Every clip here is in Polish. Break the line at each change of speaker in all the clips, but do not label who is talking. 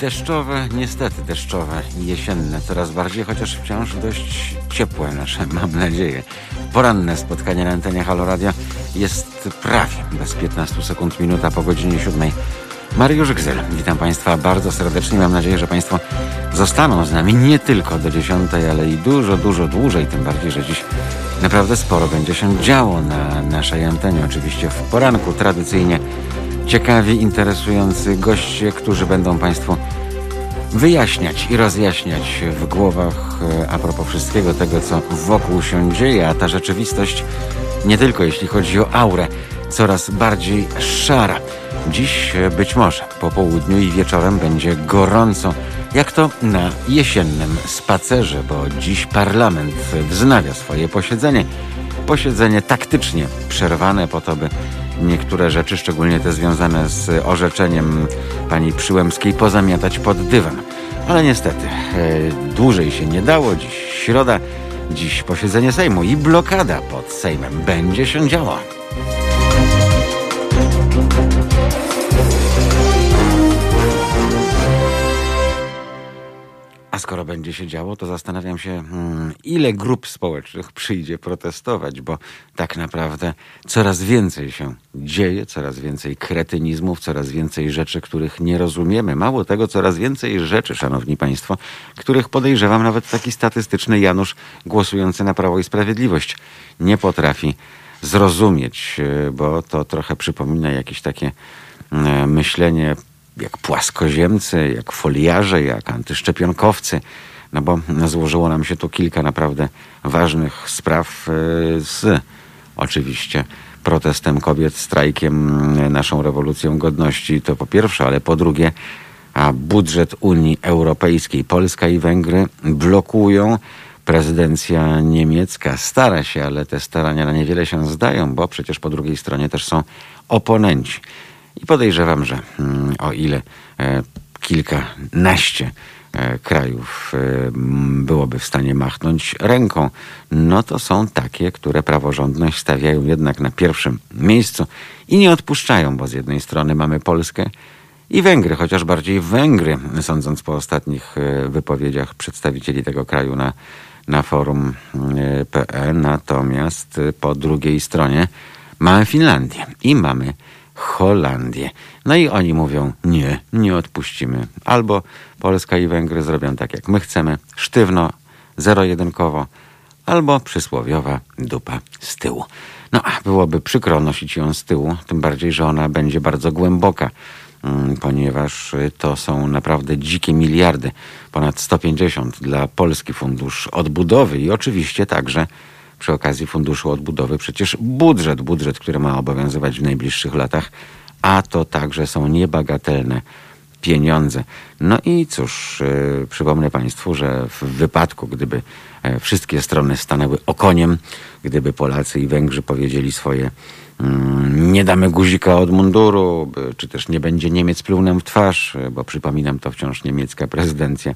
Deszczowe, niestety deszczowe i jesienne coraz bardziej, chociaż wciąż dość ciepłe nasze, mam nadzieję. Poranne spotkanie na antenie Halo Radio jest prawie bez 15 sekund, minuta po godzinie 7. Mariusz Gzyl, witam Państwa bardzo serdecznie. Mam nadzieję, że Państwo zostaną z nami nie tylko do 10, ale i dużo dłużej. Tym bardziej, że dziś naprawdę sporo będzie się działo na naszej antenie. Oczywiście w poranku tradycyjnie ciekawi, interesujący goście, którzy będą Państwu wyjaśniać i rozjaśniać w głowach a propos wszystkiego tego, co wokół się dzieje, a ta rzeczywistość, nie tylko jeśli chodzi o aurę, coraz bardziej szara. Dziś być może po południu i wieczorem będzie gorąco, jak to na jesiennym spacerze, bo dziś parlament wznawia swoje posiedzenie. Posiedzenie taktycznie przerwane po to, by niektóre rzeczy, szczególnie te związane z orzeczeniem pani Przyłębskiej, pozamiatać pod dywan. Ale niestety dłużej się nie dało. Dziś środa, dziś posiedzenie Sejmu i blokada pod Sejmem będzie się działa. A skoro będzie się działo, to zastanawiam się, ile grup społecznych przyjdzie protestować, bo tak naprawdę coraz więcej się dzieje, coraz więcej kretynizmów, coraz więcej rzeczy, których nie rozumiemy. Mało tego, coraz więcej rzeczy, szanowni państwo, których podejrzewam nawet taki statystyczny Janusz głosujący na Prawo i Sprawiedliwość nie potrafi zrozumieć, bo to trochę przypomina jakieś takie myślenie jak płaskoziemcy, jak foliarze, jak antyszczepionkowcy, no bo złożyło nam się tu kilka naprawdę ważnych spraw z oczywiście protestem kobiet, strajkiem, naszą rewolucją godności, to po pierwsze, ale po drugie, a budżet Unii Europejskiej Polska i Węgry blokują. Prezydencja niemiecka stara się, ale te starania na niewiele się zdają, bo przecież po drugiej stronie też są oponenci. I podejrzewam, że o ile kilkanaście krajów byłoby w stanie machnąć ręką, no to są takie, które praworządność stawiają jednak na pierwszym miejscu i nie odpuszczają, bo z jednej strony mamy Polskę i Węgry, chociaż bardziej Węgry, sądząc po ostatnich wypowiedziach przedstawicieli tego kraju na forum PE, natomiast po drugiej stronie mamy Finlandię i mamy Holandię. No i oni mówią, nie odpuścimy. Albo Polska i Węgry zrobią tak, jak my chcemy, sztywno, zero-jedynkowo, albo przysłowiowa dupa z tyłu. No, byłoby przykro nosić ją z tyłu, tym bardziej, że ona będzie bardzo głęboka, ponieważ to są naprawdę dzikie miliardy, ponad 150 dla Polski Fundusz Odbudowy i oczywiście także przy okazji Funduszu Odbudowy przecież budżet, który ma obowiązywać w najbliższych latach, a to także są niebagatelne pieniądze. No i cóż, przypomnę Państwu, że w wypadku, gdyby wszystkie strony stanęły okoniem, gdyby Polacy i Węgrzy powiedzieli swoje nie damy guzika od munduru, czy też nie będzie Niemiec pluł nam w twarz, bo przypominam, to wciąż niemiecka prezydencja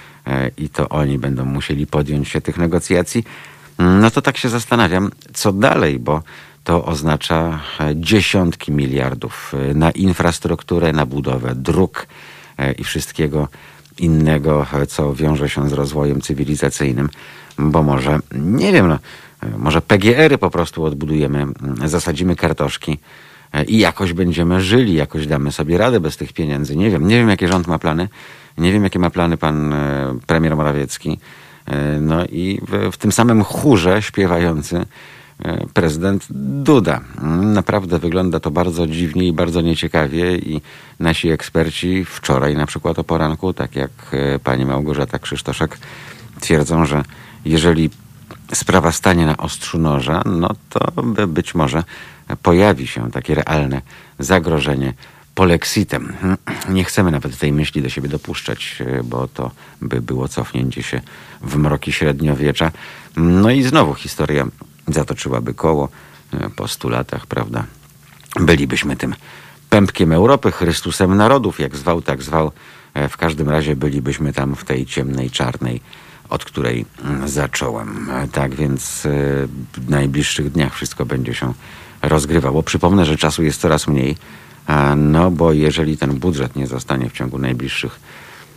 i to oni będą musieli podjąć się tych negocjacji. No to tak się zastanawiam, co dalej, bo to oznacza dziesiątki miliardów na infrastrukturę, na budowę dróg i wszystkiego innego, co wiąże się z rozwojem cywilizacyjnym, bo może, nie wiem, może PGR-y po prostu odbudujemy, zasadzimy kartoszki i jakoś będziemy żyli, jakoś damy sobie radę bez tych pieniędzy. Nie wiem, jakie rząd ma plany, nie wiem, jakie ma plany pan premier Morawiecki. No i w tym samym chórze śpiewający prezydent Duda. Naprawdę wygląda to bardzo dziwnie i bardzo nieciekawie i nasi eksperci wczoraj na przykład o poranku, tak jak pani Małgorzata Krzysztoszek, twierdzą, że jeżeli sprawa stanie na ostrzu noża, no to być może pojawi się takie realne zagrożenie polexitem. Nie chcemy nawet tej myśli do siebie dopuszczać, bo to by było cofnięcie się w mroki średniowiecza. No i znowu historia zatoczyłaby koło po 100 latach, prawda? Bylibyśmy tym pępkiem Europy, Chrystusem narodów, jak zwał, tak zwał. W każdym razie bylibyśmy tam w tej ciemnej, czarnej, od której zacząłem. Tak więc w najbliższych dniach wszystko będzie się rozgrywało. Przypomnę, że czasu jest coraz mniej. No bo jeżeli ten budżet nie zostanie w ciągu najbliższych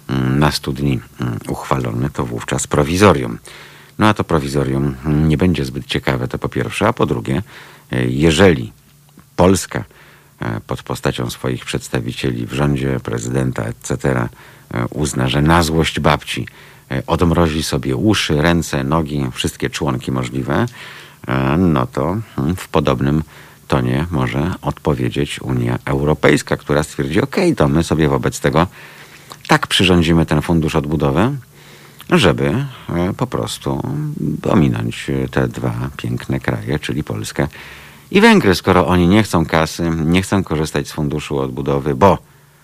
na 100 dni uchwalony, to wówczas prowizorium. No a to prowizorium nie będzie zbyt ciekawe, to po pierwsze, a po drugie, jeżeli Polska pod postacią swoich przedstawicieli w rządzie, prezydenta, etc. uzna, że na złość babci odmrozi sobie uszy, ręce, nogi, wszystkie członki możliwe, no to w podobnym tonie może odpowiedzieć Unia Europejska, która stwierdzi, okej, to my sobie wobec tego tak przyrządzimy ten fundusz odbudowy, żeby po prostu ominąć te dwa piękne kraje, czyli Polskę i Węgry. Skoro oni nie chcą kasy, nie chcą korzystać z funduszu odbudowy, bo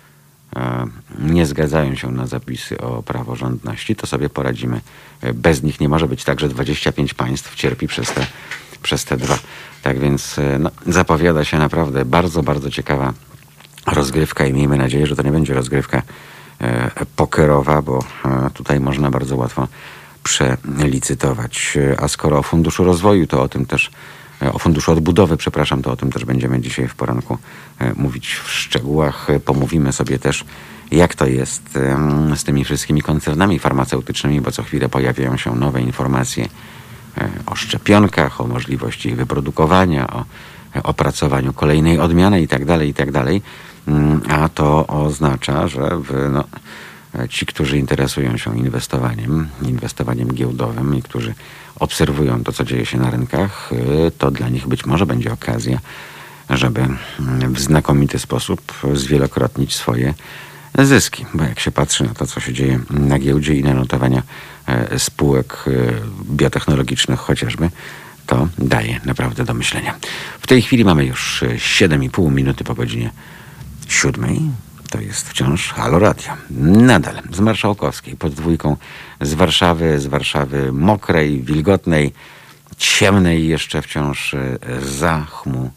nie zgadzają się na zapisy o praworządności, to sobie poradzimy bez nich. Nie może być tak, że 25 państw cierpi przez te dwa. Tak więc zapowiada się naprawdę bardzo, bardzo ciekawa rozgrywka i miejmy nadzieję, że to nie będzie rozgrywka pokerowa, bo tutaj można bardzo łatwo przelicytować. A skoro o Funduszu Rozwoju, to o tym też, o Funduszu Odbudowy, przepraszam, to o tym też będziemy dzisiaj w poranku mówić w szczegółach. Pomówimy sobie też, jak to jest z tymi wszystkimi koncernami farmaceutycznymi, bo co chwilę pojawiają się nowe informacje o szczepionkach, o możliwości ich wyprodukowania, o opracowaniu kolejnej odmiany itd., itd. A to oznacza, że ci, którzy interesują się inwestowaniem giełdowym i którzy obserwują to, co dzieje się na rynkach, to dla nich być może będzie okazja, żeby w znakomity sposób zwielokrotnić swoje zyski. Bo jak się patrzy na to, co się dzieje na giełdzie i na notowania spółek biotechnologicznych chociażby, to daje naprawdę do myślenia. W tej chwili mamy już 7,5 minuty po godzinie 7. To jest wciąż Halo Radio. Nadal z Marszałkowskiej, pod Dwójką, z Warszawy mokrej, wilgotnej, ciemnej, jeszcze wciąż zachmurzonej.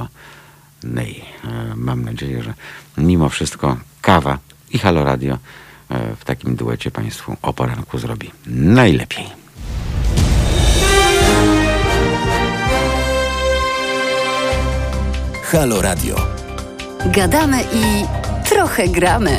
Mam nadzieję, że mimo wszystko kawa i Halo Radio w takim duecie Państwu o poranku zrobi najlepiej.
Halo Radio.
Gadamy i trochę gramy.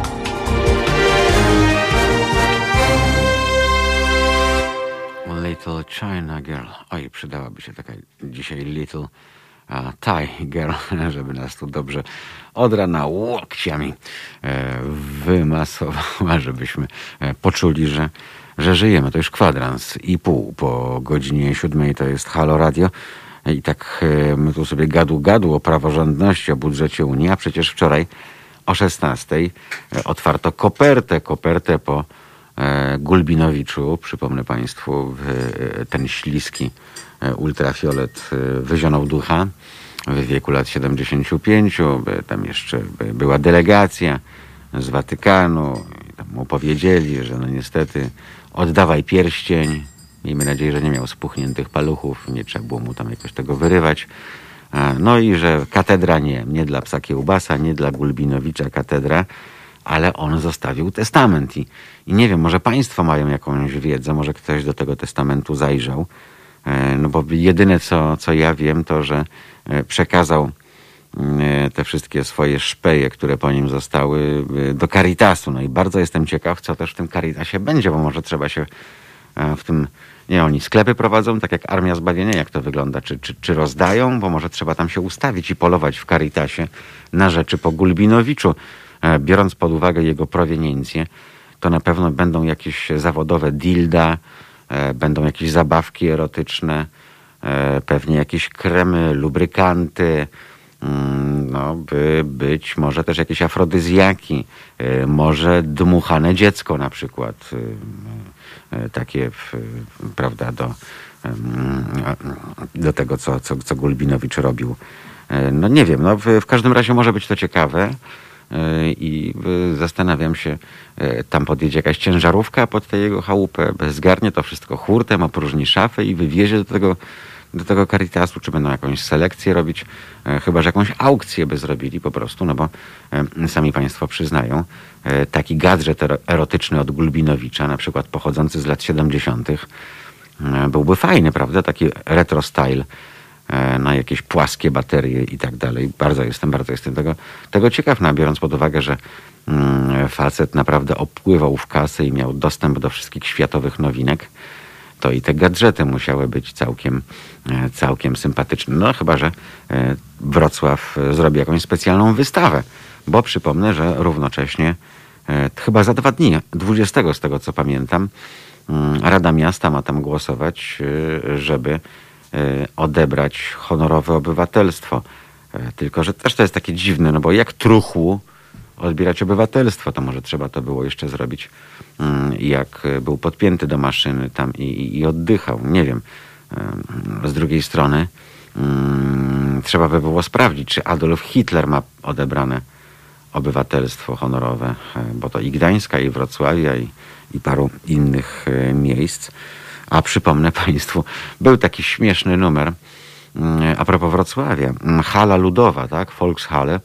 Little China Girl. Oj, przydałaby się taka dzisiaj Little Thai Girl, żeby nas tu dobrze od rana łokciami wymasowała, żebyśmy poczuli, że żyjemy. To już 1,5 po godzinie 7. To jest Halo Radio. I tak my tu sobie gadu o praworządności, o budżecie Unii, a przecież wczoraj o 16 otwarto kopertę po Gulbinowiczu. Przypomnę Państwu, ten śliski ultrafiolet wyzionął ducha w wieku lat 75. Tam jeszcze była delegacja z Watykanu. Tam mu powiedzieli, że no niestety oddawaj pierścień. Miejmy nadzieję, że nie miał spuchniętych paluchów, nie trzeba było mu tam jakoś tego wyrywać. No i że katedra nie dla psa kiełbasa, nie dla Gulbinowicza katedra, ale on zostawił testament. I nie wiem, może Państwo mają jakąś wiedzę, może ktoś do tego testamentu zajrzał. No bo jedyne, co ja wiem, to, że przekazał te wszystkie swoje szpeje, które po nim zostały, do Caritasu. No i bardzo jestem ciekaw, co też w tym Caritasie będzie, bo może trzeba się w tym... Nie, oni sklepy prowadzą, tak jak Armia Zbawienia, jak to wygląda? Czy rozdają? Bo może trzeba tam się ustawić i polować w Caritasie na rzeczy po Gulbinowiczu. Biorąc pod uwagę jego proweniencję, to na pewno będą jakieś zawodowe dilda, będą jakieś zabawki erotyczne, pewnie jakieś kremy, lubrykanty, no, być może też jakieś afrodyzjaki, może dmuchane dziecko na przykład, takie, prawda, do tego, co Gulbinowicz robił. No nie wiem, no w każdym razie może być to ciekawe i zastanawiam się, tam podjedzie jakaś ciężarówka pod tę jego chałupę, zgarnie to wszystko hurtem, opróżni szafę i wywiezie do tego Caritasu, czy będą jakąś selekcję robić, chyba że jakąś aukcję by zrobili po prostu, no bo sami Państwo przyznają, taki gadżet erotyczny od Gulbinowicza, na przykład pochodzący z lat 70., byłby fajny, prawda? Taki retro style na jakieś płaskie baterie i tak dalej. Bardzo jestem tego ciekaw, biorąc pod uwagę, że facet naprawdę opływał w kasę i miał dostęp do wszystkich światowych nowinek, to i te gadżety musiały być całkiem sympatyczne. No chyba, że Wrocław zrobi jakąś specjalną wystawę, bo przypomnę, że równocześnie chyba za 2 dni, 20 z tego co pamiętam, Rada Miasta ma tam głosować, żeby odebrać honorowe obywatelstwo. Tylko że też to jest takie dziwne, no bo jak truchłu odbierać obywatelstwo, to może trzeba to było jeszcze zrobić, jak był podpięty do maszyny tam i oddychał. Nie wiem. Z drugiej strony trzeba by było sprawdzić, czy Adolf Hitler ma odebrane obywatelstwo honorowe, bo to i Gdańska, i Wrocławia, i paru innych miejsc. A przypomnę Państwu, był taki śmieszny numer a propos Wrocławia. Hala Ludowa, tak? Volkshalle.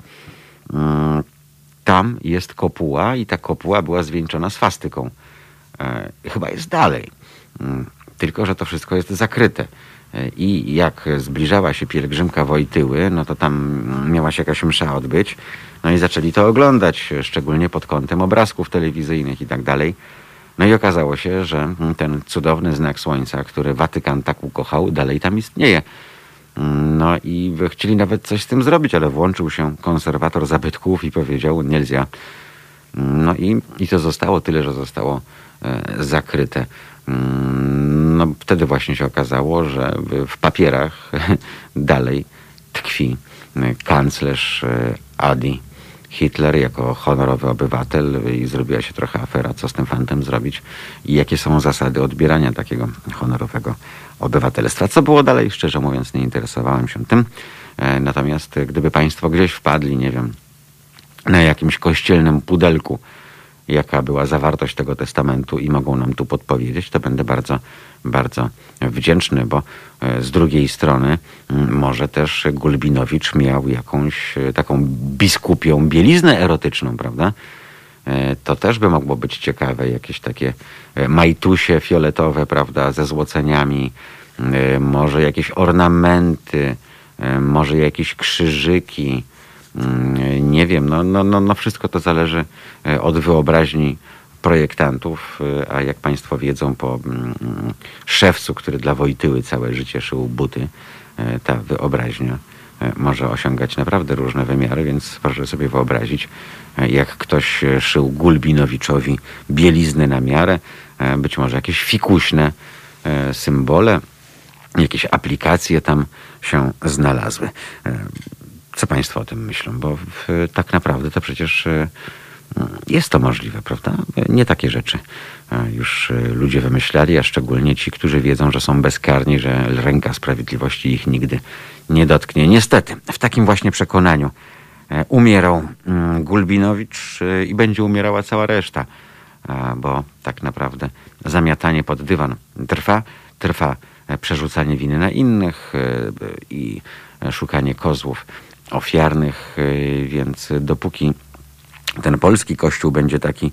Tam jest kopuła i ta kopuła była zwieńczona swastyką. Chyba jest dalej. Tylko że to wszystko jest zakryte. I jak zbliżała się pielgrzymka Wojtyły, no to tam miała się jakaś msza odbyć. No i zaczęli to oglądać, szczególnie pod kątem obrazków telewizyjnych i tak dalej. No i okazało się, że ten cudowny znak słońca, który Watykan tak ukochał, dalej tam istnieje. No i chcieli nawet coś z tym zrobić, ale włączył się konserwator zabytków i powiedział, nielzia. No i to zostało tyle, że zostało zakryte. No wtedy właśnie się okazało, że w papierach dalej tkwi kanclerz Adi Hitler jako honorowy obywatel i zrobiła się trochę afera, co z tym fantem zrobić i jakie są zasady odbierania takiego honorowego obywatelstwa. Co było dalej, szczerze mówiąc, nie interesowałem się tym. Natomiast gdyby Państwo gdzieś wpadli, nie wiem, na jakimś kościelnym pudelku, jaka była zawartość tego testamentu i mogą nam tu podpowiedzieć, to będę bardzo, bardzo wdzięczny, bo z drugiej strony może też Gulbinowicz miał jakąś taką biskupią bieliznę erotyczną, prawda? To też by mogło być ciekawe, jakieś takie majtusie fioletowe, prawda, ze złoceniami, może jakieś ornamenty, może jakieś krzyżyki, nie wiem, no wszystko to zależy od wyobraźni projektantów, a jak Państwo wiedzą, po szewcu, który dla Wojtyły całe życie szył buty, ta wyobraźnia może osiągać naprawdę różne wymiary, więc proszę sobie wyobrazić, jak ktoś szył Gulbinowiczowi bielizny na miarę, być może jakieś fikuśne symbole, jakieś aplikacje tam się znalazły. Co Państwo o tym myślą? Bo tak naprawdę to przecież jest to możliwe, prawda? Nie takie rzeczy już ludzie wymyślali, a szczególnie ci, którzy wiedzą, że są bezkarni, że ręka sprawiedliwości ich nigdy nie dotknie. Niestety, w takim właśnie przekonaniu umierał Gulbinowicz i będzie umierała cała reszta, bo tak naprawdę zamiatanie pod dywan trwa przerzucanie winy na innych i szukanie kozłów ofiarnych, więc dopóki ten polski kościół będzie taki,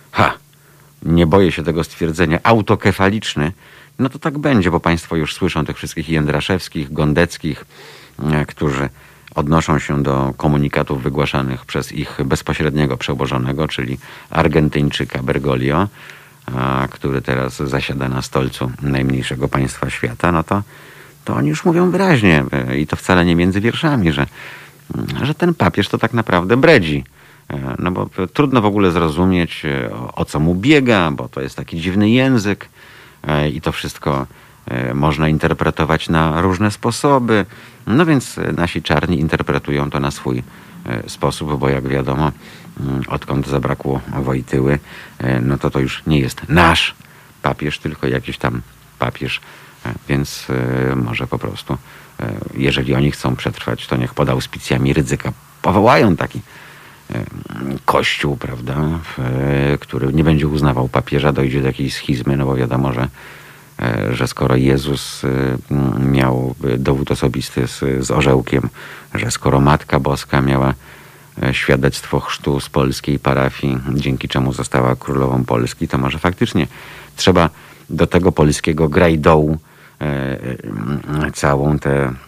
nie boję się tego stwierdzenia, autokefaliczny, no to tak będzie, bo Państwo już słyszą tych wszystkich Jędraszewskich, Gondeckich, którzy odnoszą się do komunikatów wygłaszanych przez ich bezpośredniego przełożonego, czyli Argentyńczyka Bergoglio, który teraz zasiada na stolcu najmniejszego państwa świata, no to oni już mówią wyraźnie i to wcale nie między wierszami, że ten papież to tak naprawdę bredzi. No bo trudno w ogóle zrozumieć, o co mu biega, bo to jest taki dziwny język i to wszystko można interpretować na różne sposoby. No więc nasi czarni interpretują to na swój sposób, bo jak wiadomo, odkąd zabrakło Wojtyły, no to już nie jest nasz papież, tylko jakiś tam papież. Więc może po prostu, jeżeli oni chcą przetrwać, to niech pod auspicjami Rydzyka powołają taki kościół, prawda, który nie będzie uznawał papieża, dojdzie do jakiejś schizmy, no bo wiadomo, że skoro Jezus miał dowód osobisty z orzełkiem, że skoro Matka Boska miała świadectwo chrztu z polskiej parafii, dzięki czemu została królową Polski, to może faktycznie trzeba do tego polskiego grajdołu całą tę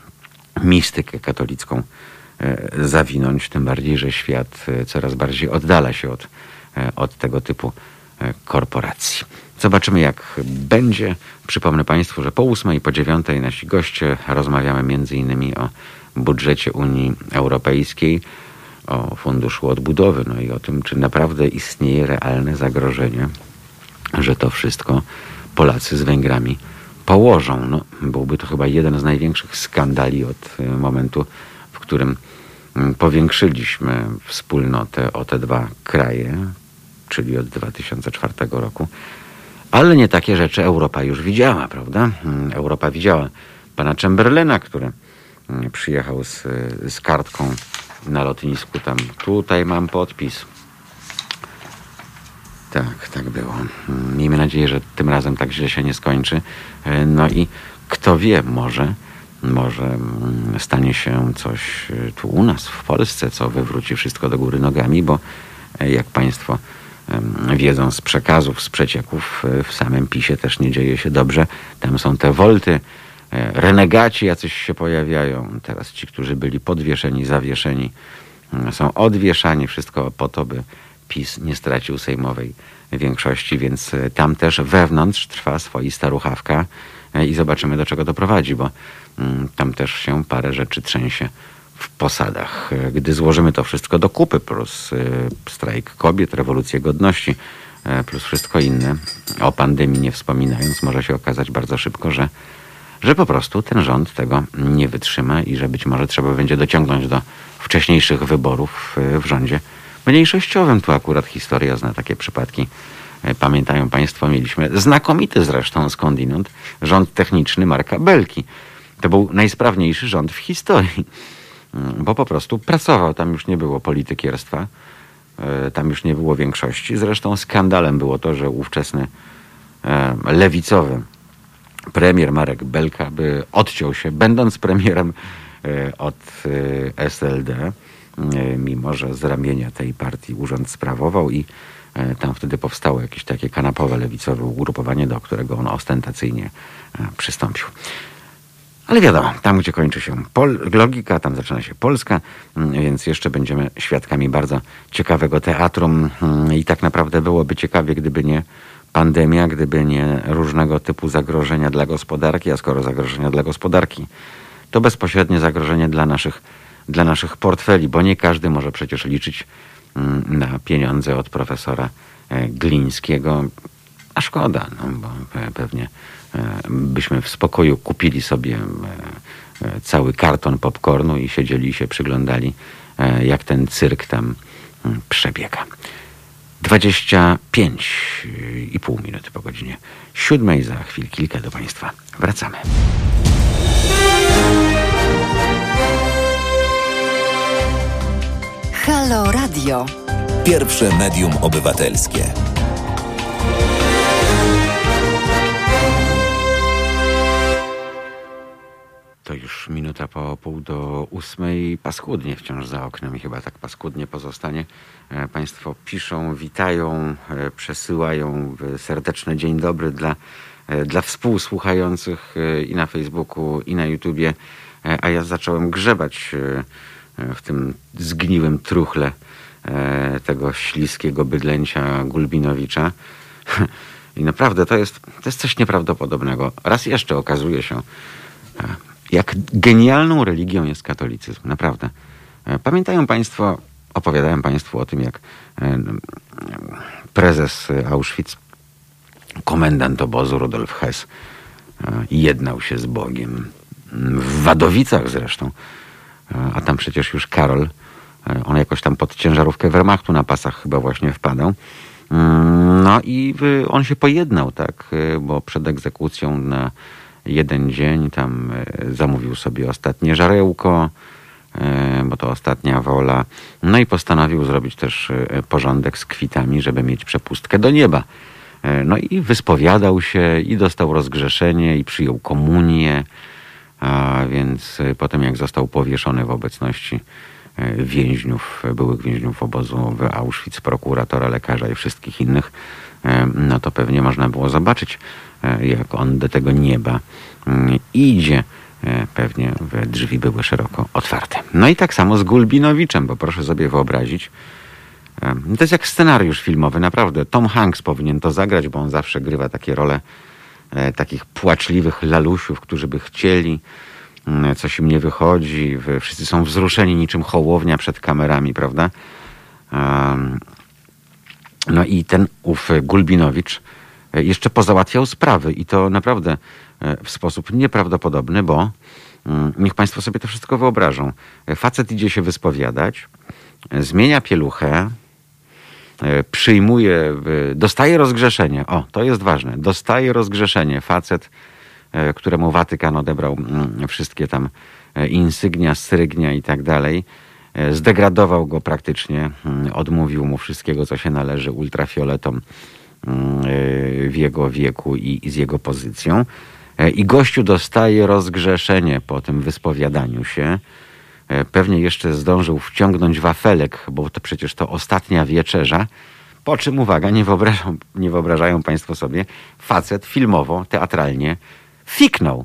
mistykę katolicką zawinąć, tym bardziej, że świat coraz bardziej oddala się od tego typu korporacji. Zobaczymy, jak będzie. Przypomnę Państwu, że po 8 i po 9 nasi goście rozmawiamy m.in. o budżecie Unii Europejskiej, o Funduszu Odbudowy, no i o tym, czy naprawdę istnieje realne zagrożenie, że to wszystko Polacy z Węgrami położą. No, byłby to chyba jeden z największych skandali od momentu, w którym powiększyliśmy wspólnotę o te dwa kraje, czyli od 2004 roku. Ale nie takie rzeczy Europa już widziała, prawda? Europa widziała pana Chamberlaina, który przyjechał z kartką na lotnisku. Tam, tutaj mam podpis. Tak było. Miejmy nadzieję, że tym razem tak źle się nie skończy. No i kto wie, może stanie się coś tu u nas, w Polsce, co wywróci wszystko do góry nogami, bo jak Państwo wiedzą z przekazów, z przecieków, w samym PiS-ie też nie dzieje się dobrze. Tam są te wolty, renegaci jacyś się pojawiają. Teraz ci, którzy byli podwieszeni, zawieszeni, są odwieszani. Wszystko po to, by PiS nie stracił sejmowej większości, więc tam też wewnątrz trwa swoista ruchawka i zobaczymy, do czego to prowadzi, bo tam też się parę rzeczy trzęsie w posadach. Gdy złożymy to wszystko do kupy, plus strajk kobiet, rewolucję godności, plus wszystko inne, o pandemii nie wspominając, może się okazać bardzo szybko, że po prostu ten rząd tego nie wytrzyma i że być może trzeba będzie dociągnąć do wcześniejszych wyborów w rządzie mniejszościowym. Tu akurat historia zna takie przypadki. Pamiętają Państwo, mieliśmy znakomity zresztą skądinąd rząd techniczny Marka Belki. To był najsprawniejszy rząd w historii, bo po prostu pracował. Tam już nie było politykierstwa, tam już nie było większości. Zresztą skandalem było to, że ówczesny lewicowy premier Marek Belka by odciął się, będąc premierem, od SLD, mimo że z ramienia tej partii urząd sprawował i tam wtedy powstało jakieś takie kanapowe lewicowe ugrupowanie, do którego on ostentacyjnie przystąpił. Ale wiadomo, tam gdzie kończy się logika, tam zaczyna się Polska, więc jeszcze będziemy świadkami bardzo ciekawego teatrum i tak naprawdę byłoby ciekawie, gdyby nie pandemia, gdyby nie różnego typu zagrożenia dla gospodarki, a skoro zagrożenia dla gospodarki, to bezpośrednie zagrożenie dla naszych portfeli, bo nie każdy może przecież liczyć na pieniądze od profesora Glińskiego, a szkoda, no, bo pewnie byśmy w spokoju kupili sobie cały karton popcornu i siedzieli i się przyglądali, jak ten cyrk tam przebiega. 25,5 minuty po godzinie 7. Za chwilę kilka do Państwa wracamy.
Halo Radio.
Pierwsze medium obywatelskie.
To już minuta po 7:30. Paskudnie wciąż za oknem i chyba tak paskudnie pozostanie. Państwo piszą, witają, przesyłają serdeczny dzień dobry dla współsłuchających i na Facebooku, i na YouTubie. A ja zacząłem grzebać w tym zgniłym truchle tego śliskiego bydlęcia Gulbinowicza. I naprawdę to jest coś nieprawdopodobnego. Raz jeszcze okazuje się, jak genialną religią jest katolicyzm. Naprawdę. Pamiętają Państwo, opowiadałem Państwu o tym, jak prezes Auschwitz, komendant obozu Rudolf Hess, jednał się z Bogiem. W Wadowicach zresztą. A tam przecież już Karol, on jakoś tam pod ciężarówkę Wehrmachtu na pasach chyba właśnie wpadał. No i on się pojednał, tak, bo przed egzekucją na jeden dzień tam zamówił sobie ostatnie żarełko, bo to ostatnia wola. No i postanowił zrobić też porządek z kwitami, żeby mieć przepustkę do nieba. No i wyspowiadał się i dostał rozgrzeszenie i przyjął komunię. A więc potem jak został powieszony w obecności byłych więźniów obozu w Auschwitz, prokuratora, lekarza i wszystkich innych, no to pewnie można było zobaczyć, jak on do tego nieba idzie. Pewnie drzwi były szeroko otwarte. No i tak samo z Gulbinowiczem, bo proszę sobie wyobrazić, to jest jak scenariusz filmowy, naprawdę. Tom Hanks powinien to zagrać, bo on zawsze grywa takie role takich płaczliwych lalusiów, którzy by chcieli, coś im nie wychodzi, wszyscy są wzruszeni niczym Hołownia przed kamerami, prawda? No i ten Gulbinowicz jeszcze pozałatwiał sprawy i to naprawdę w sposób nieprawdopodobny, bo niech państwo sobie to wszystko wyobrażą. Facet idzie się wyspowiadać, zmienia pieluchę, przyjmuje, dostaje rozgrzeszenie. O, to jest ważne. Dostaje rozgrzeszenie. Facet, któremu Watykan odebrał wszystkie tam insygnia, strygnia i tak dalej. Zdegradował go praktycznie, odmówił mu wszystkiego, co się należy ultrafioletom w jego wieku i z jego pozycją. I gościu dostaje rozgrzeszenie po tym wyspowiadaniu się. Pewnie jeszcze zdążył wciągnąć wafelek, bo to przecież to ostatnia wieczerza. Po czym, uwaga, nie wyobrażają państwo sobie, facet filmowo, teatralnie fiknął.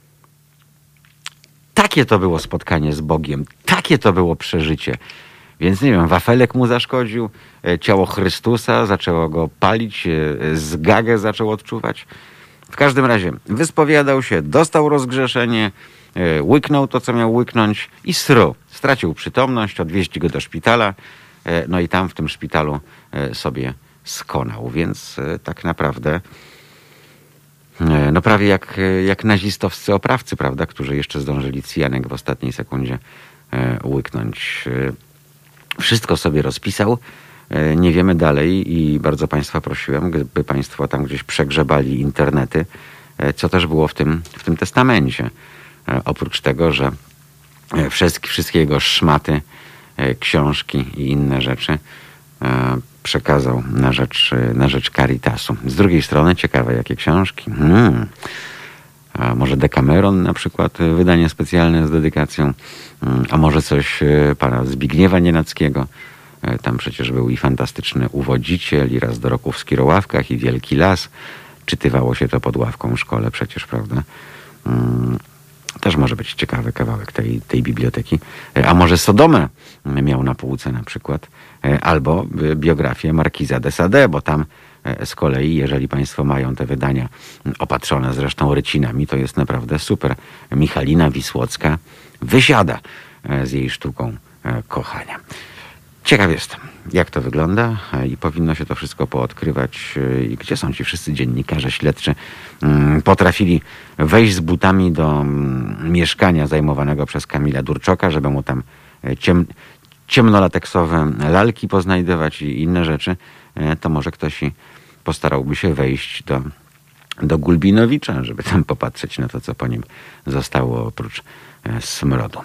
Takie to było spotkanie z Bogiem. Takie to było przeżycie. Więc nie wiem, wafelek mu zaszkodził, ciało Chrystusa zaczęło go palić, zgagę zaczął odczuwać. W każdym razie wyspowiadał się, dostał rozgrzeszenie, łyknął to, co miał łyknąć i stracił przytomność, odwieźli go do szpitala, no i tam w tym szpitalu sobie skonał. Więc tak naprawdę no prawie jak nazistowscy oprawcy, prawda, którzy jeszcze zdążyli cyjanek w ostatniej sekundzie łyknąć. Wszystko sobie rozpisał. Nie wiemy dalej i bardzo państwa prosiłem, gdyby państwo tam gdzieś przegrzebali internety, co też było w tym testamencie. Oprócz tego, że wszystkie jego szmaty, książki i inne rzeczy przekazał na rzecz Caritasu. Z drugiej strony ciekawe, jakie książki. A może Decameron na przykład, wydanie specjalne z dedykacją, a może coś pana Zbigniewa Nienackiego. Tam przecież był i fantastyczny Uwodziciel, i Raz do roku w Skiroławkach, i Wielki Las. Czytywało się to pod ławką w szkole przecież, prawda? Też może być ciekawy kawałek tej biblioteki. A może Sodomę miał na półce na przykład. Albo biografię Markiza de Sade, bo tam z kolei, jeżeli państwo mają te wydania opatrzone zresztą rycinami, to jest naprawdę super. Michalina Wisłocka wysiada z jej sztuką kochania. Ciekaw jestem, jak to wygląda i powinno się to wszystko poodkrywać. I gdzie są ci wszyscy dziennikarze śledczy? Potrafili wejść z butami do mieszkania zajmowanego przez Kamila Durczoka, żeby mu tam ciemnolateksowe lalki poznajdywać i inne rzeczy. To może ktoś postarałby się wejść do Gulbinowicza, żeby tam popatrzeć na to, co po nim zostało oprócz smrodu.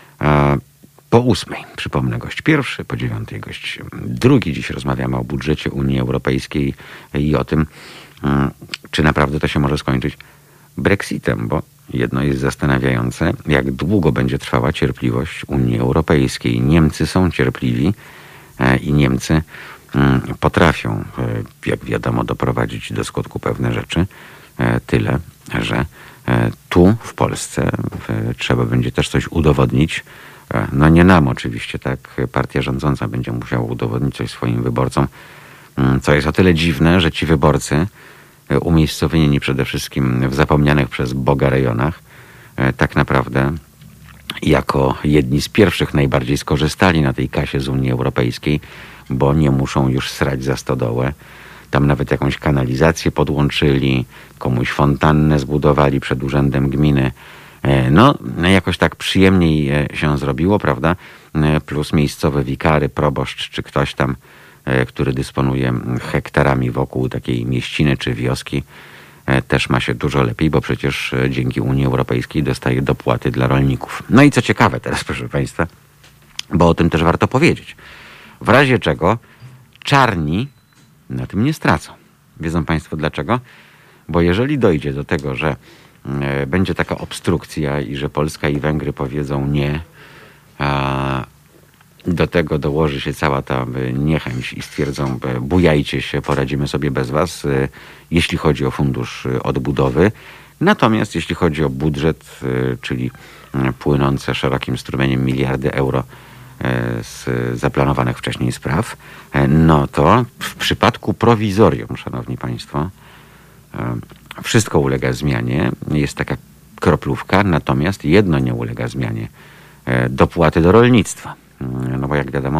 Po 8, przypomnę, gość pierwszy, po 9 gość drugi. Dziś rozmawiamy o budżecie Unii Europejskiej i o tym, czy naprawdę to się może skończyć Brexitem, bo jedno jest zastanawiające, jak długo będzie trwała cierpliwość Unii Europejskiej. Niemcy są cierpliwi i Niemcy potrafią, jak wiadomo, doprowadzić do skutku pewne rzeczy. Tyle, że tu w Polsce trzeba będzie też coś udowodnić. No nie nam oczywiście, tak. Partia rządząca będzie musiała udowodnić coś swoim wyborcom, co jest o tyle dziwne, że ci wyborcy umiejscowieni przede wszystkim w zapomnianych przez Boga rejonach, tak naprawdę jako jedni z pierwszych najbardziej skorzystali na tej kasie z Unii Europejskiej, bo nie muszą już srać za stodołę. Tam nawet jakąś kanalizację podłączyli, komuś fontannę zbudowali przed urzędem gminy. No, jakoś tak przyjemniej się zrobiło, prawda? Plus miejscowe wikary, proboszcz czy ktoś tam, który dysponuje hektarami wokół takiej mieściny czy wioski, też ma się dużo lepiej, bo przecież dzięki Unii Europejskiej dostaje dopłaty dla rolników. No i co ciekawe teraz, proszę państwa, bo o tym też warto powiedzieć. W razie czego czarni na tym nie stracą. Wiedzą państwo dlaczego? Bo jeżeli dojdzie do tego, że będzie taka obstrukcja i że Polska i Węgry powiedzą nie, do tego dołoży się cała ta niechęć i stwierdzą, bujajcie się, poradzimy sobie bez was, jeśli chodzi o fundusz odbudowy. Natomiast jeśli chodzi o budżet, czyli płynące szerokim strumieniem miliardy euro z zaplanowanych wcześniej spraw, no to w przypadku prowizorium, szanowni państwo, wszystko ulega zmianie. Jest taka kroplówka, natomiast jedno nie ulega zmianie. Dopłaty do rolnictwa. No bo jak wiadomo,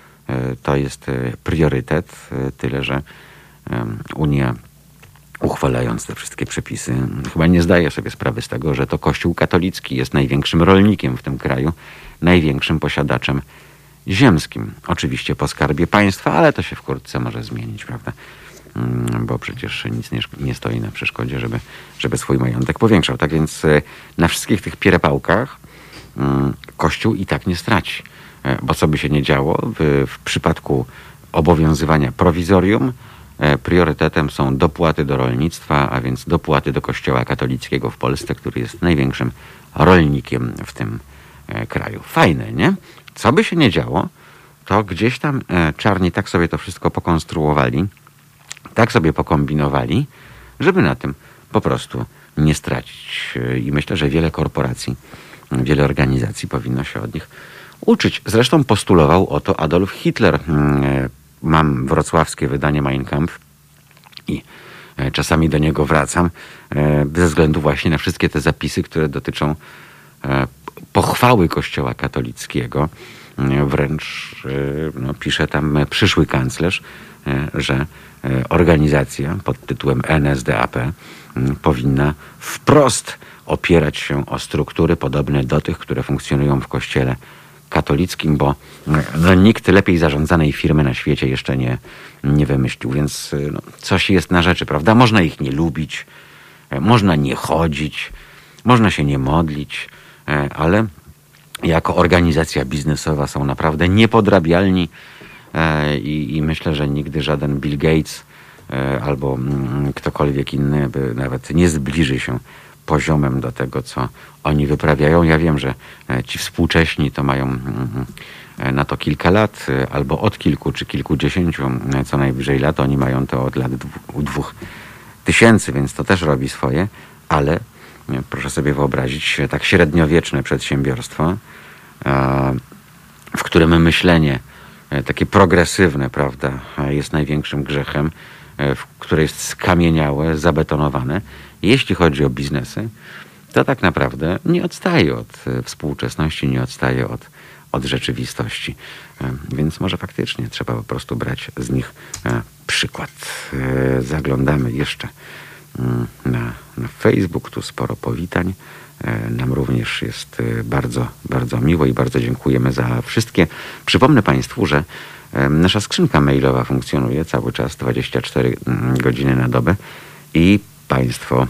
to jest priorytet, tyle że Unia, uchwalając te wszystkie przepisy, chyba nie zdaje sobie sprawy z tego, że to Kościół katolicki jest największym rolnikiem w tym kraju, największym posiadaczem ziemskim. Oczywiście po skarbie państwa, ale to się wkrótce może zmienić, prawda? Bo przecież nic nie stoi na przeszkodzie, żeby swój majątek powiększał. Tak więc na wszystkich tych pierepałkach Kościół i tak nie straci. Bo co by się nie działo, w przypadku obowiązywania prowizorium priorytetem są dopłaty do rolnictwa, a więc dopłaty do Kościoła katolickiego w Polsce, który jest największym rolnikiem w tym kraju. Fajne, nie? Co by się nie działo, to gdzieś tam czarni tak sobie to wszystko pokonstruowali, tak sobie pokombinowali, żeby na tym po prostu nie stracić. I myślę, że wiele korporacji, wiele organizacji powinno się od nich uczyć. Zresztą postulował o to Adolf Hitler. Mam wrocławskie wydanie Mein Kampf i czasami do niego wracam ze względu właśnie na wszystkie te zapisy, które dotyczą pochwały Kościoła katolickiego. Wręcz pisze tam przyszły kanclerz, że organizacja pod tytułem NSDAP powinna wprost opierać się o struktury podobne do tych, które funkcjonują w Kościele katolickim, bo nikt lepiej zarządzanej firmy na świecie jeszcze nie wymyślił, więc coś jest na rzeczy, prawda? Można ich nie lubić, można nie chodzić, można się nie modlić, ale jako organizacja biznesowa są naprawdę niepodrabialni i myślę, że nigdy żaden Bill Gates albo ktokolwiek inny by nawet nie zbliży się poziomem do tego, co oni wyprawiają. Ja wiem, że ci współcześni to mają na to kilka lat, albo od kilku czy kilkudziesięciu co najwyżej lat. Oni mają to od lat 2000, więc to też robi swoje, ale proszę sobie wyobrazić tak średniowieczne przedsiębiorstwo, w którym myślenie takie progresywne, prawda, jest największym grzechem, które jest skamieniałe, zabetonowane. Jeśli chodzi o biznesy, to tak naprawdę nie odstaje od współczesności, nie odstaje od rzeczywistości. Więc może faktycznie trzeba po prostu brać z nich przykład. Zaglądamy jeszcze na Facebook, tu sporo powitań. Nam również jest bardzo, bardzo miło i bardzo dziękujemy za wszystkie. Przypomnę Państwu, że nasza skrzynka mailowa funkcjonuje cały czas 24 godziny na dobę i Państwo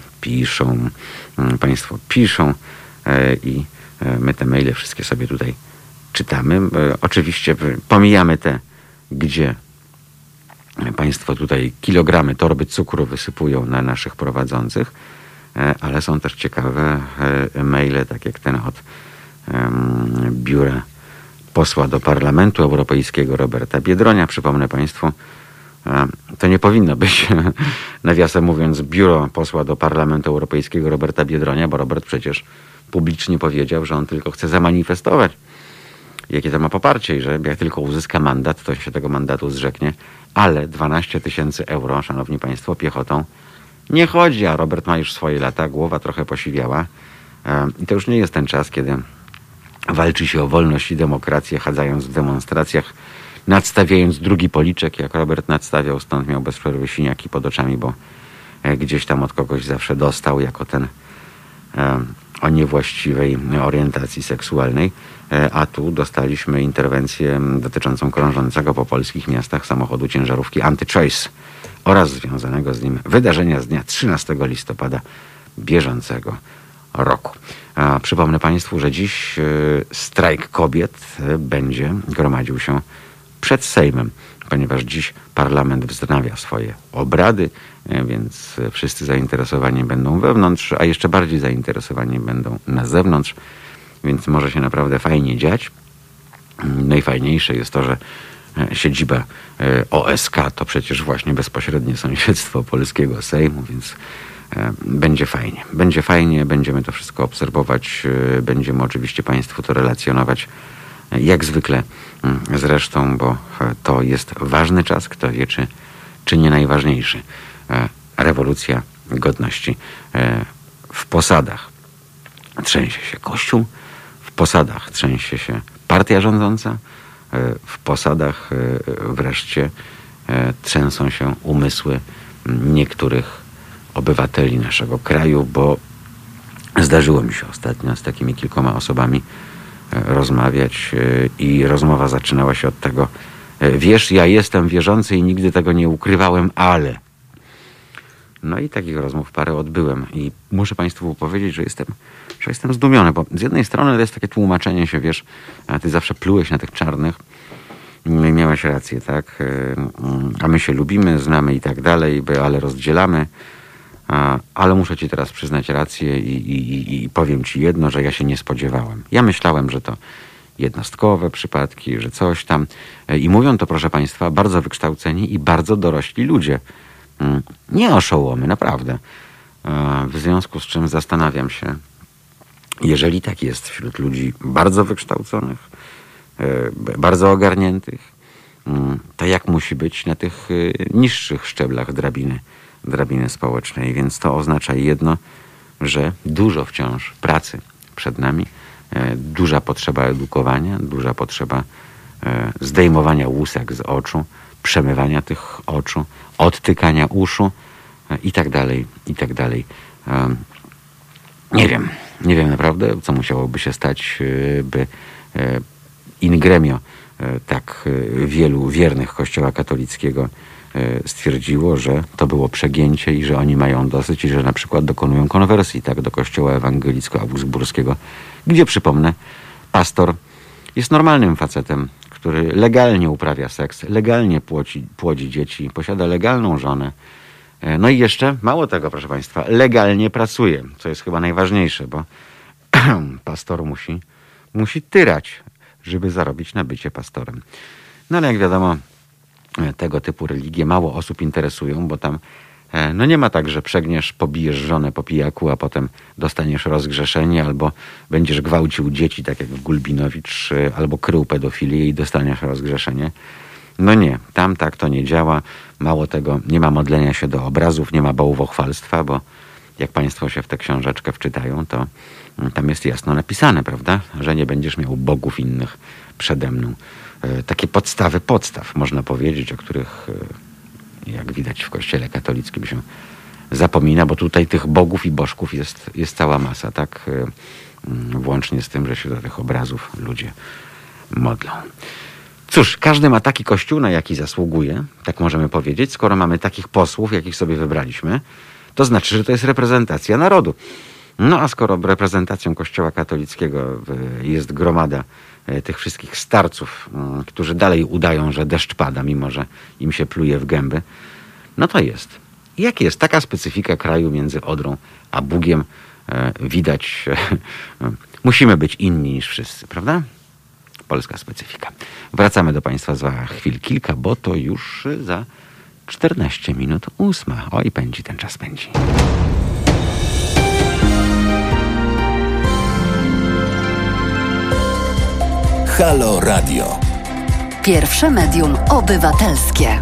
piszą i my te maile wszystkie sobie tutaj czytamy. Oczywiście pomijamy te, gdzie Państwo tutaj kilogramy, torby cukru wysypują na naszych prowadzących, ale są też ciekawe maile, tak jak ten od biura posła do Parlamentu Europejskiego Roberta Biedronia. Przypomnę Państwu, to nie powinno być, nawiasem mówiąc, biuro posła do Parlamentu Europejskiego Roberta Biedronia, bo Robert przecież publicznie powiedział, że on tylko chce zamanifestować, jakie to ma poparcie i że jak tylko uzyska mandat, to się tego mandatu zrzeknie, ale 12 000 euro, szanowni państwo, piechotą nie chodzi, a Robert ma już swoje lata, głowa trochę posiwiała i to już nie jest ten czas, kiedy walczy się o wolność i demokrację, chadzając w demonstracjach, nadstawiając drugi policzek, jak Robert nadstawiał, stąd miał bez przerwy siniaki pod oczami, bo gdzieś tam od kogoś zawsze dostał jako ten o niewłaściwej orientacji seksualnej, a tu dostaliśmy interwencję dotyczącą krążącego po polskich miastach samochodu ciężarówki Anti-Choice oraz związanego z nim wydarzenia z dnia 13 listopada bieżącego roku. Przypomnę Państwu, że dziś strajk kobiet będzie gromadził się przed Sejmem, ponieważ dziś parlament wznawia swoje obrady, więc wszyscy zainteresowani będą wewnątrz, a jeszcze bardziej zainteresowani będą na zewnątrz, więc może się naprawdę fajnie dziać. Najfajniejsze jest to, że siedziba OSK to przecież właśnie bezpośrednie sąsiedztwo polskiego Sejmu, więc będzie fajnie. Będzie fajnie, będziemy to wszystko obserwować, będziemy oczywiście Państwu to relacjonować jak zwykle zresztą, bo to jest ważny czas, kto wie, czy nie najważniejszy. Rewolucja godności. W posadach trzęsie się Kościół, w posadach trzęsie się partia rządząca, w posadach wreszcie trzęsą się umysły niektórych obywateli naszego kraju, bo zdarzyło mi się ostatnio z takimi kilkoma osobami rozmawiać i rozmowa zaczynała się od tego: wiesz, ja jestem wierzący i nigdy tego nie ukrywałem, ale... No i takich rozmów parę odbyłem i muszę Państwu powiedzieć, że jestem zdumiony, bo z jednej strony to jest takie tłumaczenie się, wiesz, ty zawsze plułeś na tych czarnych, miałeś rację, tak, a my się lubimy, znamy i tak dalej, ale rozdzielamy, ale muszę ci teraz przyznać rację i powiem ci jedno, że ja się nie spodziewałem. Ja myślałem, że to jednostkowe przypadki, że coś tam. I mówią to, proszę Państwa, bardzo wykształceni i bardzo dorośli ludzie. Nie oszołomy, naprawdę. W związku z czym zastanawiam się, jeżeli tak jest wśród ludzi bardzo wykształconych, bardzo ogarniętych, to jak musi być na tych niższych szczeblach drabiny społecznej. Więc to oznacza jedno, że dużo wciąż pracy przed nami, duża potrzeba edukowania, duża potrzeba zdejmowania łusek z oczu, przemywania tych oczu, odtykania uszu i tak dalej, i tak dalej. Nie wiem naprawdę, co musiałoby się stać, by in gremio tak wielu wiernych Kościoła katolickiego stwierdziło, że to było przegięcie i że oni mają dosyć i że na przykład dokonują konwersji tak do Kościoła ewangelicko-augsburskiego, gdzie, przypomnę, pastor jest normalnym facetem, który legalnie uprawia seks, legalnie płodzi dzieci, posiada legalną żonę. No i jeszcze, mało tego, proszę Państwa, legalnie pracuje, co jest chyba najważniejsze, bo pastor musi tyrać, żeby zarobić na bycie pastorem. No ale jak wiadomo, tego typu religie mało osób interesują, bo tam no nie ma tak, że przegniesz, pobijesz żonę po pijaku, a potem dostaniesz rozgrzeszenie, albo będziesz gwałcił dzieci, tak jak Gulbinowicz, albo krył pedofilię i dostaniesz rozgrzeszenie. No nie, tam tak to nie działa. Mało tego, nie ma modlenia się do obrazów, nie ma bałwochwalstwa, bo jak Państwo się w tę książeczkę wczytają, to tam jest jasno napisane, prawda, że nie będziesz miał bogów innych przede mną. Takie podstaw, można powiedzieć, o których, jak widać, w Kościele katolickim się zapomina, bo tutaj tych bogów i bożków jest cała masa, tak? Włącznie z tym, że się do tych obrazów ludzie modlą. Cóż, każdy ma taki kościół, na jaki zasługuje, tak możemy powiedzieć. Skoro mamy takich posłów, jakich sobie wybraliśmy, to znaczy, że to jest reprezentacja narodu. No a skoro reprezentacją Kościoła katolickiego jest gromada tych wszystkich starców, którzy dalej udają, że deszcz pada, mimo że im się pluje w gęby, no to jest. Jak jest taka specyfika kraju między Odrą a Bugiem, widać, musimy być inni niż wszyscy, prawda? Polska specyfika. Wracamy do Państwa za chwil kilka, bo to już za 14 minut 8. Oj, pędzi, ten czas pędzi.
Halo Radio.
Pierwsze medium obywatelskie.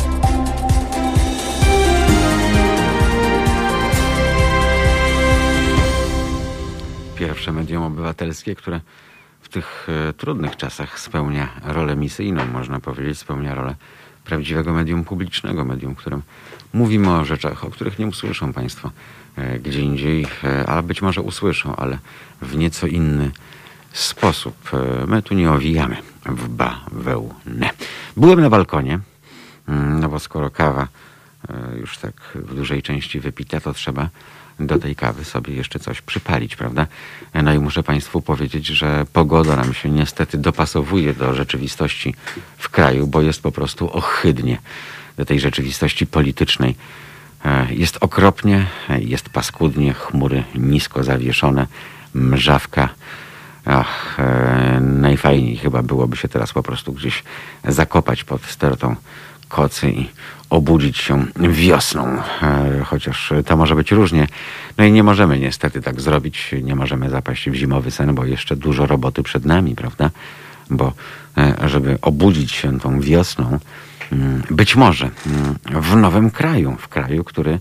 Pierwsze medium obywatelskie, które w tych trudnych czasach spełnia rolę misyjną, można powiedzieć, spełnia rolę prawdziwego medium publicznego, medium, w którym mówimy o rzeczach, o których nie usłyszą Państwo gdzie indziej, a być może usłyszą, ale w nieco inny sposób. My tu nie owijamy w bawełnę. Byłem na balkonie, no bo skoro kawa już tak w dużej części wypita, to trzeba do tej kawy sobie jeszcze coś przypalić, prawda? No i muszę Państwu powiedzieć, że pogoda nam się niestety dopasowuje do rzeczywistości w kraju, bo jest po prostu ohydnie do tej rzeczywistości politycznej. Jest okropnie, jest paskudnie, chmury nisko zawieszone, mrzawka. najfajniej chyba byłoby się teraz po prostu gdzieś zakopać pod stertą kocy i obudzić się wiosną, chociaż to może być różnie. No i nie możemy niestety tak zrobić, nie możemy zapaść w zimowy sen, bo jeszcze dużo roboty przed nami, prawda? Bo żeby obudzić się tą wiosną, być może w nowym kraju, w kraju, który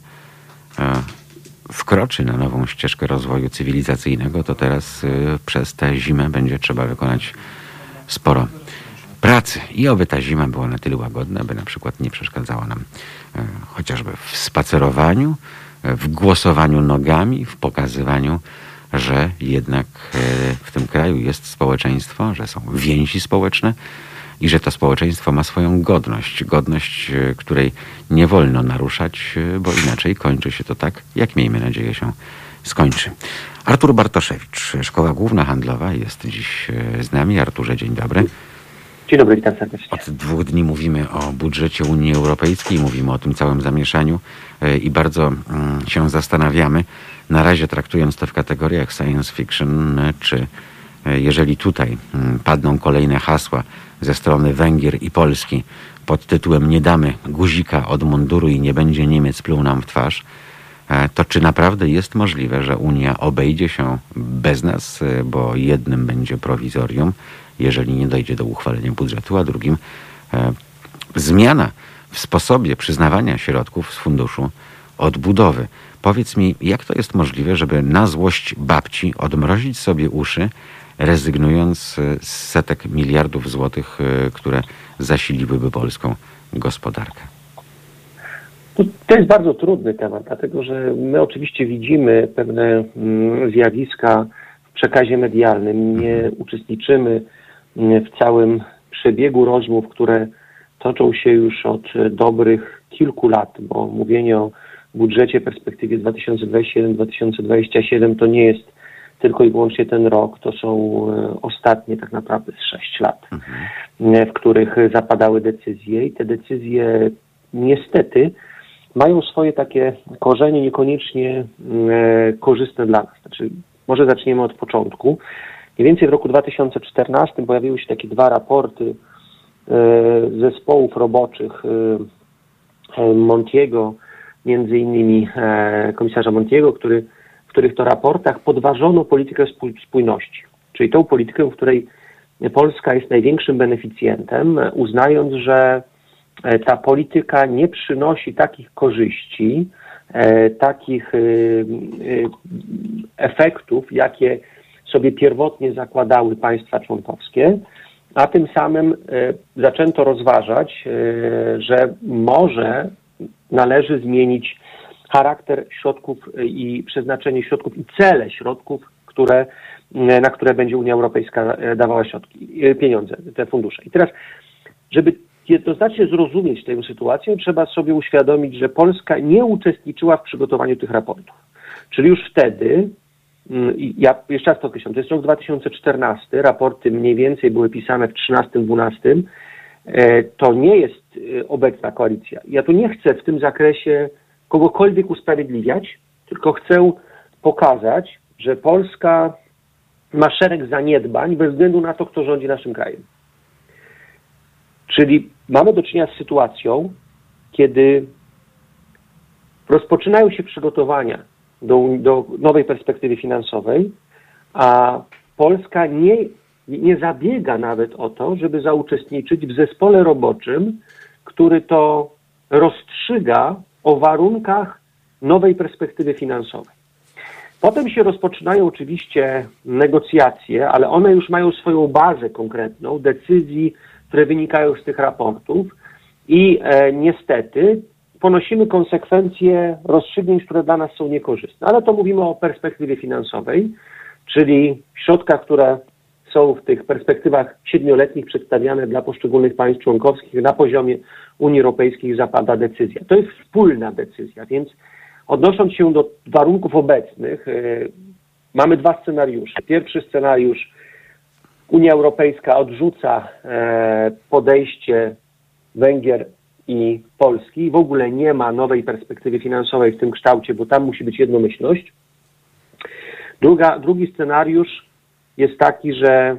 wkroczy na nową ścieżkę rozwoju cywilizacyjnego, to teraz przez tę zimę będzie trzeba wykonać sporo pracy. I oby ta zima była na tyle łagodna, by na przykład nie przeszkadzała nam chociażby w spacerowaniu, w głosowaniu nogami, w pokazywaniu, że jednak w tym kraju jest społeczeństwo, że są więzi społeczne i że to społeczeństwo ma swoją godność. Godność, której nie wolno naruszać, bo inaczej kończy się to tak, jak miejmy nadzieję się skończy. Artur Bartoszewicz, Szkoła Główna Handlowa jest dziś z nami. Arturze, dzień dobry.
Dzień dobry, witam serdecznie.
Od 2 dni mówimy o budżecie Unii Europejskiej, mówimy o tym całym zamieszaniu i bardzo się zastanawiamy, na razie traktując to w kategoriach science fiction, czy jeżeli tutaj padną kolejne hasła ze strony Węgier i Polski pod tytułem "Nie damy guzika od munduru i nie będzie Niemiec pluł nam w twarz", to czy naprawdę jest możliwe, że Unia obejdzie się bez nas, bo jednym będzie prowizorium, jeżeli nie dojdzie do uchwalenia budżetu, a drugim zmiana w sposobie przyznawania środków z funduszu odbudowy. Powiedz mi, jak to jest możliwe, żeby na złość babci odmrozić sobie uszy, rezygnując z setek miliardów złotych, które zasiliłyby polską gospodarkę?
To jest bardzo trudny temat, dlatego że my oczywiście widzimy pewne zjawiska w przekazie medialnym. Nie uczestniczymy w całym przebiegu rozmów, które toczą się już od dobrych kilku lat, bo mówienie o budżecie, perspektywie 2027-2027 to nie jest tylko i wyłącznie ten rok, to są ostatnie tak naprawdę 6 lat, w których zapadały decyzje i te decyzje niestety mają swoje takie korzenie niekoniecznie korzystne dla nas. Znaczy, może zaczniemy od początku. Mniej więcej w roku 2014 pojawiły się takie 2 raporty zespołów roboczych Montiego, między innymi komisarza Montiego, w których to raportach podważono politykę spójności, czyli tą politykę, w której Polska jest największym beneficjentem, uznając, że ta polityka nie przynosi takich korzyści, takich efektów, jakie sobie pierwotnie zakładały państwa członkowskie, a tym samym zaczęto rozważać, że może należy zmienić charakter środków i przeznaczenie środków i cele środków, na które będzie Unia Europejska dawała pieniądze, te fundusze. I teraz, żeby jednoznacznie zrozumieć tę sytuację, trzeba sobie uświadomić, że Polska nie uczestniczyła w przygotowaniu tych raportów. Czyli już wtedy, ja jeszcze raz to określam, to jest rok 2014, raporty mniej więcej były pisane w 2013-2012, to nie jest obecna koalicja. Ja tu nie chcę w tym zakresie kogokolwiek usprawiedliwiać, tylko chcę pokazać, że Polska ma szereg zaniedbań bez względu na to, kto rządzi naszym krajem. Czyli mamy do czynienia z sytuacją, kiedy rozpoczynają się przygotowania do nowej perspektywy finansowej, a Polska nie zabiega nawet o to, żeby zauczestniczyć w zespole roboczym, który to rozstrzyga o warunkach nowej perspektywy finansowej. Potem się rozpoczynają oczywiście negocjacje, ale one już mają swoją bazę konkretną, decyzji, które wynikają z tych raportów i niestety ponosimy konsekwencje rozstrzygnięć, które dla nas są niekorzystne. Ale to mówimy o perspektywie finansowej, czyli środkach, które są w tych perspektywach 7-letnich przedstawiane dla poszczególnych państw członkowskich. Na poziomie Unii Europejskiej zapada decyzja. To jest wspólna decyzja, więc odnosząc się do warunków obecnych, mamy 2 scenariusze. Pierwszy scenariusz: Unia Europejska odrzuca podejście Węgier i Polski. W ogóle nie ma nowej perspektywy finansowej w tym kształcie, bo tam musi być jednomyślność. Drugi scenariusz jest taki, że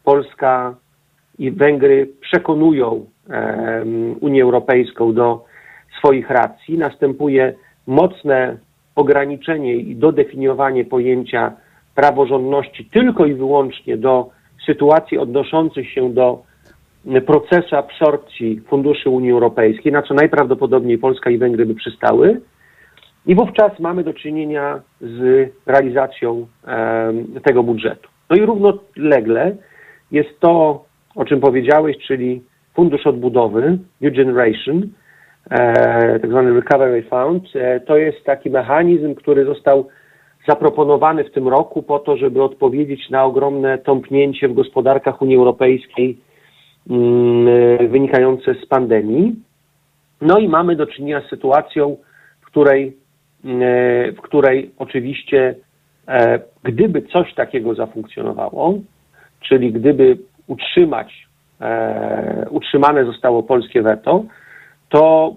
Polska i Węgry przekonują Unię Europejską do swoich racji. Następuje mocne ograniczenie i dodefiniowanie pojęcia praworządności tylko i wyłącznie do sytuacji odnoszących się do procesu absorpcji funduszy Unii Europejskiej, na co najprawdopodobniej Polska i Węgry by przystały. I wówczas mamy do czynienia z realizacją tego budżetu. No i równolegle jest to, o czym powiedziałeś, czyli Fundusz Odbudowy, New Generation, tak zwany Recovery Fund. To jest taki mechanizm, który został zaproponowany w tym roku po to, żeby odpowiedzieć na ogromne tąpnięcie w gospodarkach Unii Europejskiej wynikające z pandemii. No i mamy do czynienia z sytuacją, w której oczywiście gdyby coś takiego zafunkcjonowało, czyli gdyby utrzymane zostało polskie weto, to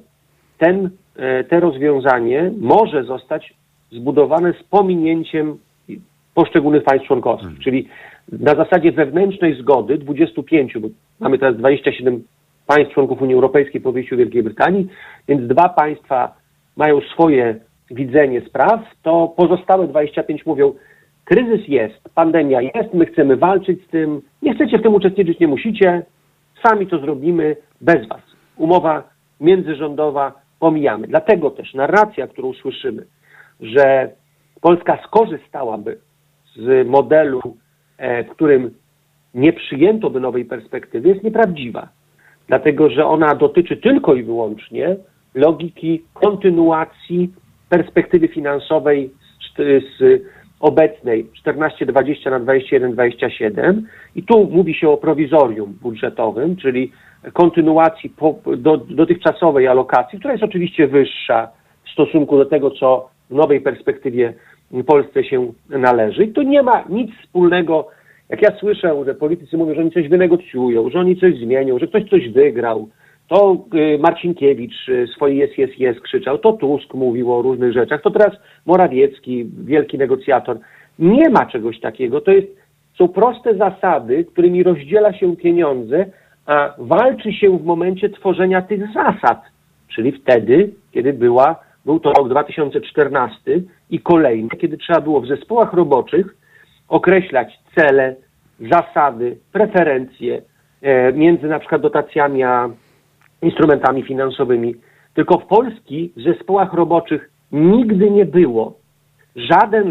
te rozwiązanie może zostać zbudowane z pominięciem poszczególnych państw członkowskich, czyli na zasadzie wewnętrznej zgody 25, bo mamy teraz 27 państw członków Unii Europejskiej po wyjściu Wielkiej Brytanii, więc 2 państwa mają swoje widzenie spraw, to pozostałe 25 mówią, kryzys jest, pandemia jest, my chcemy walczyć z tym, nie chcecie w tym uczestniczyć, nie musicie, sami to zrobimy bez was. Umowa międzyrządowa pomijamy. Dlatego też narracja, którą słyszymy, że Polska skorzystałaby z modelu, w którym nie przyjęto by nowej perspektywy, jest nieprawdziwa. Dlatego, że ona dotyczy tylko i wyłącznie logiki kontynuacji perspektywy finansowej z obecnej 14-20 na 21-27 i tu mówi się o prowizorium budżetowym, czyli kontynuacji dotychczasowej alokacji, która jest oczywiście wyższa w stosunku do tego, co w nowej perspektywie Polsce się należy. I to nie ma nic wspólnego, jak ja słyszę, że politycy mówią, że oni coś wynegocjują, że oni coś zmienią, że ktoś coś wygrał. To Marcinkiewicz swoje jest krzyczał, to Tusk mówił o różnych rzeczach, to teraz Morawiecki, wielki negocjator. Nie ma czegoś takiego. Są proste zasady, którymi rozdziela się pieniądze, a walczy się w momencie tworzenia tych zasad, czyli wtedy, kiedy był to rok 2014 i kolejny, kiedy trzeba było w zespołach roboczych określać cele, zasady, preferencje między na przykład dotacjami a instrumentami finansowymi. Tylko w polskich zespołach roboczych nigdy nie było. Żaden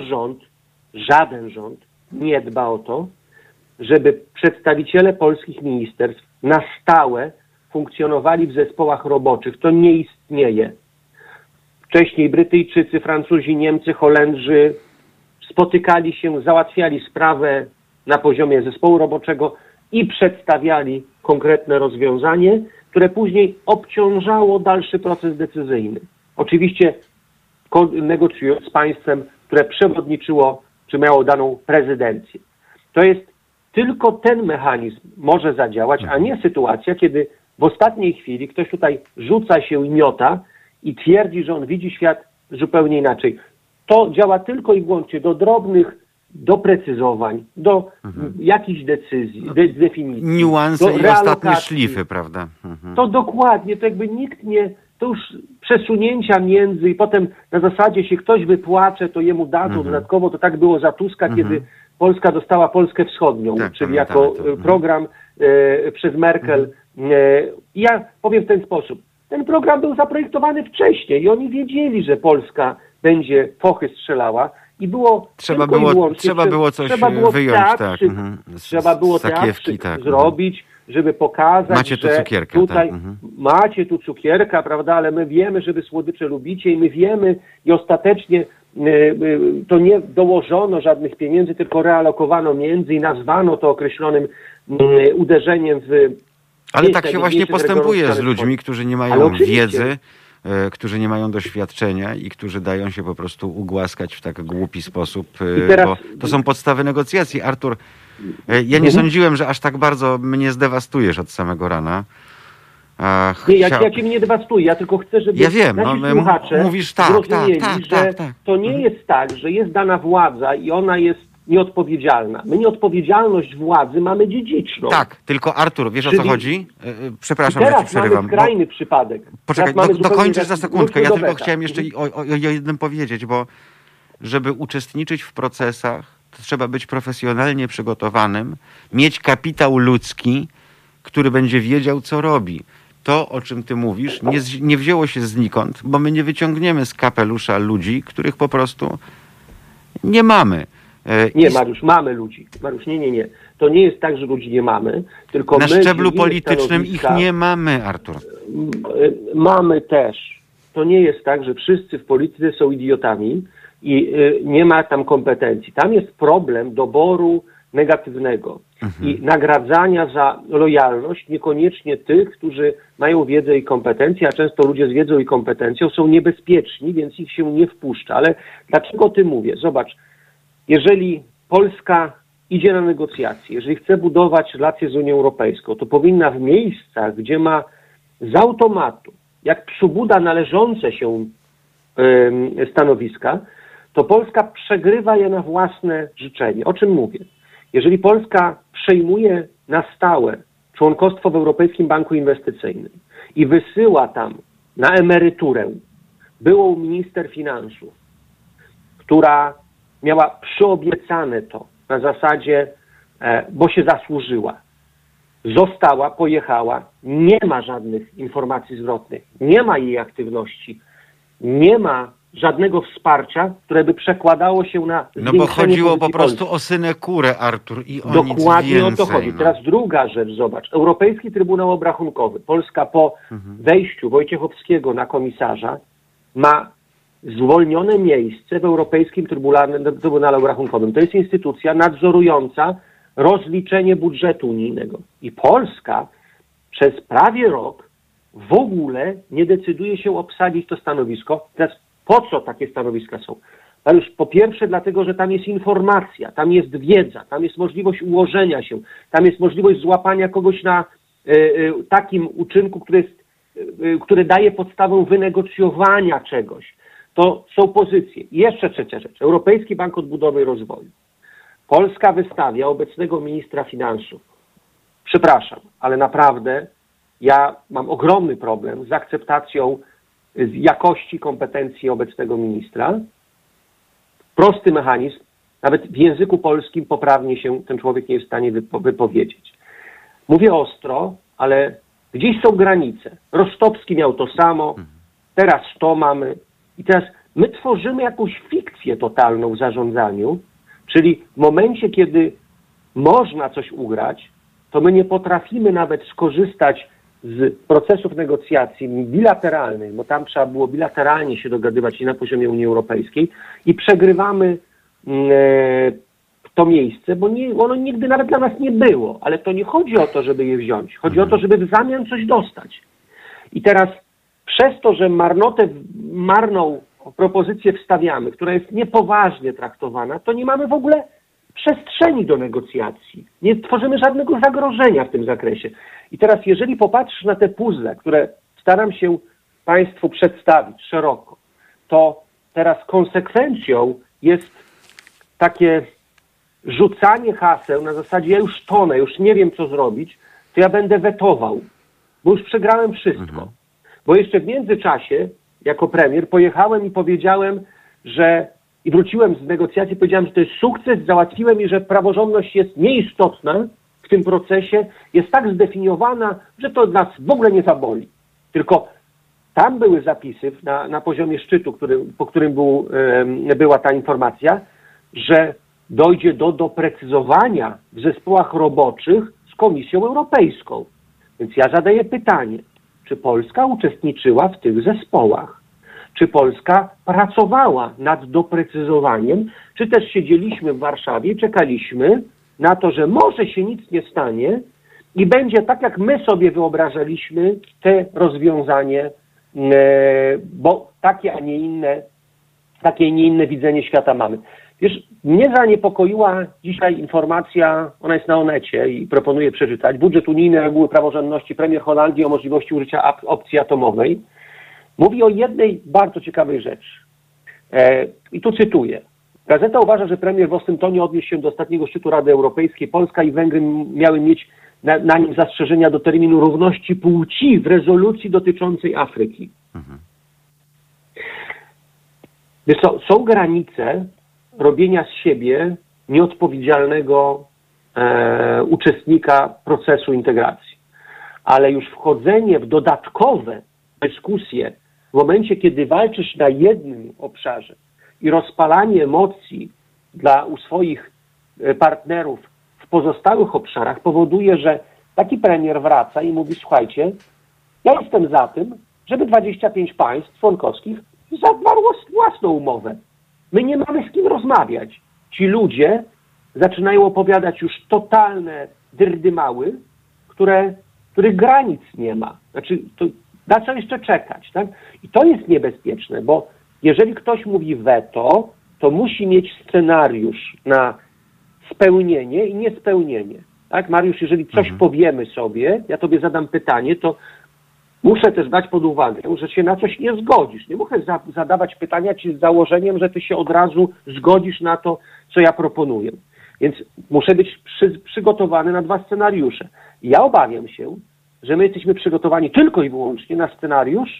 rząd nie dba o to, żeby przedstawiciele polskich ministerstw na stałe funkcjonowali w zespołach roboczych. To nie istnieje. Wcześniej Brytyjczycy, Francuzi, Niemcy, Holendrzy spotykali się, załatwiali sprawę na poziomie zespołu roboczego i przedstawiali konkretne rozwiązanie, które później obciążało dalszy proces decyzyjny. Oczywiście negocjując z państwem, które przewodniczyło, czy miało daną prezydencję. To jest tylko ten mechanizm może zadziałać, a nie sytuacja, kiedy w ostatniej chwili ktoś tutaj rzuca się i miota i twierdzi, że on widzi świat zupełnie inaczej. To działa tylko i wyłącznie do drobnych doprecyzowań, do jakichś decyzji, definicji.
Niuanse
do
i ostatnie szlify, prawda?
To dokładnie, to jakby nikt nie, to już przesunięcia między i potem na zasadzie się ktoś wypłacze, to jemu dadzą dodatkowo, to tak było za Tuska, kiedy Polska dostała Polskę Wschodnią,
tak,
czyli jako program przez Merkel. Ja powiem w ten sposób, ten program był zaprojektowany wcześniej i oni wiedzieli, że Polska będzie fochy strzelała i było
trzeba było coś wyjąć,
trzeba było
sakiewki,
zrobić, żeby pokazać,
macie tu
że
cukierka,
tutaj macie tu cukierka, prawda, ale my wiemy, że wy słodycze lubicie i my wiemy i ostatecznie to nie dołożono żadnych pieniędzy, tylko realokowano między i nazwano to określonym uderzeniem w...
Ale tak się właśnie postępuje z ludźmi, którzy nie mają wiedzy, którzy nie mają doświadczenia i którzy dają się po prostu ugłaskać w tak głupi sposób, bo to są podstawy negocjacji. Artur, ja nie sądziłem, że aż tak bardzo mnie zdewastujesz od samego rana.
Nie, ja cię nie dewastuję, ja tylko chcę, żeby nasi słuchacze
mówisz
zrozumieli, że to nie jest tak, że jest dana władza i ona jest nieodpowiedzialna. My nieodpowiedzialność władzy mamy dziedziczną.
Tak, tylko Artur, wiesz o co chodzi? Przepraszam,
teraz
że ci przerywam.
mamy skrajny przypadek.
Poczekaj, dokończysz za sekundkę. Ja tylko chciałem jeszcze
Mhm.
o jednym powiedzieć, bo żeby uczestniczyć w procesach, to trzeba być profesjonalnie przygotowanym, mieć kapitał ludzki, który będzie wiedział, co robi. To, o czym ty mówisz, nie wzięło się znikąd, bo my nie wyciągniemy z kapelusza ludzi, których po prostu nie mamy.
Nie, Mariusz, mamy ludzi. Mariusz, nie. To nie jest tak, że ludzi nie mamy, tylko
na
my
szczeblu politycznym ich nie mamy, Artur.
Mamy też. To nie jest tak, że wszyscy w polityce są idiotami i nie ma tam kompetencji. Tam jest problem doboru negatywnego i nagradzania za lojalność niekoniecznie tych, którzy mają wiedzę i kompetencje, a często ludzie z wiedzą i kompetencją są niebezpieczni, więc ich się nie wpuszcza. Ale dlaczego o tym mówię? Zobacz, jeżeli Polska idzie na negocjacje, jeżeli chce budować relacje z Unią Europejską, to powinna w miejscach, gdzie ma z automatu, jak przybuda należące się stanowiska, to Polska przegrywa je na własne życzenie. O czym mówię? Jeżeli Polska przejmuje na stałe członkostwo w Europejskim Banku Inwestycyjnym i wysyła tam na emeryturę byłą minister finansów, która miała przyobiecane to na zasadzie, bo się zasłużyła, została, pojechała, nie ma żadnych informacji zwrotnych, nie ma jej aktywności, nie ma żadnego wsparcia, które by przekładało się na zwiększenie
bo chodziło po prostu
Polski.
o synekurę, Artur, i o
Dokładnie
nic więcej.
o to chodzi. Teraz druga rzecz, zobacz. Europejski Trybunał Obrachunkowy. Polska po wejściu Wojciechowskiego na komisarza ma zwolnione miejsce w Europejskim Trybunale Obrachunkowym. To jest instytucja nadzorująca rozliczenie budżetu unijnego. I Polska przez prawie rok w ogóle nie decyduje się obsadzić to stanowisko. Teraz po co takie stanowiska są? Już po pierwsze dlatego, że tam jest informacja, tam jest wiedza, tam jest możliwość ułożenia się, tam jest możliwość złapania kogoś na takim uczynku, który daje podstawę wynegocjowania czegoś. To są pozycje. I jeszcze trzecia rzecz. Europejski Bank Odbudowy i Rozwoju. Polska wystawia obecnego ministra finansów. Przepraszam, ale naprawdę ja mam ogromny problem z akceptacją jakości kompetencji obecnego ministra. Prosty mechanizm, nawet w języku polskim poprawnie się ten człowiek nie jest w stanie wypowiedzieć. Mówię ostro, ale gdzieś są granice. Rostowski miał to samo, teraz to mamy. I teraz my tworzymy jakąś fikcję totalną w zarządzaniu, czyli w momencie, kiedy można coś ugrać, to my nie potrafimy nawet skorzystać z procesów negocjacji bilateralnych, bo tam trzeba było bilateralnie się dogadywać i na poziomie Unii Europejskiej i przegrywamy to miejsce, bo ono nigdy nawet dla nas nie było, ale to nie chodzi o to, żeby je wziąć. Chodzi o to, żeby w zamian coś dostać. I teraz przez to, że marną propozycję wstawiamy, która jest niepoważnie traktowana, to nie mamy w ogóle przestrzeni do negocjacji. Nie tworzymy żadnego zagrożenia w tym zakresie. I teraz jeżeli popatrzysz na te puzzle, które staram się Państwu przedstawić szeroko, to teraz konsekwencją jest takie rzucanie haseł na zasadzie ja już tonę, już nie wiem co zrobić, to ja będę wetował, bo już przegrałem wszystko. Bo jeszcze w międzyczasie jako premier pojechałem i powiedziałem, i wróciłem z negocjacji, powiedziałem, że to jest sukces, załatwiłem i że praworządność jest nieistotna w tym procesie, jest tak zdefiniowana, że to nas w ogóle nie zaboli. Tylko tam były zapisy na poziomie szczytu, po którym była ta informacja, że dojdzie do doprecyzowania w zespołach roboczych z Komisją Europejską. Więc ja zadaję pytanie, czy Polska uczestniczyła w tych zespołach? Czy Polska pracowała nad doprecyzowaniem? Czy też siedzieliśmy w Warszawie i czekaliśmy na to, że może się nic nie stanie i będzie tak, jak my sobie wyobrażaliśmy te rozwiązanie, bo takie, a nie inne widzenie świata mamy. Wiesz, mnie zaniepokoiła dzisiaj informacja, ona jest na Onecie i proponuję przeczytać. Budżet unijny, reguły praworządności, premier Holandii o możliwości użycia opcji atomowej. Mówi o jednej bardzo ciekawej rzeczy. I tu cytuję. Gazeta uważa, że premier w Waszyngtonie odniósł się do ostatniego szczytu Rady Europejskiej. Polska i Węgry miały mieć na nim zastrzeżenia do terminu równości płci w rezolucji dotyczącej Afryki. Wiesz co, są granice robienia z siebie nieodpowiedzialnego uczestnika procesu integracji. Ale już wchodzenie w dodatkowe dyskusje w momencie, kiedy walczysz na jednym obszarze i rozpalanie emocji u swoich partnerów w pozostałych obszarach powoduje, że taki premier wraca i mówi: słuchajcie, ja jestem za tym, żeby 25 państw członkowskich zawarło własną umowę. My nie mamy z kim rozmawiać. Ci ludzie zaczynają opowiadać już totalne dyrdymały, których granic nie ma. Znaczy, na co jeszcze czekać, tak? I to jest niebezpieczne, bo jeżeli ktoś mówi weto, to musi mieć scenariusz na spełnienie i niespełnienie. Tak, Mariusz, jeżeli coś powiemy sobie, ja tobie zadam pytanie, to muszę też dać pod uwagę, że się na coś nie zgodzisz. Nie muszę zadawać pytania ci z założeniem, że ty się od razu zgodzisz na to, co ja proponuję. Więc muszę być przygotowany na 2 scenariusze. Ja obawiam się, że my jesteśmy przygotowani tylko i wyłącznie na scenariusz: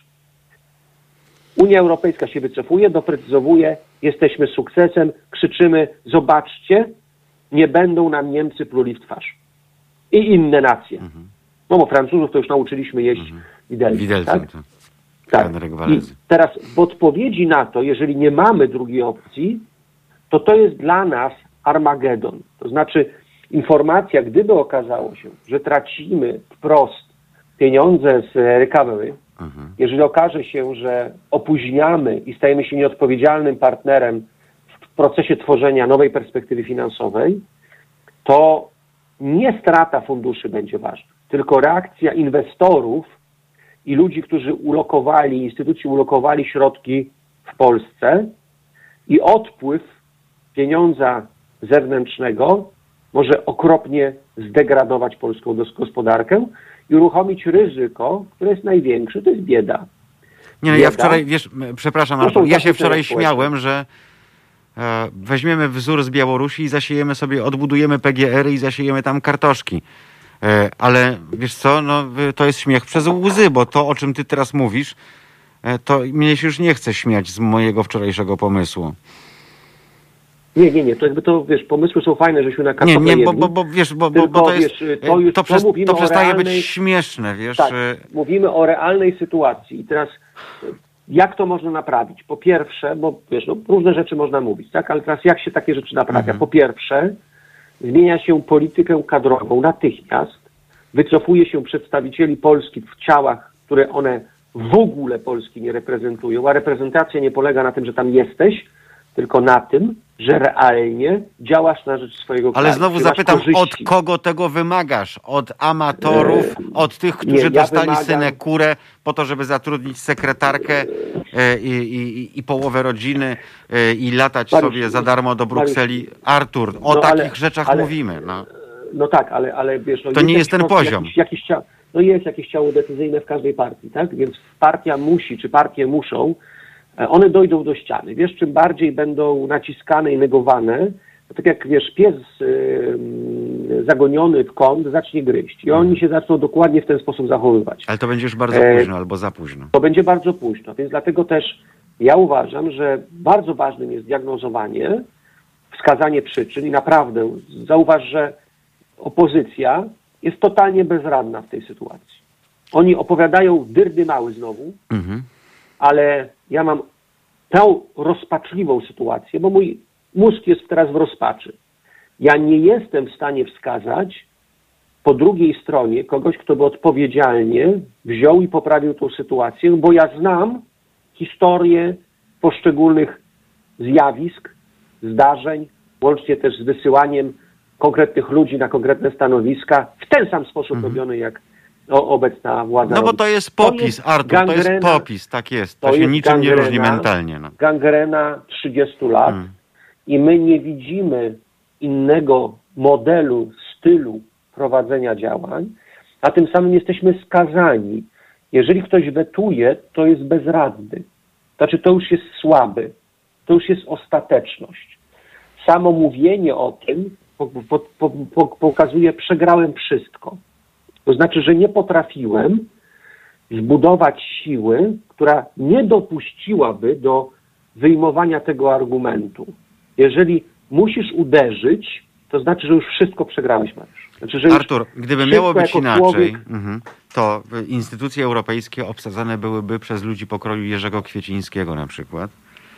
Unia Europejska się wycofuje, doprecyzowuje, jesteśmy sukcesem, krzyczymy: zobaczcie, nie będą nam Niemcy pluli w twarz. I inne nacje. No bo Francuzów to już nauczyliśmy jeść widelcem. Tak? Tak. I teraz w odpowiedzi na to, jeżeli nie mamy drugiej opcji, to jest dla nas Armagedon. To znaczy informacja, gdyby okazało się, że tracimy wprost pieniądze z recovery, jeżeli okaże się, że opóźniamy i stajemy się nieodpowiedzialnym partnerem w procesie tworzenia nowej perspektywy finansowej, to nie strata funduszy będzie ważna, tylko reakcja inwestorów i ludzi, którzy instytucji ulokowali środki w Polsce, i odpływ pieniądza zewnętrznego może okropnie zdegradować polską gospodarkę i uruchomić ryzyko, które jest największe, to jest bieda.
Nie, ja wczoraj, wiesz, przepraszam, Artur, ja się wczoraj śmiałem, że weźmiemy wzór z Białorusi i zasiejemy sobie, odbudujemy PGR-y i zasiejemy tam kartoszki. Ale wiesz co, no, to jest śmiech przez łzy, bo to, o czym ty teraz mówisz, to mnie się już nie chce śmiać z mojego wczorajszego pomysłu.
Nie, to jakby to, wiesz, pomysły są fajne, żeśmy na kartofle
Nie, bo to jest, to przestaje być śmieszne, wiesz.
Tak, mówimy o realnej sytuacji i teraz jak to można naprawić? Po pierwsze, bo wiesz, no, różne rzeczy można mówić, tak, ale teraz jak się takie rzeczy naprawia? Po pierwsze, zmienia się politykę kadrową natychmiast, wycofuje się przedstawicieli Polski w ciałach, które one w ogóle Polski nie reprezentują, a reprezentacja nie polega na tym, że tam jesteś, tylko na tym, że realnie działasz na rzecz swojego kraju.
Ale znowu zapytam, od kogo tego wymagasz? Od amatorów? Od tych, którzy dostali synekurę po to, żeby zatrudnić sekretarkę i połowę rodziny i latać sobie za darmo do Brukseli? Artur, o takich rzeczach mówimy.
No tak, ale wiesz... No,
to nie jest ten poziom.
Jest jakieś ciało decyzyjne w każdej partii, tak? Więc partia musi, czy partie muszą, one dojdą do ściany. Wiesz, czym bardziej będą naciskane i negowane, to tak jak, wiesz, pies zagoniony w kąt zacznie gryźć. I oni się zaczną dokładnie w ten sposób zachowywać.
Ale to będzie już bardzo późno albo za późno.
To będzie bardzo późno, więc dlatego też ja uważam, że bardzo ważnym jest diagnozowanie, wskazanie przyczyn i naprawdę zauważ, że opozycja jest totalnie bezradna w tej sytuacji. Oni opowiadają dyrdymały znowu, ale ja mam tę rozpaczliwą sytuację, bo mój mózg jest teraz w rozpaczy. Ja nie jestem w stanie wskazać po drugiej stronie kogoś, kto by odpowiedzialnie wziął i poprawił tą sytuację, bo ja znam historię poszczególnych zjawisk, zdarzeń, łącznie też z wysyłaniem konkretnych ludzi na konkretne stanowiska w ten sam sposób robiony jak obecna władza.
No bo to jest popis, Artur, to jest popis, tak jest. To się niczym nie różni mentalnie. No.
Gangrena 30 lat i my nie widzimy innego modelu, stylu prowadzenia działań, a tym samym jesteśmy skazani. Jeżeli ktoś wetuje, to jest bezradny. Znaczy to już jest słaby. To już jest ostateczność. samo mówienie o tym pokazuje, przegrałem wszystko. To znaczy, że nie potrafiłem zbudować siły, która nie dopuściłaby do wyjmowania tego argumentu. Jeżeli musisz uderzyć, to znaczy, że już wszystko przegrałeś, Mariusz. Znaczy, że
Artur, gdyby miało być inaczej,
człowiek...
to instytucje europejskie obsadzane byłyby przez ludzi pokroju Jerzego Kwiecińskiego na przykład.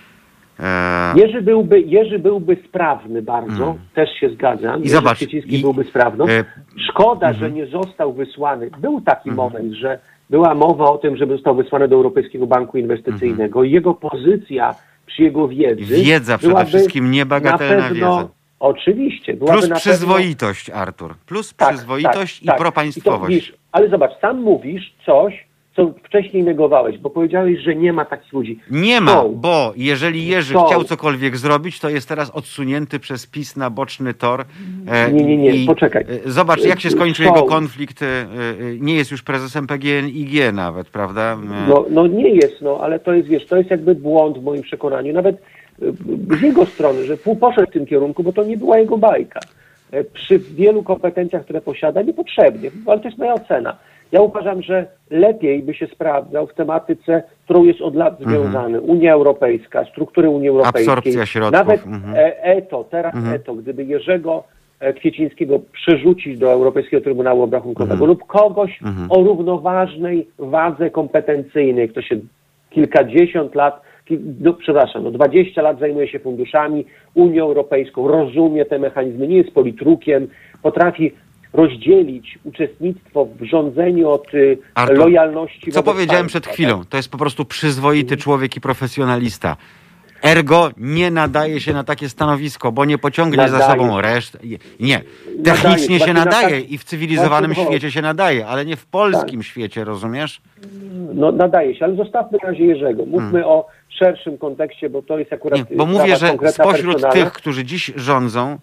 Jerzy byłby sprawny bardzo, też się zgadzam.
I zobacz,
Kwieciński byłby sprawny. Szkoda, że nie został wysłany. Był taki moment, że była mowa o tym, żeby został wysłany do Europejskiego Banku Inwestycyjnego i jego pozycja przy jego wiedzy...
Wiedza przede wszystkim, niebagatelna wiedza.
Oczywiście.
Plus przyzwoitość, Artur. Plus przyzwoitość i propaństwowość.
Ale zobacz, sam mówisz coś, co wcześniej negowałeś, bo powiedziałeś, że nie ma takich ludzi.
Nie ma, bo jeżeli Jerzy chciał cokolwiek zrobić, to jest teraz odsunięty przez PiS na boczny tor.
Nie, poczekaj.
Zobacz, jak się skończył jego konflikt. Nie jest już prezesem PGNiG nawet, prawda?
No nie jest, ale to jest, wiesz, to jest jakby błąd w moim przekonaniu. Nawet z jego strony, że poszedł w tym kierunku, bo to nie była jego bajka. Przy wielu kompetencjach, które posiada, niepotrzebnie, ale to jest moja ocena. Ja uważam, że lepiej by się sprawdzał w tematyce, którą jest od lat związany. Unia Europejska, struktury Unii Europejskiej.
Absorpcja środków.
Nawet ETO, gdyby Jerzego Kwiecińskiego przerzucić do Europejskiego Trybunału Obrachunkowego lub kogoś o równoważnej wadze kompetencyjnej, kto się kilkadziesiąt lat, 20 lat zajmuje się funduszami, Unią Europejską, rozumie te mechanizmy, nie jest politrukiem, potrafi rozdzielić uczestnictwo w rządzeniu od
Artur,
lojalności.
Co powiedziałem przed chwilą, to jest po prostu przyzwoity człowiek i profesjonalista. Ergo nie nadaje się na takie stanowisko, bo nie pociągnie za sobą resztę. Nie, technicznie się nadaje i w cywilizowanym świecie się nadaje, ale nie w polskim świecie, rozumiesz?
No nadaje się, ale zostawmy na razie Jerzego. Mówmy o szerszym kontekście, bo to jest akurat...
Nie, bo mówię, że spośród tych, którzy dziś rządzą,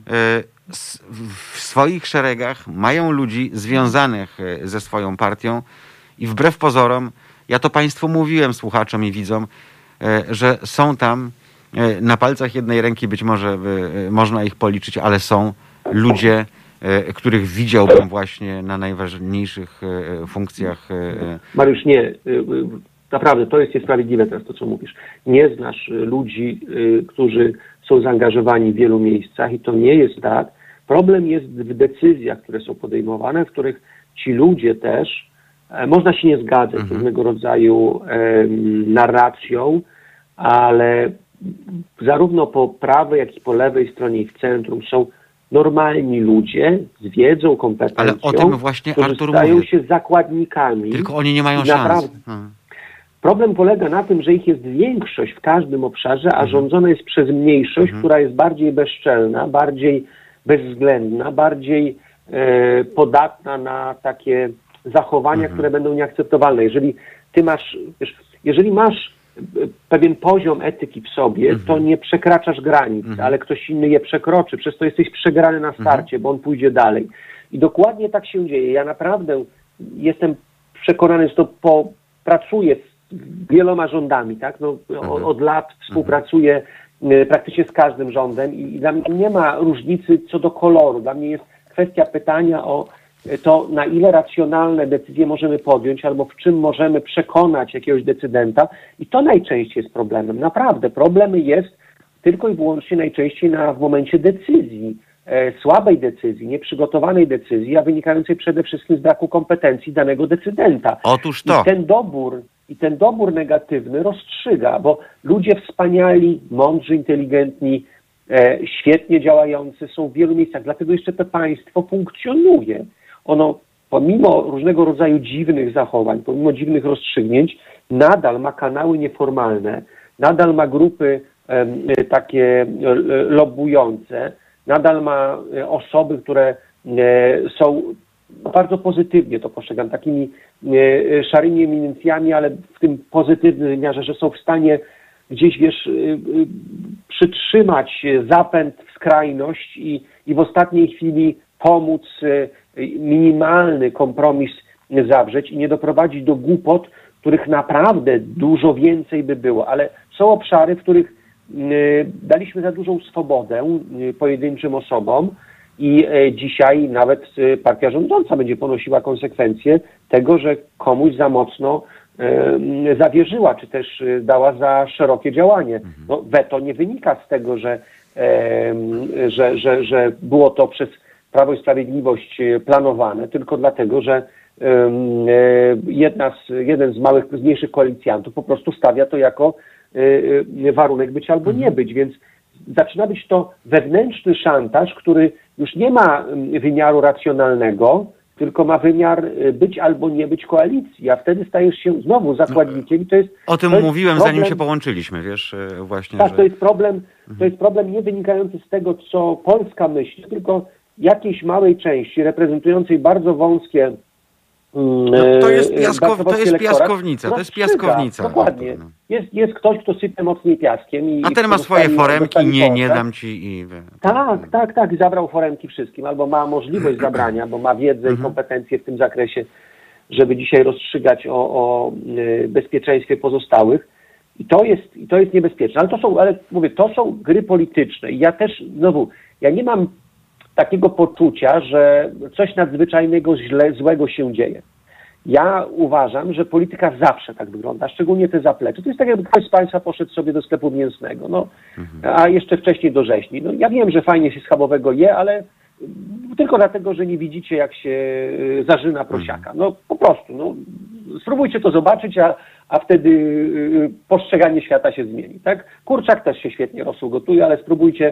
w swoich szeregach mają ludzi związanych ze swoją partią i wbrew pozorom, ja to Państwu mówiłem, słuchaczom i widzom, że są tam na palcach jednej ręki, być może można ich policzyć, ale są ludzie, których widziałbym właśnie na najważniejszych funkcjach.
Mariusz, nie. Naprawdę, to jest niesprawiedliwe teraz to, co mówisz. Nie znasz ludzi, którzy są zaangażowani w wielu miejscach i to nie jest tak. Problem jest w decyzjach, które są podejmowane, w których ci ludzie też, można się nie zgadzać z różnego rodzaju narracją, ale zarówno po prawej, jak i po lewej stronie i w centrum są normalni ludzie z wiedzą, kompetencją,
ale o tym właśnie,
którzy
Artur,
stają
mówię.
się zakładnikami.
Tylko oni nie mają szans.
Problem polega na tym, że ich jest większość w każdym obszarze, a rządzona jest przez mniejszość, która jest bardziej bezczelna, bardziej bezwzględna, bardziej podatna na takie zachowania, które będą nieakceptowalne. Jeżeli masz pewien poziom etyki w sobie, to nie przekraczasz granic, ale ktoś inny je przekroczy, przez to jesteś przegrany na starcie, bo on pójdzie dalej. I dokładnie tak się dzieje. Ja naprawdę jestem przekonany, że to pracuję z wieloma rządami, tak? Od lat współpracuję praktycznie z każdym rządem i dla mnie nie ma różnicy co do koloru. Dla mnie jest kwestia pytania o to, na ile racjonalne decyzje możemy podjąć, albo w czym możemy przekonać jakiegoś decydenta. I to najczęściej jest problemem. Naprawdę, problem jest tylko i wyłącznie najczęściej w momencie decyzji. Słabej decyzji, nieprzygotowanej decyzji, a wynikającej przede wszystkim z braku kompetencji danego decydenta.
Otóż to.
I ten dobór negatywny rozstrzyga, bo ludzie wspaniali, mądrzy, inteligentni, świetnie działający są w wielu miejscach. Dlatego jeszcze to państwo funkcjonuje. Ono pomimo różnego rodzaju dziwnych zachowań, pomimo dziwnych rozstrzygnięć, nadal ma kanały nieformalne, nadal ma grupy takie lobbujące, nadal ma osoby, które są bardzo pozytywnie to postrzegam, takimi szarymi eminencjami, ale w tym pozytywnym wymiarze, że są w stanie gdzieś, przytrzymać zapęd w skrajność i w ostatniej chwili pomóc minimalny kompromis zawrzeć i nie doprowadzić do głupot, których naprawdę dużo więcej by było. Ale są obszary, w których daliśmy za dużą swobodę pojedynczym osobom i dzisiaj nawet partia rządząca będzie ponosiła konsekwencje tego, że komuś za mocno zawierzyła, czy też dała za szerokie działanie. No, weto nie wynika z tego, że było to przez Prawo i Sprawiedliwość planowane, tylko dlatego, że jeden z mniejszych koalicjantów po prostu stawia to jako warunek być albo nie być, więc zaczyna być to wewnętrzny szantaż, który już nie ma wymiaru racjonalnego, tylko ma wymiar być albo nie być koalicji, a wtedy stajesz się znowu zakładnikiem.
O tym mówiłem, zanim się połączyliśmy, wiesz, właśnie.
Tak, to jest problem nie wynikający z tego, co Polska myśli, tylko jakiejś małej części reprezentującej bardzo wąskie
to jest piaskownica. To jest piaskownica.
Dokładnie. Jest ktoś, kto sypie mocniej piaskiem.
A ten ma swoje foremki, nie dam ci.
Tak. Zabrał foremki wszystkim, albo ma możliwość zabrania, bo ma wiedzę i kompetencje w tym zakresie, żeby dzisiaj rozstrzygać o bezpieczeństwie pozostałych. I to jest niebezpieczne. To są gry polityczne. I ja też, ja nie mam takiego poczucia, że coś nadzwyczajnego, złego się dzieje. Ja uważam, że polityka zawsze tak wygląda, szczególnie te zaplecze. To jest tak, jakby ktoś z Państwa poszedł sobie do sklepu mięsnego, a jeszcze wcześniej do rzeźni. No, ja wiem, że fajnie się schabowego je, ale tylko dlatego, że nie widzicie, jak się zarzyna prosiaka. No po prostu, spróbujcie to zobaczyć, a wtedy postrzeganie świata się zmieni, tak? Kurczak też się świetnie rosół gotuje, ale spróbujcie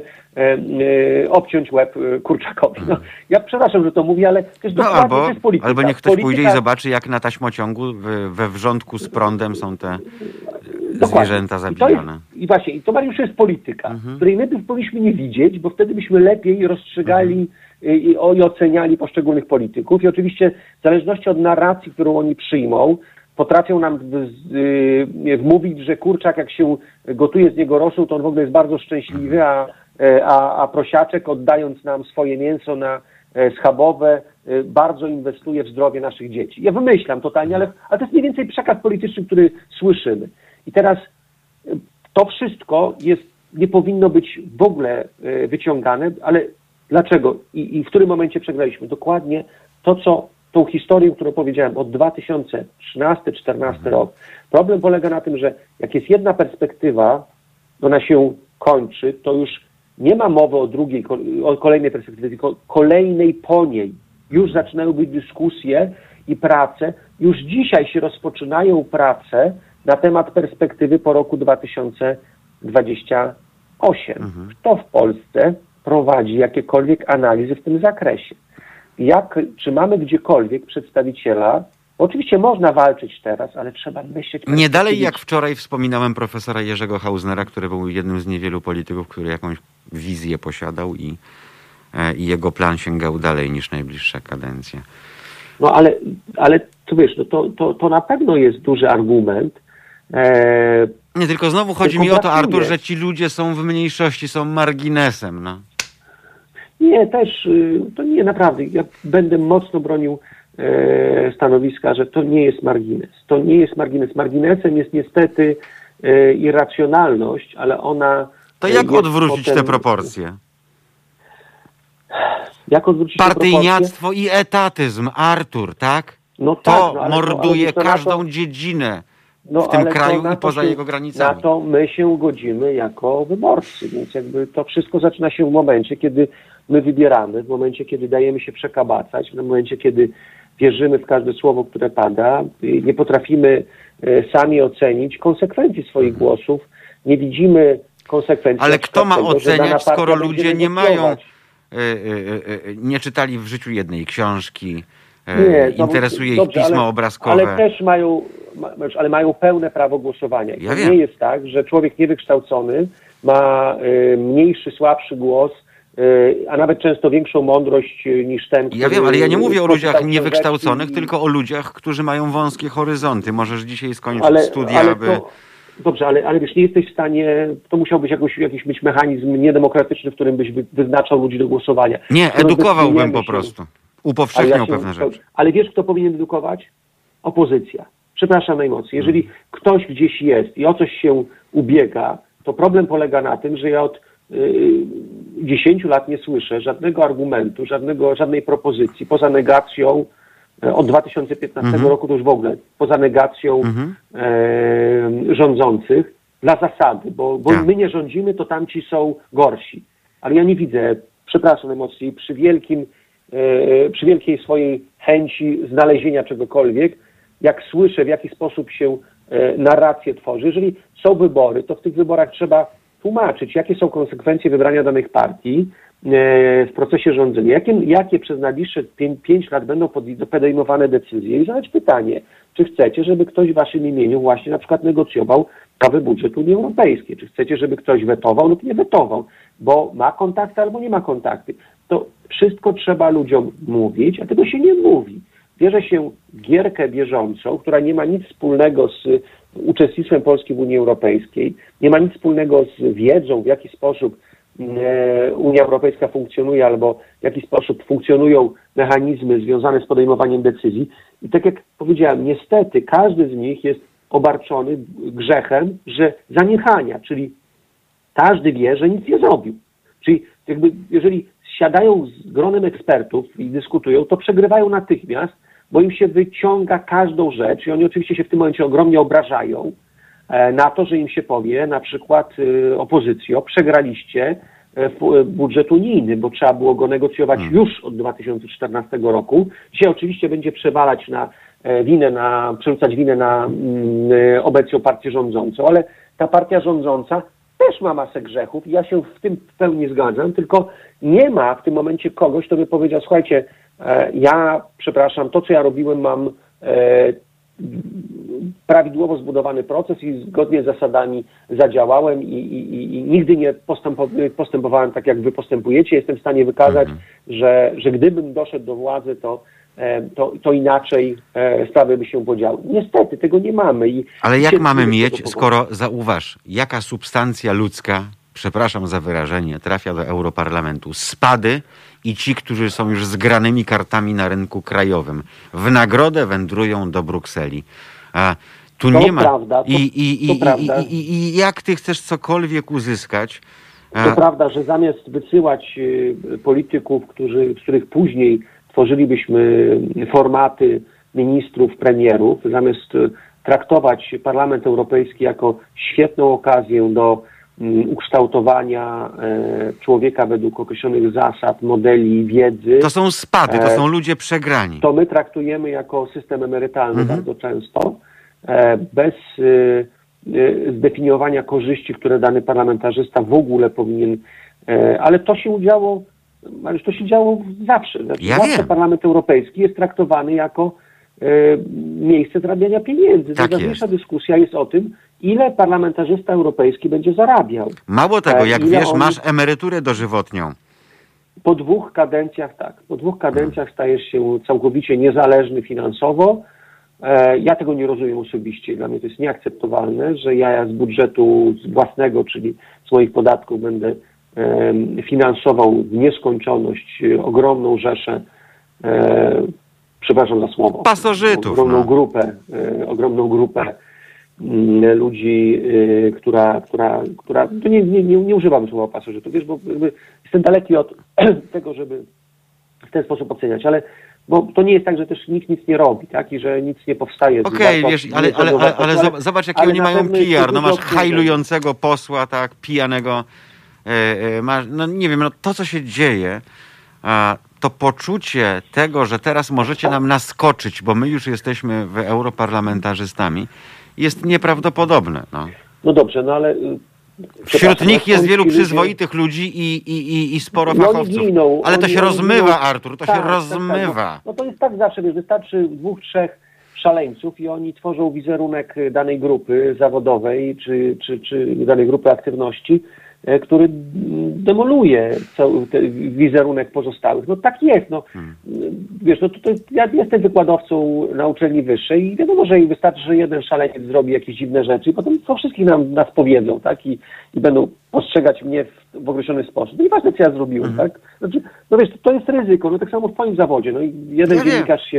obciąć łeb kurczakowi. No, ja przepraszam, że to mówię, ale to jest dokładnie to jest polityka.
Albo niech ktoś pójdzie i zobaczy, jak na taśmociągu we wrzątku z prądem są te zwierzęta zabijane.
I to Mariusz jest polityka, której my powinniśmy nie widzieć, bo wtedy byśmy lepiej rozstrzygali i oceniali poszczególnych polityków. I oczywiście w zależności od narracji, którą oni przyjmą, potrafią nam wmówić, że kurczak, jak się gotuje z niego rosół, to on w ogóle jest bardzo szczęśliwy, a prosiaczek, oddając nam swoje mięso na schabowe, bardzo inwestuje w zdrowie naszych dzieci. Ja wymyślam totalnie, ale to jest mniej więcej przekaz polityczny, który słyszymy. I teraz to wszystko nie powinno być w ogóle wyciągane, ale dlaczego? I w którym momencie przegraliśmy? Dokładnie tą historię, którą powiedziałem, od 2013-2014 rok. Problem polega na tym, że jak jest jedna perspektywa, ona się kończy, to już nie ma mowy o kolejnej perspektywie, tylko kolejnej po niej. Już zaczynają być dyskusje i prace. Już dzisiaj się rozpoczynają prace na temat perspektywy po roku 2028. Kto w Polsce prowadzi jakiekolwiek analizy w tym zakresie? Czy mamy gdziekolwiek przedstawiciela? Oczywiście można walczyć teraz, ale trzeba myśleć...
Nie dalej jak wczoraj wspominałem profesora Jerzego Hausnera, który był jednym z niewielu polityków, który jakąś wizję posiadał i jego plan sięgał dalej niż najbliższa kadencja.
No ale to wiesz, to na pewno jest duży argument.
Nie, tylko znowu chodzi mi o to, Artur, że ci ludzie są w mniejszości, są marginesem, no.
Nie, też, to nie, naprawdę. Ja będę mocno bronił stanowiska, że to nie jest margines. To nie jest margines. Marginesem jest niestety irracjonalność, ale ona...
To jak odwrócić te proporcje?
Jak odwrócić
partyjniactwo i etatyzm, Artur, tak?
No
to
tak,
morduje każdą dziedzinę w tym kraju i poza jego granicami.
Na to my się godzimy jako wyborcy, więc jakby to wszystko zaczyna się w momencie, kiedy my wybieramy, w momencie, kiedy dajemy się przekabacać, w momencie, kiedy wierzymy w każde słowo, które pada, nie potrafimy sami ocenić konsekwencji swoich głosów, nie widzimy konsekwencji.
Ale kto ma oceniać, skoro ludzie nie mają, nie czytali w życiu jednej książki, interesuje ich pismo obrazkowe.
Ale też mają pełne prawo głosowania. I to nie jest tak, że człowiek niewykształcony ma mniejszy, słabszy głos, a nawet często większą mądrość niż ten, który...
Ja wiem, ale ja nie mówię o ludziach niewykształconych, tylko o ludziach, którzy mają wąskie horyzonty. Możesz dzisiaj skończyć studia, aby...
Dobrze, ale wiesz, nie jesteś w stanie, to musiałbyś jakiś mieć mechanizm niedemokratyczny, w którym byś wyznaczał ludzi do głosowania.
Nie, edukowałbym po prostu. Upowszechniał pewne rzeczy.
Ale wiesz, kto powinien edukować? Opozycja. Przepraszam najmocniej. Jeżeli ktoś gdzieś jest i o coś się ubiega, to problem polega na tym, że ja od 10 lat nie słyszę żadnego argumentu, żadnej propozycji, poza negacją, od 2015 roku to już w ogóle, poza negacją rządzących dla zasady, bo my nie rządzimy, to tamci są gorsi. Ale ja nie widzę, przepraszam najmocniej, przy wielkiej swojej chęci znalezienia czegokolwiek, jak słyszę, w jaki sposób się narrację tworzy. Jeżeli są wybory, to w tych wyborach trzeba tłumaczyć, jakie są konsekwencje wybrania danych partii w procesie rządzenia, jakie przez najbliższe 5 lat będą podejmowane decyzje i zadać pytanie, czy chcecie, żeby ktoś w waszym imieniu właśnie na przykład negocjował nowy budżet Unii Europejskiej, czy chcecie, żeby ktoś wetował lub nie wetował, bo ma kontakty albo nie ma kontakty. To wszystko trzeba ludziom mówić, a tego się nie mówi. Bierze się gierkę bieżącą, która nie ma nic wspólnego z uczestnictwem Polski w Unii Europejskiej, nie ma nic wspólnego z wiedzą, w jaki sposób Unia Europejska funkcjonuje albo w jaki sposób funkcjonują mechanizmy związane z podejmowaniem decyzji. I tak jak powiedziałem, niestety każdy z nich jest obarczony grzechem, że zaniechania, czyli każdy wie, że nic nie zrobił. Czyli jakby jeżeli siadają z gronem ekspertów i dyskutują, to przegrywają natychmiast, bo im się wyciąga każdą rzecz i oni oczywiście się w tym momencie ogromnie obrażają na to, że im się powie, na przykład opozycjo, przegraliście budżet unijny, bo trzeba było go negocjować już od 2014 roku. Dzisiaj oczywiście będzie przerzucać winę na obecną partię rządzącą, ale ta partia rządząca też ma masę grzechów i ja się w tym w pełni zgadzam, tylko nie ma w tym momencie kogoś, kto by powiedział, słuchajcie, ja, przepraszam, to co ja robiłem mam prawidłowo zbudowany proces i zgodnie z zasadami zadziałałem i nigdy nie postępowałem tak, jak wy postępujecie. Jestem w stanie wykazać, że gdybym doszedł do władzy, to inaczej sprawy by się podziały. Niestety, tego nie mamy.
Ale jak mamy mieć, skoro, zauważ, jaka substancja ludzka, przepraszam za wyrażenie, trafia do Europarlamentu? Spady i ci, którzy są już zgranymi kartami na rynku krajowym, w nagrodę wędrują do Brukseli. Tu
to
nie ma.
Prawda,
I jak ty chcesz cokolwiek uzyskać?
To prawda, że zamiast wysyłać polityków, z których później tworzylibyśmy formaty ministrów, premierów, zamiast traktować Parlament Europejski jako świetną okazję do ukształtowania człowieka według określonych zasad, modeli, wiedzy.
To są spady, to są ludzie przegrani.
To my traktujemy jako system emerytalny bardzo często, bez zdefiniowania korzyści, które dany parlamentarzysta w ogóle powinien, ale to się działo zawsze. Zawsze Parlament Europejski jest traktowany jako miejsce zarabiania pieniędzy. Najważniejsza dyskusja jest o tym, ile parlamentarzysta europejski będzie zarabiał.
Mało tego, jak wiesz, masz emeryturę dożywotnią.
Po 2 kadencjach, tak. Po 2 kadencjach stajesz się całkowicie niezależny finansowo. Ja tego nie rozumiem osobiście. Dla mnie to jest nieakceptowalne, że ja z budżetu własnego, czyli z moich podatków będę finansował w nieskończoność ogromną rzeszę, przepraszam za słowo,
pasożytów,
ogromną grupę ludzi, która to nie używam słowa pasożytów, wiesz, bo jestem daleki od tego, żeby w ten sposób oceniać, ale bo to nie jest tak, że też nikt nic nie robi, tak? I że nic nie powstaje.
Okej, wiesz, ale zobacz, jaki oni mają PR. No masz hajlującego posła, tak, pijanego. No nie wiem, no to co się dzieje, to poczucie tego, że teraz możecie nam naskoczyć, bo my już jesteśmy europarlamentarzystami, jest nieprawdopodobne.
No dobrze, no ale...
Wśród nich jest wielu przyzwoitych ludzi i sporo fachowców. Ale to się rozmywa, Artur, to się rozmywa.
No to jest tak zawsze, wiesz, wystarczy 2-3 szaleńców i oni tworzą wizerunek danej grupy zawodowej czy danej grupy aktywności, który demoluje wizerunek pozostałych. No tak jest. No. Wiesz, no to ja jestem wykładowcą na uczelni wyższej i wiadomo, że wystarczy, że jeden szaleniec zrobi jakieś dziwne rzeczy i potem to wszystkich nas powiedzą, tak? I będą postrzegać mnie w określony sposób. No i ważne, co ja zrobiłem, tak? Znaczy, no wiesz, to jest ryzyko. No tak samo w twoim zawodzie. No i jeden dziennikarz się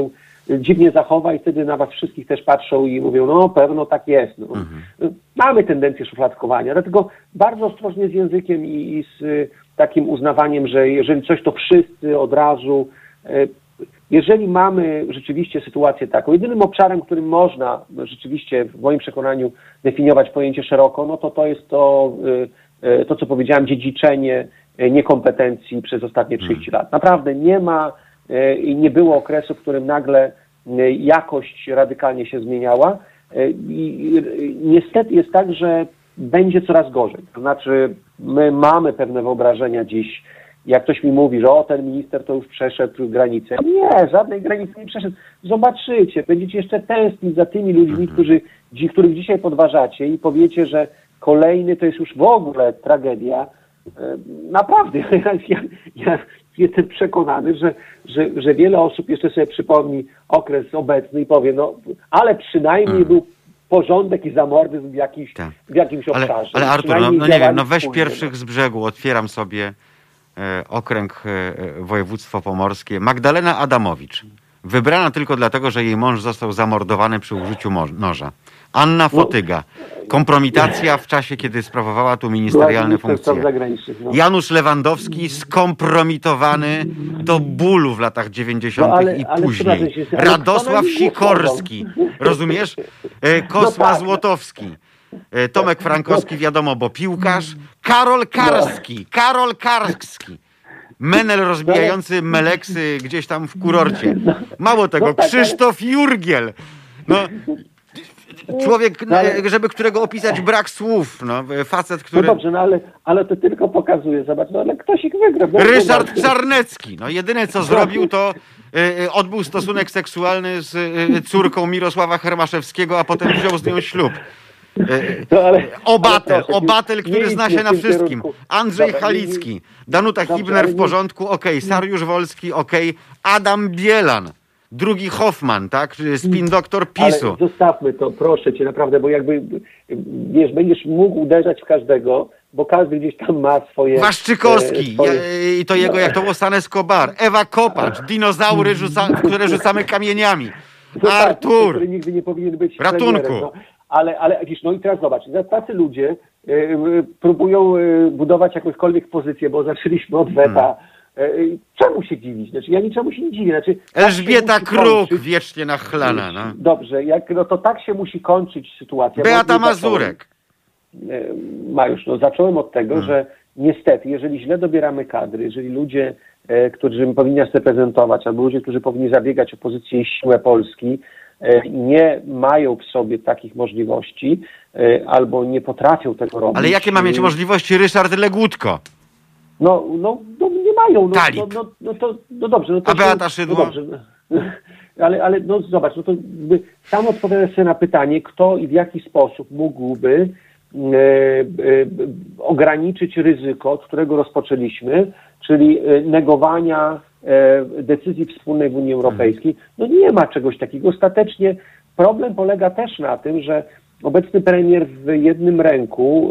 dziwnie zachowa i wtedy na was wszystkich też patrzą i mówią, no pewno tak jest. No. Mamy tendencję szufladkowania, dlatego bardzo ostrożnie z językiem i z takim uznawaniem, że jeżeli coś, to wszyscy od razu. Jeżeli mamy rzeczywiście sytuację taką, jedynym obszarem, którym można rzeczywiście w moim przekonaniu definiować pojęcie szeroko, no to jest to, co powiedziałem, dziedziczenie niekompetencji przez ostatnie 30 lat. Naprawdę nie ma i nie było okresu, w którym nagle jakość radykalnie się zmieniała i niestety jest tak, że będzie coraz gorzej. To znaczy my mamy pewne wyobrażenia dziś. Jak ktoś mi mówi, że ten minister to już przeszedł granicę. Nie, żadnej granicy nie przeszedł. Zobaczycie, będziecie jeszcze tęsknić za tymi ludźmi, których dzisiaj podważacie i powiecie, że kolejny to jest już w ogóle tragedia. Naprawdę, ja jestem przekonany, że wiele osób jeszcze sobie przypomni okres obecny i powie, no ale przynajmniej był porządek i zamordyzm w jakimś obszarze.
Ale Artur, no nie wiem, weź pierwszych z brzegu, otwieram sobie okręg województwo pomorskie. Magdalena Adamowicz. Wybrana tylko dlatego, że jej mąż został zamordowany przy użyciu noża. Anna Fotyga. Kompromitacja w czasie, kiedy sprawowała tu ministerialne funkcje. Janusz Lewandowski skompromitowany do bólu w latach 90. i później. Radosław Sikorski. Rozumiesz? Kosma Złotowski. Tomek Frankowski, wiadomo, bo piłkarz. Karol Karski. Menel rozbijający meleksy gdzieś tam w kurorcie. Mało tego, Krzysztof Jurgiel. Człowiek, żeby którego opisać brak słów. Facet, który...
No dobrze, ale to tylko pokazuje, zobacz, ale ktoś ich wygrał.
Ryszard Czarnecki. Jedyne co zrobił, to odbył stosunek seksualny z córką Mirosława Hermaszewskiego, a potem wziął z nią ślub. Obatel, który zna się na wszystkim. Andrzej Halicki, Danuta Hibner w porządku, Sariusz Wolski, Adam Bielan, drugi Hoffman, tak? Spin doktor PiS-u.
Ale zostawmy to, proszę cię, naprawdę, bo jakby, wiesz, będziesz mógł uderzać w każdego, bo każdy gdzieś tam ma swoje...
Waszczykowski, i to jego, jak to było San Escobar, Ewa Kopacz, dinozaury, w które rzucamy kamieniami. Artur!
Który nigdy nie powinien być
ratunku!
Premierem, Ale wiesz, i teraz zobacz, tacy ludzie próbują budować jakąśkolwiek pozycję, bo zaczęliśmy od weta. Czemu się dziwić? Znaczy, ja niczemu się nie dziwię.
Elżbieta Kruk, wiecznie nachlana.
Dobrze, to tak się musi kończyć sytuacja.
Beata Mazurek.
Mariusz, zacząłem od tego, że niestety, jeżeli źle dobieramy kadry, jeżeli ludzie, którzy powinni nas reprezentować, albo ludzie, którzy powinni zabiegać o pozycję i siłę Polski, nie mają w sobie takich możliwości, albo nie potrafią tego robić.
Ale jakie ma mieć możliwości Ryszard Legutko?
No nie mają. No dobrze.
A Beata Szydło?
Dobrze. Ale zobacz, to sam odpowiadam sobie na pytanie, kto i w jaki sposób mógłby ograniczyć ryzyko, od którego rozpoczęliśmy, czyli negowania decyzji wspólnej w Unii Europejskiej. Nie ma czegoś takiego. Ostatecznie problem polega też na tym, że obecny premier w jednym ręku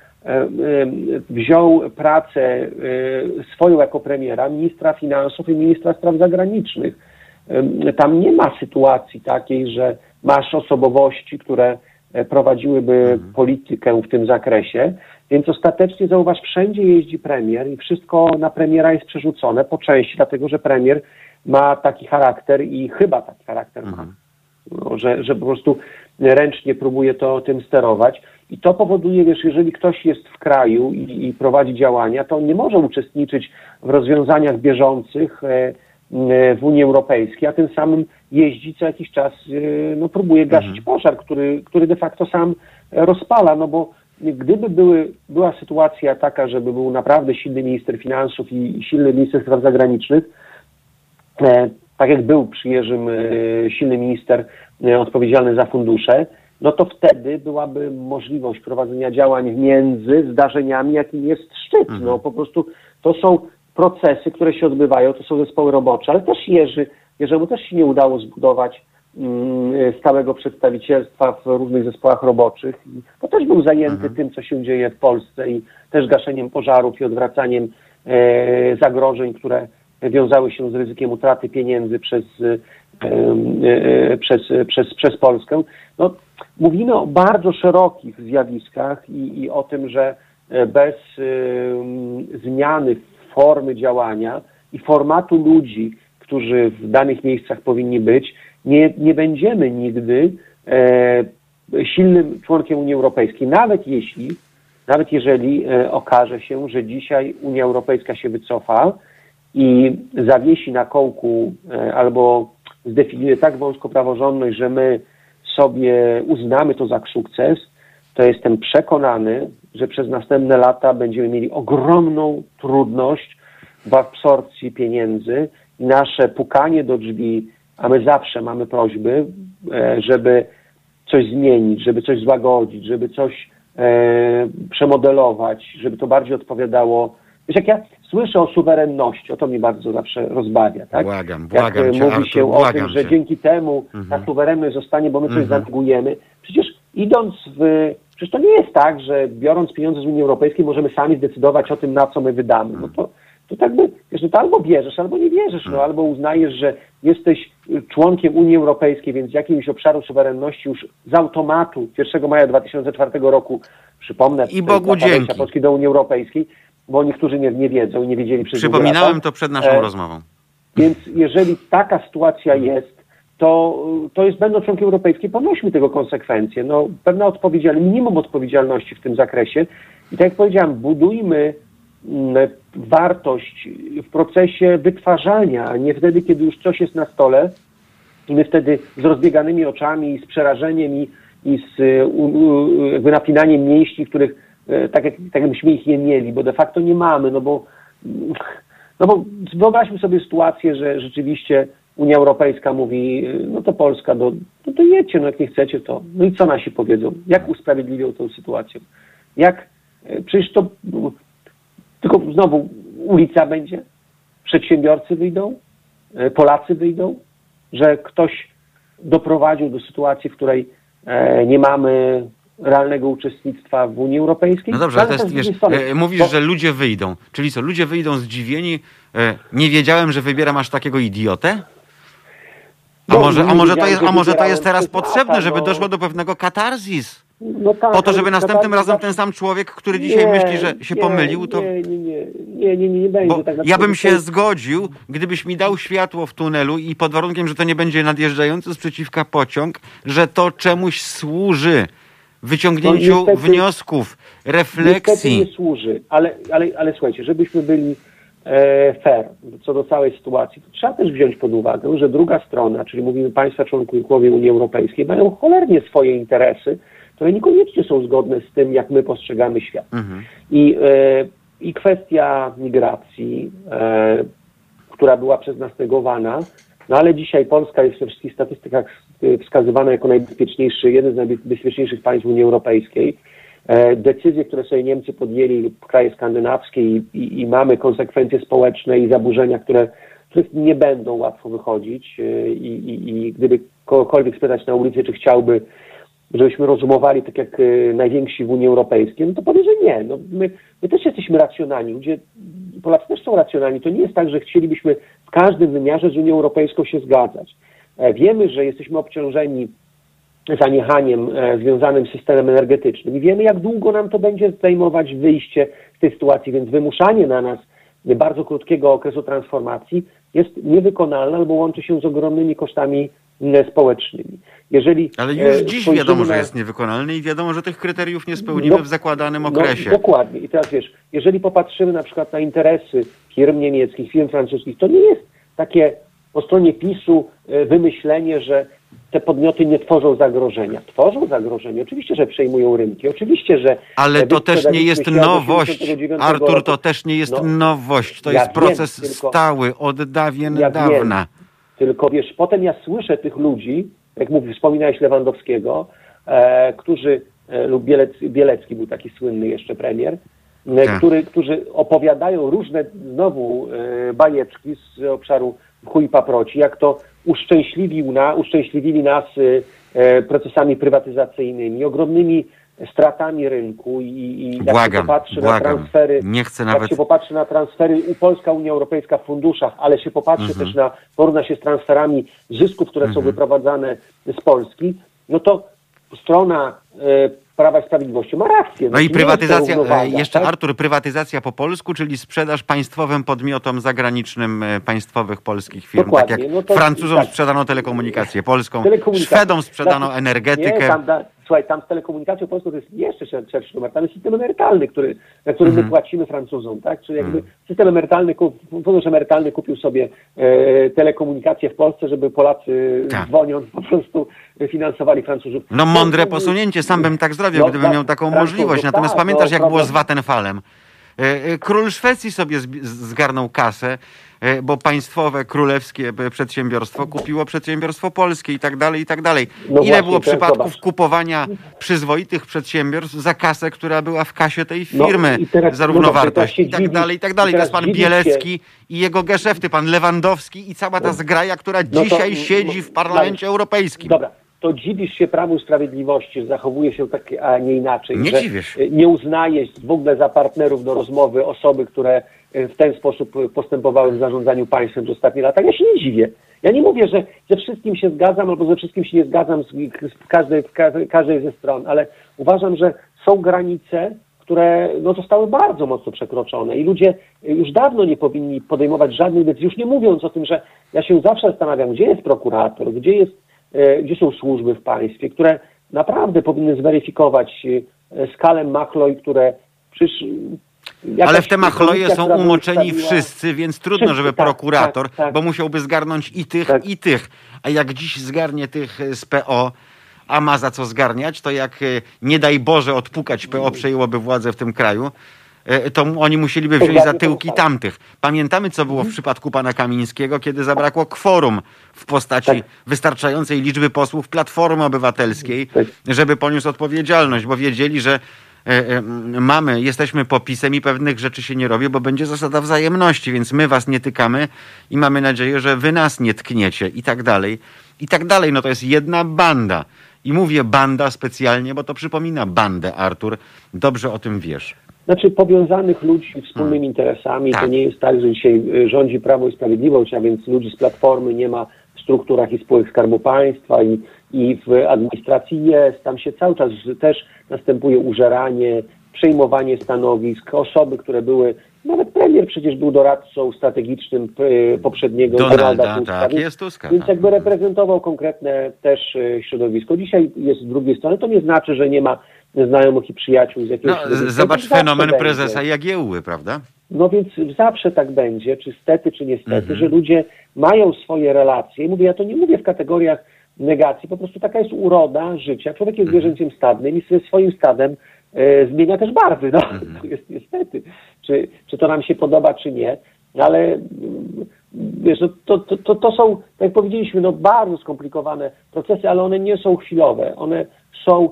wziął pracę swoją jako premiera, ministra finansów i ministra spraw zagranicznych. Tam nie ma sytuacji takiej, że masz osobowości, które prowadziłyby politykę w tym zakresie, więc ostatecznie zauważ, wszędzie jeździ premier i wszystko na premiera jest przerzucone po części, dlatego że premier ma taki charakter i chyba taki charakter ma, że po prostu ręcznie próbuje tym sterować i to powoduje, wiesz, jeżeli ktoś jest w kraju i prowadzi działania, to on nie może uczestniczyć w rozwiązaniach bieżących w Unii Europejskiej, a tym samym jeździ co jakiś czas, próbuje gasić pożar, który de facto sam rozpala, bo gdyby była sytuacja taka, żeby był naprawdę silny minister finansów i silny minister spraw zagranicznych, tak jak był przy Jerzym silny minister odpowiedzialny za fundusze, to wtedy byłaby możliwość prowadzenia działań między zdarzeniami, jakim jest szczyt. Po prostu to są procesy, które się odbywają, to są zespoły robocze, ale też Jerzemu też się nie udało zbudować stałego przedstawicielstwa w różnych zespołach roboczych. To też był zajęty tym, co się dzieje w Polsce i też gaszeniem pożarów i odwracaniem zagrożeń, które wiązały się z ryzykiem utraty pieniędzy przez przez Polskę. No, mówimy o bardzo szerokich zjawiskach i o tym, że bez zmiany formy działania i formatu ludzi, którzy w danych miejscach powinni być, nie będziemy nigdy silnym członkiem Unii Europejskiej, nawet jeżeli okaże się, że dzisiaj Unia Europejska się wycofa i zawiesi na kołku albo zdefiniuje tak wąsko praworządność, że my sobie uznamy to za sukces, to jestem przekonany, że przez następne lata będziemy mieli ogromną trudność w absorpcji pieniędzy i nasze pukanie do drzwi, a my zawsze mamy prośby, żeby coś zmienić, żeby coś złagodzić, żeby coś przemodelować, żeby to bardziej odpowiadało. Wiesz, jak ja słyszę o suwerenności, o to mnie bardzo zawsze rozbawia, tak?
Błagam
jak
cię,
mówi
Artur,
się o tym, że dzięki temu ta suwerenność zostanie, bo my coś zanegujemy. Przecież przecież to nie jest tak, że biorąc pieniądze z Unii Europejskiej możemy sami zdecydować o tym, na co my wydamy. No to tak by, wiesz, no to albo wierzysz, albo nie wierzysz, no albo uznajesz, że jesteś członkiem Unii Europejskiej, więc z jakimś obszaru suwerenności już z automatu 1 maja 2004 roku, przypomnę,
i Bogu dzięki,
Polski do Unii Europejskiej, bo niektórzy nie wiedzą i nie wiedzieli przez
przypominałem to przed naszą rozmową.
Więc jeżeli taka sytuacja jest, to będąc członkiem europejskim, ponośmy tego konsekwencje. No, pewna odpowiedzialność, minimum odpowiedzialności w tym zakresie. I tak jak powiedziałem, budujmy wartość w procesie wytwarzania, a nie wtedy, kiedy już coś jest na stole i my wtedy z rozbieganymi oczami, z przerażeniem i z jakby napinaniem mięśni, których tak jakbyśmy ich nie mieli, bo de facto nie mamy, no bo wyobraźmy sobie sytuację, że rzeczywiście Unia Europejska mówi, no to Polska, no to jedźcie, no jak nie chcecie, to no i co nasi powiedzą? Jak usprawiedliwią tą sytuację? Przecież to tylko znowu ulica będzie, przedsiębiorcy wyjdą, Polacy wyjdą, że ktoś doprowadził do sytuacji, w której nie mamy realnego uczestnictwa w Unii Europejskiej.
No dobrze, ale to jest, wiesz, mówisz, że ludzie wyjdą. Czyli co, ludzie wyjdą zdziwieni? Nie wiedziałem, że wybieram aż takiego idiotę? A może to jest teraz potrzebne, żeby doszło do pewnego katarzis?
No tak,
po to, żeby następnym razem ten sam człowiek, który dzisiaj myśli, że się pomylił, to...
Nie będzie.
Bo
tak
ja bym się zgodził, gdybyś mi dał światło w tunelu i pod warunkiem, że to nie będzie nadjeżdżający sprzeciwka pociąg, że to czemuś służy. Wyciągnięciu wniosków, refleksji.
Niestety nie służy, ale słuchajcie, żebyśmy byli fair co do całej sytuacji, to trzeba też wziąć pod uwagę, że druga strona, czyli mówimy państwa członkowie Unii Europejskiej, mają cholernie swoje interesy, które niekoniecznie są zgodne z tym, jak my postrzegamy świat. I kwestia migracji, która była przez nas negowana, no ale dzisiaj Polska jest we wszystkich statystykach wskazywana jako najbezpieczniejszy, jeden z najbezpieczniejszych państw Unii Europejskiej. Decyzje, które sobie Niemcy podjęli lub kraje skandynawskie i mamy konsekwencje społeczne i zaburzenia, których nie będą łatwo wychodzić i gdyby kogokolwiek spytać na ulicy, czy chciałby, żebyśmy rozumowali tak jak najwięksi w Unii Europejskiej, no to powie, że nie. No my też jesteśmy racjonalni. Polacy też są racjonalni. To nie jest tak, że chcielibyśmy w każdym wymiarze z Unią Europejską się zgadzać. Wiemy, że jesteśmy obciążeni zaniechaniem związanym z systemem energetycznym i wiemy, jak długo nam to będzie zajmować wyjście z tej sytuacji, więc wymuszanie na nas bardzo krótkiego okresu transformacji jest niewykonalne albo łączy się z ogromnymi kosztami społecznymi.
Ale już dziś wiadomo, że jest niewykonalny i wiadomo, że tych kryteriów nie spełnimy w zakładanym okresie.
Dokładnie. I teraz wiesz, jeżeli popatrzymy na przykład na interesy firm niemieckich, firm francuskich, to nie jest takie po stronie PiS-u wymyślenie, że te podmioty nie tworzą zagrożenia. Tworzą zagrożenie. Oczywiście, że przejmują rynki. Oczywiście, że...
Ale to też nie jest nowość. Artur, to też nie jest nowość. To jest proces stały od dawna.
Tylko wiesz, potem ja słyszę tych ludzi, jak wspominałeś Lewandowskiego, lub Bielecki był taki słynny jeszcze premier, którzy opowiadają różne znowu bajeczki z obszaru chuj paproci, jak to uszczęśliwili nas procesami prywatyzacyjnymi, ogromnymi stratami rynku i jak
Błagam,
się popatrzy
błagam.
na transfery,
Nie chcę
jak
nawet...
się popatrzy na transfery Polska, Unia Europejska w funduszach, ale się popatrzy też porówna się z transferami zysków, które są wyprowadzane z Polski, no to strona Prawa i Sprawiedliwości ma rację.
No i prywatyzacja, jeszcze
tak?
Artur, prywatyzacja po polsku, czyli sprzedaż państwowym podmiotom zagranicznym państwowych polskich firm.
Dokładnie.
Tak jak
No to,
Francuzom
tak.
sprzedano telekomunikację polską,
Telekomunikację.
Szwedom sprzedano energetykę.
Nie, słuchaj, tam z telekomunikacją polską to jest jeszcze szerszy numer. Tam jest system emerytalny, na który my płacimy Francuzom, tak? Czyli jakby system emerytalny, fundusz emerytalny kupił sobie telekomunikację w Polsce, żeby Polacy dzwoniąc po prostu finansowali Francuzów.
No mądre posunięcie, sam bym tak zrobił, gdybym miał taką możliwość. Natomiast pamiętasz, jak było z Vattenfallem? Król Szwecji sobie zgarnął kasę, bo państwowe, królewskie przedsiębiorstwo kupiło przedsiębiorstwo polskie i tak dalej, i tak dalej.
No
Ile
właśnie,
było przypadków
zobacz.
kupowania przyzwoitych przedsiębiorstw za kasę, która była w kasie tej firmy,
i teraz-
za
no
równowartość
dobrze,
i tak dalej, i tak dalej. To
teraz
jest pan
dziwisz się-
Bielecki i jego geszefty, pan Lewandowski i cała ta zgraja, która
to-
dzisiaj siedzi w Parlamencie Europejskim.
Dobra, to dziwisz się Prawu i Sprawiedliwości, że zachowuje się tak, a nie inaczej.
Nie
że
dziwię się.
nie uznaje w ogóle za partnerów do rozmowy osoby, które w ten sposób postępowały w zarządzaniu państwem przez ostatnie lata. Ja się nie dziwię. Ja nie mówię, że ze wszystkim się zgadzam albo ze wszystkim się nie zgadzam w każdej ze stron, ale uważam, że są granice, które zostały bardzo mocno przekroczone i ludzie już dawno nie powinni podejmować żadnych decyzji, już nie mówiąc o tym, że ja się zawsze zastanawiam, gdzie jest prokurator, gdzie są służby w państwie, które naprawdę powinny zweryfikować skalę machloj, które przecież...
Ale w te machloje są
która by
umoczeni
ustawiła-
wszyscy, więc trudno,
Wszyscy,
żeby
tak,
prokurator,
tak.
bo musiałby zgarnąć i tych,
Tak.
i tych. A jak dziś zgarnie tych z PO, a ma za co zgarniać, to jak nie daj Boże odpukać PO przejęłoby władzę w tym kraju, to oni musieliby wziąć za tyłki tamtych. Pamiętamy, co było w przypadku pana Kamińskiego, kiedy zabrakło kworum w postaci wystarczającej liczby posłów Platformy Obywatelskiej, żeby poniósł odpowiedzialność, bo wiedzieli, że jesteśmy popisem i pewnych rzeczy się nie robi, bo będzie zasada wzajemności, więc my was nie tykamy i mamy nadzieję, że wy nas nie tkniecie i tak dalej. I tak dalej. No to jest jedna banda. I mówię banda specjalnie, bo to przypomina bandę, Artur. Dobrze o tym wiesz.
Znaczy powiązanych ludzi wspólnymi interesami.
Tak.
To nie jest tak, że dzisiaj rządzi Prawo i Sprawiedliwość, a więc ludzi z Platformy nie ma w strukturach i spółek Skarbu Państwa i w administracji jest. Tam się cały czas też następuje użeranie, przejmowanie stanowisk. Osoby, które były, nawet premier przecież był doradcą strategicznym poprzedniego
Donalda
Tuska.
tak, jest Tuska.
Więc
Tak.
jakby reprezentował konkretne też środowisko. Dzisiaj jest z drugiej strony. To nie znaczy, że nie ma znajomych i przyjaciół z jakiegoś środowiska.
Zobacz
Zawsze
fenomen
będzie.
prezesa Jagiełły, prawda?
No więc zawsze tak będzie, czy stety, czy niestety, że ludzie mają swoje relacje. I mówię, ja to nie mówię w kategoriach negacji, po prostu taka jest uroda życia. Człowiek jest zwierzęciem stadnym i ze swoim stadem zmienia też barwy. No, to jest niestety. Czy to nam się podoba, czy nie. Ale wiesz, no, to są, tak jak powiedzieliśmy, no, bardzo skomplikowane procesy, ale one nie są chwilowe. One są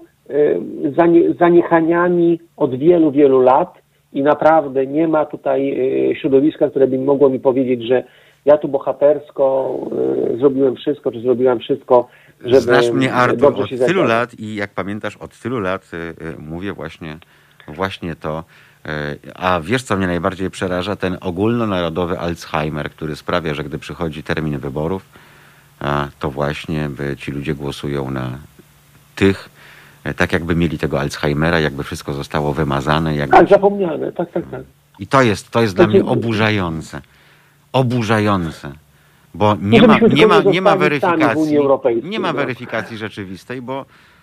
zaniechaniami od wielu, wielu lat i naprawdę nie ma tutaj środowiska, które by mogło mi powiedzieć, że ja tu bohatersko zrobiłem wszystko, czy zrobiłam wszystko, żeby
Znasz mnie, Artur,
dobrze
od
się
tylu
zachować.
lat i jak pamiętasz, od tylu lat mówię właśnie to. A wiesz, co mnie najbardziej przeraża? Ten ogólnonarodowy Alzheimer, który sprawia, że gdy przychodzi termin wyborów, to właśnie ci ludzie głosują na tych, tak jakby mieli tego Alzheimera, jakby wszystko zostało wymazane. Jakby...
Tak, zapomniane, tak.
I to jest dla mnie oburzające. Oburzające. Bo
żebyśmy
nie ma
tylko nie zostali sami w
weryfikacji.
Unii Europejskiej,
Nie ma
no.
weryfikacji rzeczywistej, bo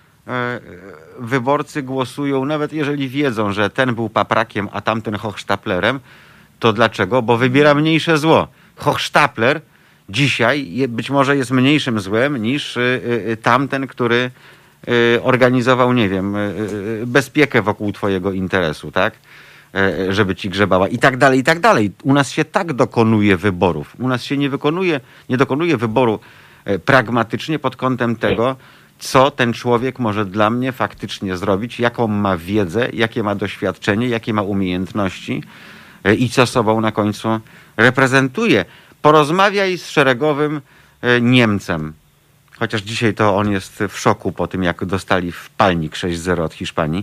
wyborcy głosują, nawet jeżeli wiedzą, że ten był paprakiem, a tamten hochsztaplerem, to dlaczego? Bo wybiera mniejsze zło. Hochsztapler dzisiaj być może jest mniejszym złem niż tamten, który organizował, nie wiem, bezpiekę wokół twojego interesu, tak? Żeby ci grzebała i tak dalej, i tak dalej. U nas się tak dokonuje wyborów. U nas się nie dokonuje wyboru pragmatycznie pod kątem tego, co ten człowiek może dla mnie faktycznie zrobić, jaką ma wiedzę, jakie ma doświadczenie, jakie ma umiejętności i co sobą na końcu reprezentuje. Porozmawiaj z szeregowym Niemcem, chociaż dzisiaj to on jest w szoku po tym, jak dostali w palnik 6-0 od Hiszpanii.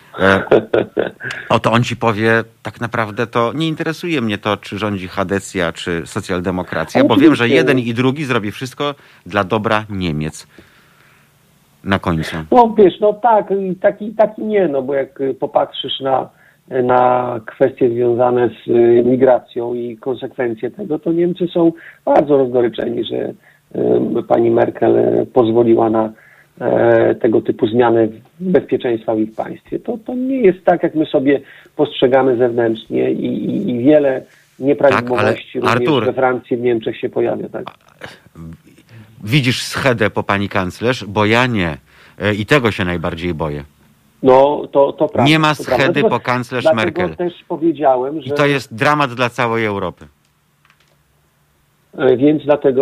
Oto on ci powie, tak naprawdę to nie interesuje mnie to, czy rządzi Chadecja, czy socjaldemokracja, bo wiem, że jeden i drugi zrobi wszystko dla dobra Niemiec. Na końcu.
No wiesz, no tak, taki nie, no bo jak popatrzysz na kwestie związane z migracją i konsekwencje tego, to Niemcy są bardzo rozgoryczeni, że pani Merkel pozwoliła na tego typu zmiany bezpieczeństwa w ich państwie. To nie jest tak, jak my sobie postrzegamy zewnętrznie i wiele nieprawidłowości
tak,
również we Francji, w Niemczech się pojawia. Tak.
Widzisz schedę po pani kanclerz, bo ja nie. I tego się najbardziej boję.
No, to prawda.
Nie ma schedy po kanclerz Merkel.
Też powiedziałem, że...
I to jest dramat dla całej Europy.
Więc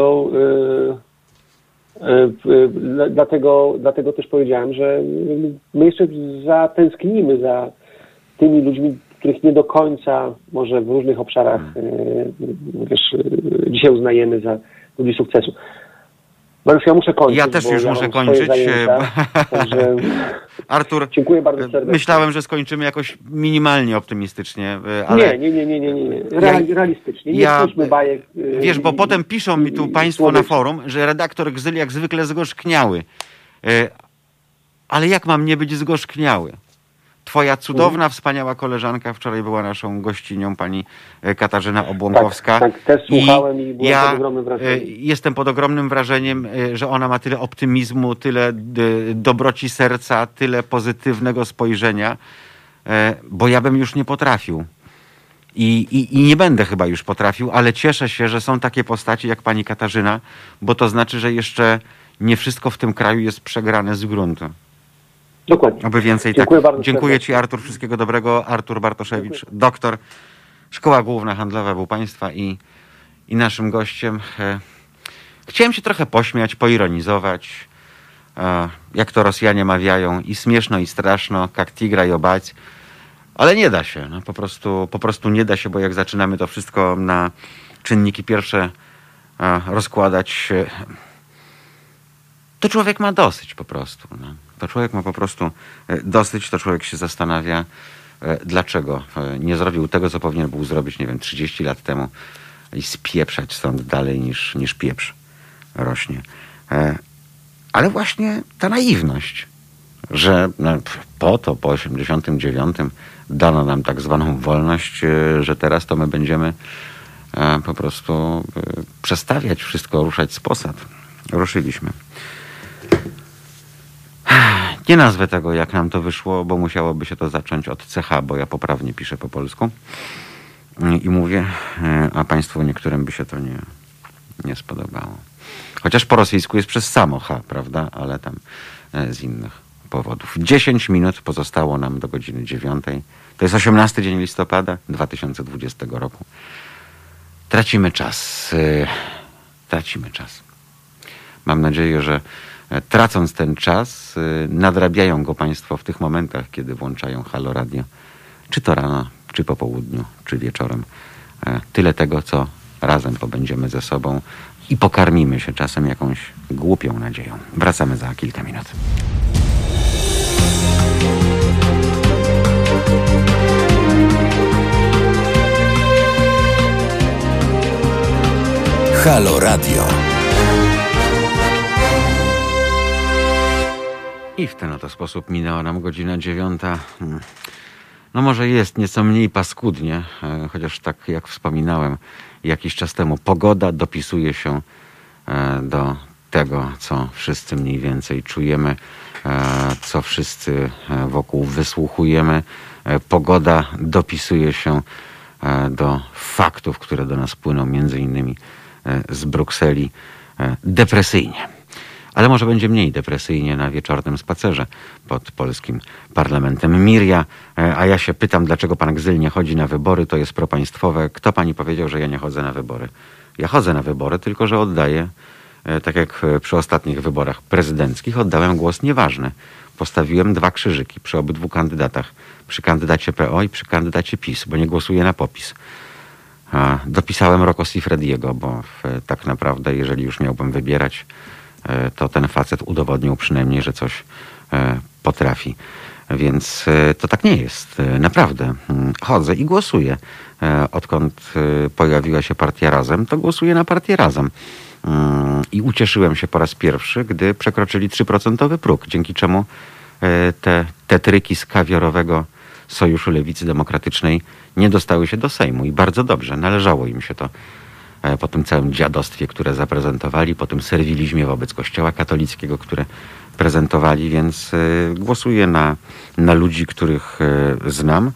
dlatego też powiedziałem, że my jeszcze zatęsknimy za tymi ludźmi, których nie do końca może w różnych obszarach dzisiaj uznajemy za ludzi sukcesu. Mariusz, ja muszę kończyć.
Ja też już muszę kończyć.
Także
Artur,
dziękuję bardzo serdecznie.
Myślałem, że skończymy jakoś minimalnie optymistycznie, ale...
Nie. Realistycznie. Nie spuśćmy bajek.
Wiesz, bo potem piszą mi tu państwo na forum, że redaktor Gzyl jak zwykle zgorzkniały. Ale jak mam nie być zgorzkniały? Twoja cudowna, wspaniała koleżanka wczoraj była naszą gościnią, pani Katarzyna Obłąkowska.
Tak, też słuchałem i byłem pod ogromnym wrażeniem.
Jestem pod ogromnym wrażeniem, że ona ma tyle optymizmu, tyle dobroci serca, tyle pozytywnego spojrzenia, bo ja bym już nie potrafił. I nie będę chyba już potrafił, ale cieszę się, że są takie postaci jak pani Katarzyna, bo to znaczy, że jeszcze nie wszystko w tym kraju jest przegrane z gruntu.
Dokładnie.
Oby więcej
Dziękuję
tak.
bardzo.
Dziękuję ci, Artur. Wszystkiego dobrego. Artur Bartoszewicz, doktor. Szkoła Główna Handlowa był państwa i naszym gościem. Chciałem się trochę pośmiać, poironizować. Jak to Rosjanie mawiają, i śmieszno, i straszno, jak tigra i obać. Ale nie da się. No, po prostu nie da się, bo jak zaczynamy to wszystko na czynniki pierwsze rozkładać, to człowiek ma dosyć po prostu. No. To człowiek ma po prostu dosyć, to człowiek się zastanawia, dlaczego nie zrobił tego, co powinien był zrobić, nie wiem, 30 lat temu i spieprzać stąd dalej niż pieprz rośnie. Ale właśnie ta naiwność, że po 89 dano nam tak zwaną wolność, że teraz to my będziemy po prostu przestawiać wszystko, ruszać z posad. Ruszyliśmy. Nie nazwę tego, jak nam to wyszło, bo musiałoby się to zacząć od CH, bo ja poprawnie piszę po polsku i mówię, a państwu niektórym by się to nie spodobało. Chociaż po rosyjsku jest przez samo H, prawda? Ale tam z innych powodów. 10 minut pozostało nam do godziny 9. To jest 18 dzień listopada 2020 roku. Tracimy czas. Mam nadzieję, że tracąc ten czas, nadrabiają go państwo w tych momentach, kiedy włączają Halo Radio. Czy to rano, czy po południu, czy wieczorem. Tyle tego, co razem pobędziemy ze sobą i pokarmimy się czasem jakąś głupią nadzieją. Wracamy za kilka minut.
Halo Radio.
I w ten oto sposób minęła nam godzina 9. No może jest nieco mniej paskudnie, chociaż tak jak wspominałem jakiś czas temu, pogoda dopisuje się do tego, co wszyscy mniej więcej czujemy, co wszyscy wokół wysłuchujemy. Pogoda dopisuje się do faktów, które do nas płyną między innymi z Brukseli depresyjnie. Ale może będzie mniej depresyjnie na wieczornym spacerze pod polskim parlamentem. Mirja, a ja się pytam, dlaczego pan Gzyl nie chodzi na wybory, to jest propaństwowe. Kto pani powiedział, że ja nie chodzę na wybory? Ja chodzę na wybory, tylko że oddaję, tak jak przy ostatnich wyborach prezydenckich, oddałem głos nieważny. Postawiłem 2 krzyżyki przy obydwu kandydatach. Przy kandydacie PO i przy kandydacie PiS, bo nie głosuję na popis. Dopisałem Rocco Siffrediego, bo tak naprawdę, jeżeli już miałbym wybierać, to ten facet udowodnił przynajmniej, że coś potrafi. Więc to tak nie jest. Naprawdę. Chodzę i głosuję. Odkąd pojawiła się Partia Razem, to głosuję na Partię Razem. I ucieszyłem się po raz pierwszy, gdy przekroczyli 3% próg, dzięki czemu te tetryki z kawiorowego Sojuszu Lewicy Demokratycznej nie dostały się do Sejmu. I bardzo dobrze, należało im się to po tym całym dziadostwie, które zaprezentowali, po tym serwilizmie wobec Kościoła katolickiego, które prezentowali, więc głosuję na ludzi, których znam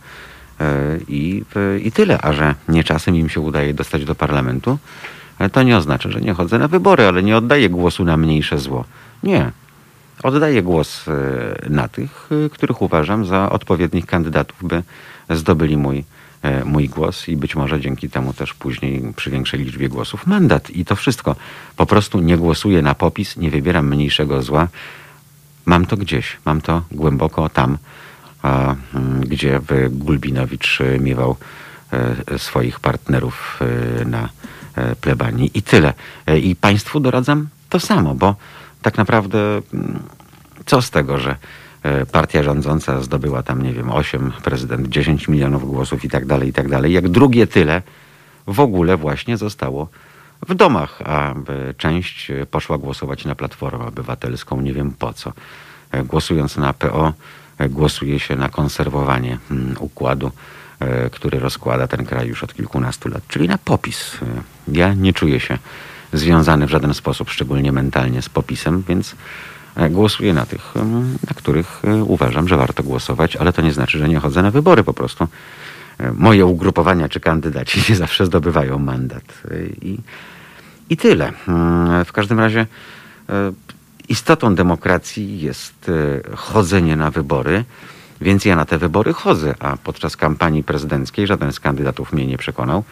i tyle. A że nie czasem im się udaje dostać do parlamentu, to nie oznacza, że nie chodzę na wybory, ale nie oddaję głosu na mniejsze zło. Nie. Oddaję głos na tych, których uważam za odpowiednich kandydatów, by zdobyli mój głos i być może dzięki temu też później przy większej liczbie głosów mandat. I to wszystko. Po prostu nie głosuję na popis, nie wybieram mniejszego zła. Mam to gdzieś, mam to głęboko tam, gdzie Gulbinowicz miewał swoich partnerów na plebanii. I tyle. I państwu doradzam to samo, bo tak naprawdę co z tego, że partia rządząca zdobyła tam, nie wiem, 8, prezydent 10 milionów głosów i tak dalej, jak drugie tyle w ogóle właśnie zostało w domach, a część poszła głosować na Platformę Obywatelską, nie wiem po co. Głosując na PO, głosuje się na konserwowanie układu, który rozkłada ten kraj już od kilkunastu lat, czyli na popis. Ja nie czuję się związany w żaden sposób, szczególnie mentalnie, z popisem, więc głosuję na tych, na których uważam, że warto głosować, ale to nie znaczy, że nie chodzę na wybory. Po prostu moje ugrupowania czy kandydaci nie zawsze zdobywają mandat. I tyle. W każdym razie istotą demokracji jest chodzenie na wybory, więc ja na te wybory chodzę, a podczas kampanii prezydenckiej żaden z kandydatów mnie nie przekonał.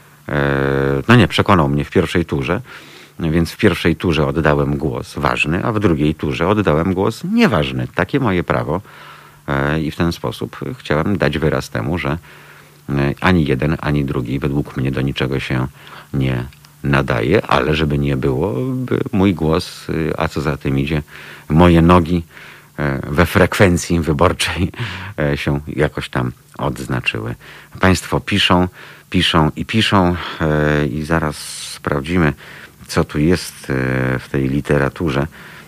No nie, przekonał mnie w pierwszej turze, więc w pierwszej turze oddałem głos ważny, a w drugiej turze oddałem głos nieważny. Takie moje prawo i w ten sposób chciałem dać wyraz temu, że ani jeden, ani drugi według mnie do niczego się nie nadaje, ale żeby nie było, by mój głos, a co za tym idzie, moje nogi we frekwencji wyborczej się jakoś tam odznaczyły. Państwo piszą i zaraz sprawdzimy, co tu jest w tej literaturze.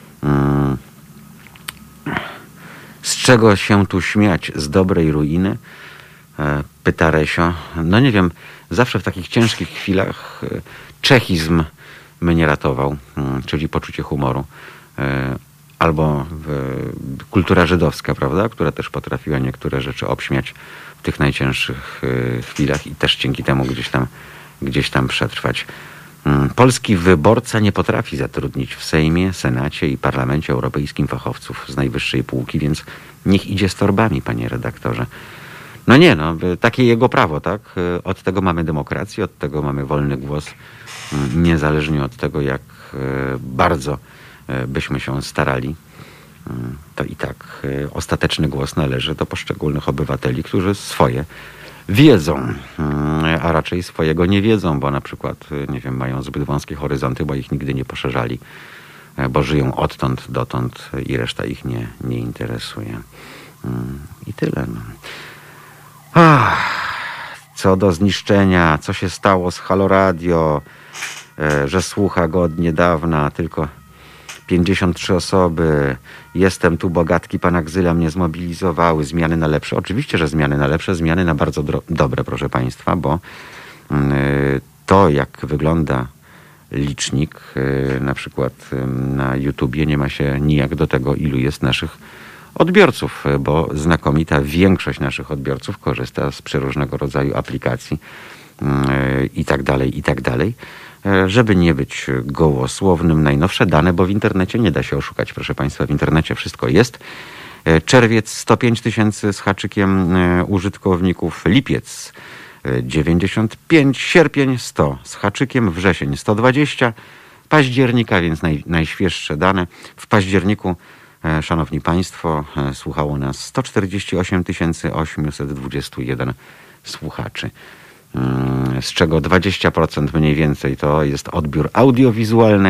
Z czego się tu śmiać? Z dobrej ruiny? Pyta Resio. No nie wiem, zawsze w takich ciężkich chwilach czechizm mnie ratował, czyli poczucie humoru. Albo kultura żydowska, prawda, która też potrafiła niektóre rzeczy obśmiać w tych najcięższych chwilach i też dzięki temu gdzieś tam przetrwać. Polski wyborca nie potrafi zatrudnić w Sejmie, Senacie i Parlamencie Europejskim fachowców z najwyższej półki, więc niech idzie z torbami, panie redaktorze. No nie, no, takie jego prawo, tak? Od tego mamy demokrację, od tego mamy wolny głos, niezależnie od tego, jak bardzo byśmy się starali, to i tak ostateczny głos należy do poszczególnych obywateli, którzy swoje wiedzą, a raczej swojego nie wiedzą, bo na przykład, nie wiem, mają zbyt wąskie horyzonty, bo ich nigdy nie poszerzali, bo żyją odtąd, dotąd i reszta ich nie interesuje. I tyle. No. Co do zniszczenia, co się stało z Halo Radio, że słucha go od niedawna tylko 53 osoby. Jestem tu, bogatki pana Gzyla mnie zmobilizowały. Zmiany na lepsze. Oczywiście, że zmiany na lepsze, zmiany na bardzo dobre, proszę państwa, bo to, jak wygląda licznik, na przykład na YouTubie, nie ma się nijak do tego, ilu jest naszych odbiorców, bo znakomita większość naszych odbiorców korzysta z przeróżnego rodzaju aplikacji i tak dalej. Żeby nie być gołosłownym, najnowsze dane, bo w internecie nie da się oszukać, proszę państwa, w internecie wszystko jest. Czerwiec 105 000 z haczykiem użytkowników, lipiec 95, sierpień 100 z haczykiem, wrzesień 120, października, więc najświeższe dane. W październiku, szanowni państwo, słuchało nas 148 821 słuchaczy, z czego 20% mniej więcej to jest odbiór audiowizualny,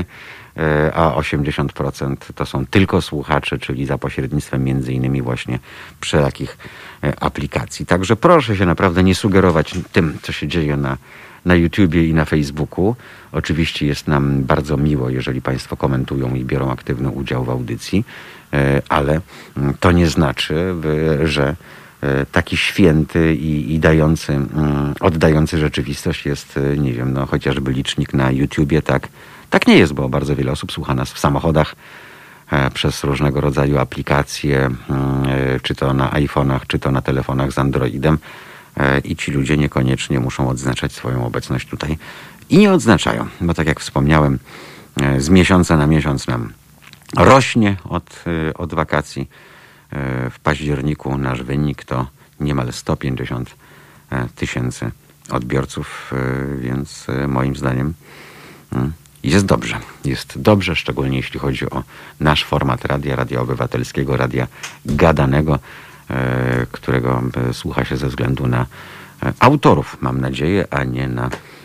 a 80% to są tylko słuchacze, czyli za pośrednictwem między innymi właśnie wszelakich aplikacji. Także proszę się naprawdę nie sugerować tym, co się dzieje na YouTubie i na Facebooku. Oczywiście jest nam bardzo miło, jeżeli Państwo komentują i biorą aktywny udział w audycji, ale to nie znaczy, że taki święty i oddający rzeczywistość jest, nie wiem, no chociażby licznik na YouTubie, tak? Tak nie jest, bo bardzo wiele osób słucha nas w samochodach przez różnego rodzaju aplikacje, czy to na iPhone'ach, czy to na telefonach z Androidem i ci ludzie niekoniecznie muszą odznaczać swoją obecność tutaj i nie odznaczają, bo tak jak wspomniałem, z miesiąca na miesiąc nam rośnie od wakacji. W październiku nasz wynik to niemal 150 000 odbiorców, więc moim zdaniem jest dobrze. Jest dobrze, szczególnie jeśli chodzi o nasz format radia obywatelskiego, radia gadanego, którego słucha się ze względu na autorów, mam nadzieję, a nie na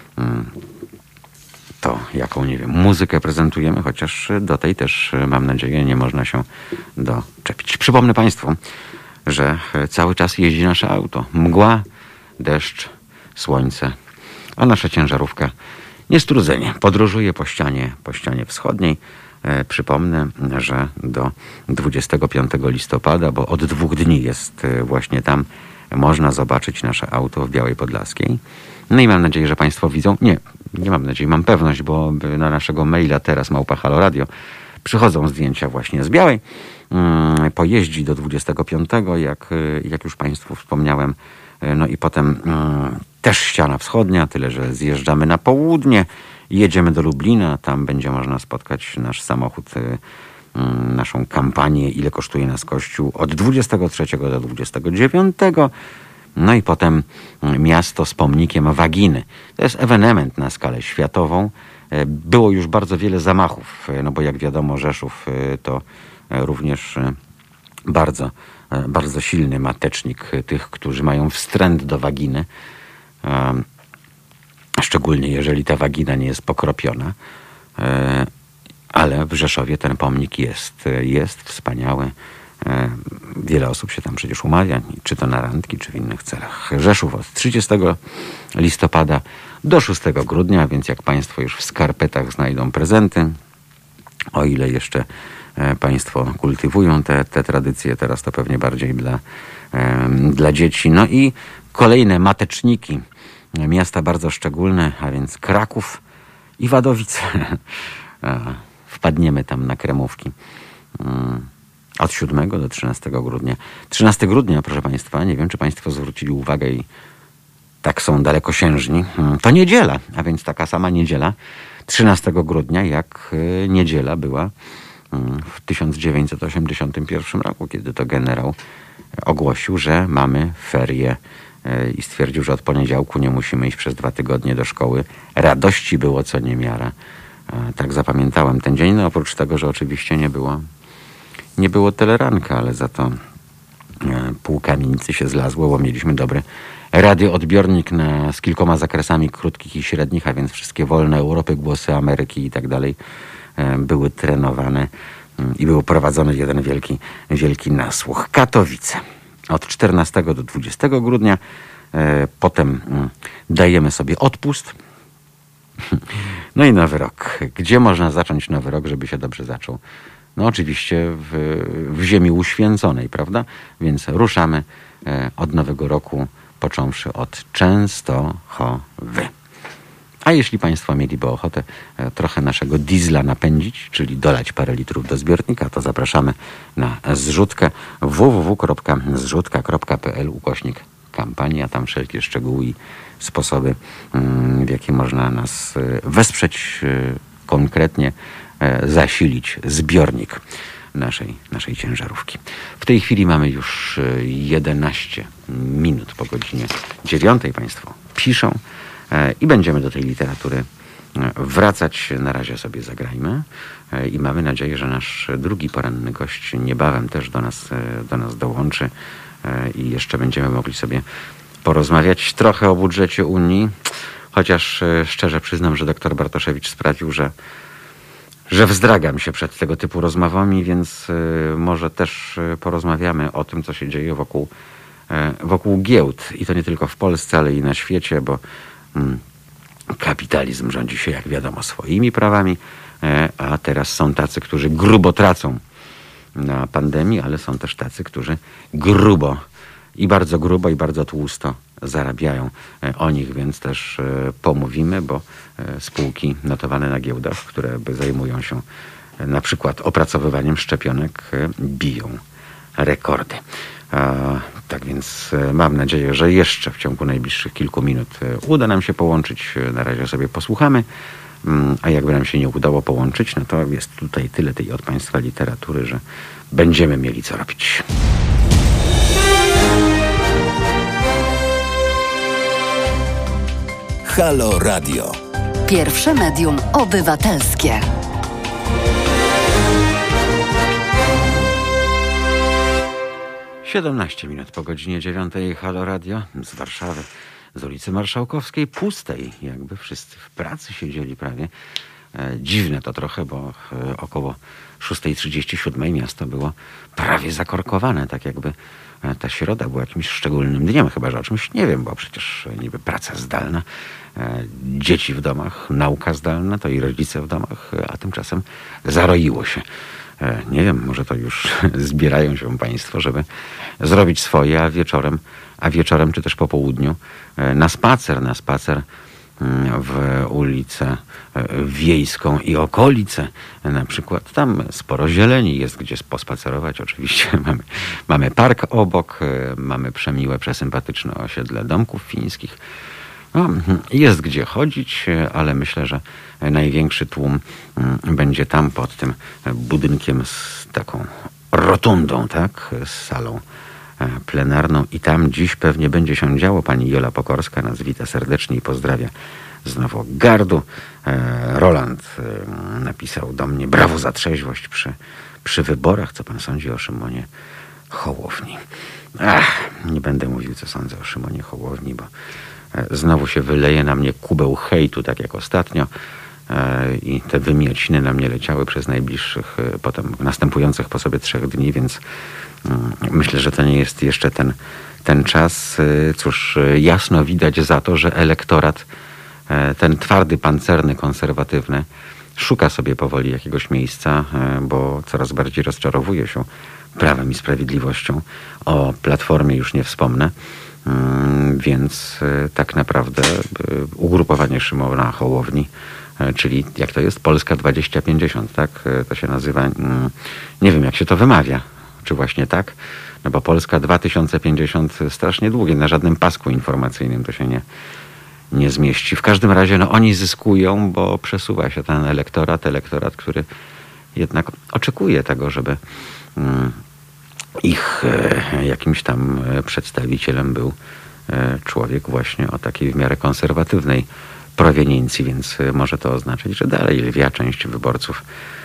to, jaką, nie wiem, muzykę prezentujemy, chociaż do tej też, mam nadzieję, nie można się doczepić. Przypomnę Państwu, że cały czas jeździ nasze auto. Mgła, deszcz, słońce, a nasza ciężarówka niestrudzenie podróżuje po ścianie wschodniej. Przypomnę, że do 25 listopada, bo od 2 dni jest właśnie tam, można zobaczyć nasze auto w Białej Podlaskiej. No i mam nadzieję, że Państwo widzą. Nie mam nadziei, mam pewność, bo na naszego maila teraz @haloradio przychodzą zdjęcia właśnie z Białej. Pojeździ do 25, jak już Państwu wspomniałem. No i potem też ściana wschodnia, tyle że zjeżdżamy na południe, jedziemy do Lublina, tam będzie można spotkać nasz samochód, naszą kampanię, ile kosztuje nas Kościół, od 23 do 29. No i potem miasto z pomnikiem Waginy. To jest ewenement na skalę światową. Było już bardzo wiele zamachów, no bo jak wiadomo, Rzeszów to również bardzo silny matecznik tych, którzy mają wstręt do waginy. Szczególnie jeżeli ta wagina nie jest pokropiona. Ale w Rzeszowie ten pomnik jest wspaniały. Wiele osób się tam przecież umawia, czy to na randki, czy w innych celach. Rzeszów od 30 listopada do 6 grudnia, więc jak Państwo już w skarpetach znajdą prezenty, o ile jeszcze Państwo kultywują te tradycje, teraz to pewnie bardziej dla dzieci. No i kolejne mateczniki, miasta bardzo szczególne, a więc Kraków i Wadowice. Wpadniemy tam na kremówki. Od 7 do 13 grudnia. 13 grudnia, proszę Państwa, nie wiem, czy Państwo zwrócili uwagę i tak są dalekosiężni. To niedziela, a więc taka sama niedziela 13 grudnia, jak niedziela była w 1981 roku, kiedy to generał ogłosił, że mamy ferie i stwierdził, że od poniedziałku nie musimy iść przez 2 tygodnie do szkoły. Radości było co niemiara. Tak zapamiętałem ten dzień, no oprócz tego, że oczywiście nie było teleranka, ale za to pół kamienicy się zlazło, bo mieliśmy dobry radioodbiornik z kilkoma zakresami krótkich i średnich, a więc wszystkie wolne Europy, głosy Ameryki i tak dalej były trenowane i był prowadzony jeden wielki nasłuch. Katowice od 14 do 20 grudnia. Potem dajemy sobie odpust. No i nowy rok. Gdzie można zacząć nowy rok, żeby się dobrze zaczął? No oczywiście w ziemi uświęconej, prawda? Więc ruszamy od nowego roku, począwszy od Częstochowy. A jeśli Państwo mieliby ochotę trochę naszego diesla napędzić, czyli dolać parę litrów do zbiornika, to zapraszamy na zrzutkę www.zrzutka.pl/kampania. Tam wszelkie szczegóły i sposoby, w jakie można nas wesprzeć, konkretnie zasilić zbiornik naszej ciężarówki. W tej chwili mamy już 11 minut po godzinie 9. Państwo piszą i będziemy do tej literatury wracać. Na razie sobie zagrajmy i mamy nadzieję, że nasz drugi poranny gość niebawem też do nas dołączy i jeszcze będziemy mogli sobie porozmawiać trochę o budżecie Unii, chociaż szczerze przyznam, że dr Bartoszewicz sprawił, że że wzdragam się przed tego typu rozmowami, więc może też porozmawiamy o tym, co się dzieje wokół giełd. I to nie tylko w Polsce, ale i na świecie, bo kapitalizm rządzi się, jak wiadomo, swoimi prawami, a teraz są tacy, którzy grubo tracą na pandemii, ale są też tacy, którzy grubo i bardzo tłusto zarabiają. O nich więc też pomówimy, bo spółki notowane na giełdach, które zajmują się na przykład opracowywaniem szczepionek, biją rekordy. Tak więc mam nadzieję, że jeszcze w ciągu najbliższych kilku minut uda nam się połączyć. Na razie sobie posłuchamy, a jakby nam się nie udało połączyć, no to jest tutaj tyle tej od Państwa literatury, że będziemy mieli co robić.
Halo Radio.
Pierwsze medium obywatelskie.
Siedemnaście minut po godzinie 9. Halo Radio z Warszawy, z ulicy Marszałkowskiej, pustej, jakby wszyscy w pracy siedzieli prawie. Dziwne to trochę, bo około 6:37 miasto było prawie zakorkowane, tak jakby ta środa była jakimś szczególnym dniem, chyba że o czymś nie wiem, bo przecież niby praca zdalna, dzieci w domach, nauka zdalna, to i rodzice w domach, a tymczasem zaroiło się. Nie wiem, może to już zbierają się Państwo, żeby zrobić swoje, a wieczorem czy też po południu na spacer w ulicę Wiejską i okolice. Na przykład tam sporo zieleni jest, gdzie pospacerować. Oczywiście mamy park obok, mamy przemiłe, przesympatyczne osiedle domków fińskich. No, jest gdzie chodzić, ale myślę, że największy tłum będzie tam pod tym budynkiem z taką rotundą, tak? Z salą plenarną i tam dziś pewnie będzie się działo. Pani Jola Pokorska nas wita serdecznie i pozdrawia z Nowogardu. Roland napisał do mnie: brawo za trzeźwość przy wyborach. Co pan sądzi o Szymonie Hołowni? Nie będę mówił, co sądzę o Szymonie Hołowni, bo znowu się wyleje na mnie kubeł hejtu, tak jak ostatnio. I te wymiociny na mnie leciały przez najbliższych, potem następujących po sobie 3 dni, więc myślę, że to nie jest jeszcze ten czas. Cóż, jasno widać za to, że elektorat, ten twardy, pancerny, konserwatywny, szuka sobie powoli jakiegoś miejsca, bo coraz bardziej rozczarowuje się Prawem i Sprawiedliwością. O Platformie już nie wspomnę. Więc tak naprawdę ugrupowanie Szymona Hołowni, czyli jak to jest? Polska 2050, tak? To się nazywa, nie wiem jak się to wymawia, czy właśnie tak? No bo Polska 2050 strasznie długie, na żadnym pasku informacyjnym to się nie zmieści. W każdym razie no, oni zyskują, bo przesuwa się ten elektorat, który jednak oczekuje tego, żeby ich jakimś tam przedstawicielem był człowiek właśnie o takiej w miarę konserwatywnej proweniencji, więc może to oznaczać, że dalej lwia część wyborców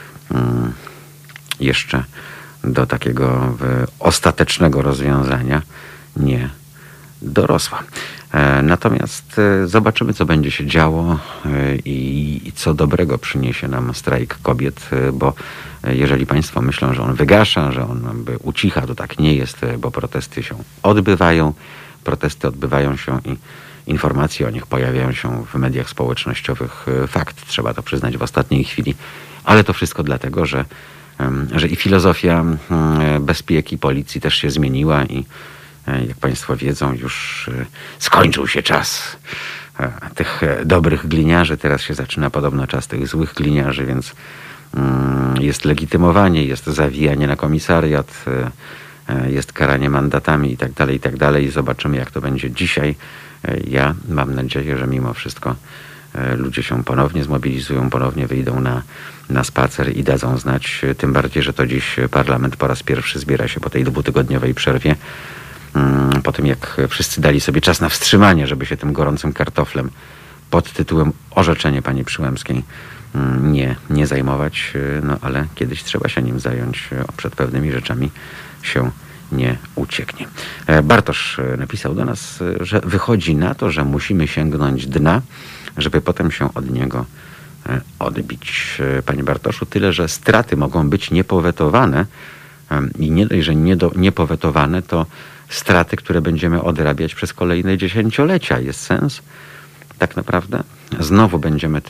jeszcze do takiego ostatecznego rozwiązania nie dorosła. Natomiast zobaczymy, co będzie się działo i co dobrego przyniesie nam strajk kobiet, bo jeżeli Państwo myślą, że on wygasza, że on ucicha, to tak nie jest, bo protesty się odbywają. Protesty odbywają się i informacje o nich pojawiają się w mediach społecznościowych. Fakt, trzeba to przyznać w ostatniej chwili, ale to wszystko dlatego, że i filozofia bezpieki policji też się zmieniła i jak Państwo wiedzą, już skończył się czas tych dobrych gliniarzy. Teraz się zaczyna podobno czas tych złych gliniarzy, więc jest legitymowanie, jest zawijanie na komisariat, jest karanie mandatami i tak dalej. Zobaczymy, jak to będzie dzisiaj. Ja mam nadzieję, że mimo wszystko ludzie się ponownie zmobilizują, ponownie wyjdą na spacer i dadzą znać. Tym bardziej, że to dziś parlament po raz pierwszy zbiera się po tej 2-tygodniowej przerwie. Po tym, jak wszyscy dali sobie czas na wstrzymanie, żeby się tym gorącym kartoflem pod tytułem orzeczenie pani Przyłębskiej nie zajmować, no ale kiedyś trzeba się nim zająć, przed pewnymi rzeczami się nie ucieknie. Bartosz napisał do nas, że wychodzi na to, że musimy sięgnąć dna, żeby potem się od niego odbić. Panie Bartoszu, tyle, że straty mogą być niepowetowane i nie dość, że niepowetowane, to straty, które będziemy odrabiać przez kolejne dziesięciolecia. Jest sens? Tak naprawdę? Znowu będziemy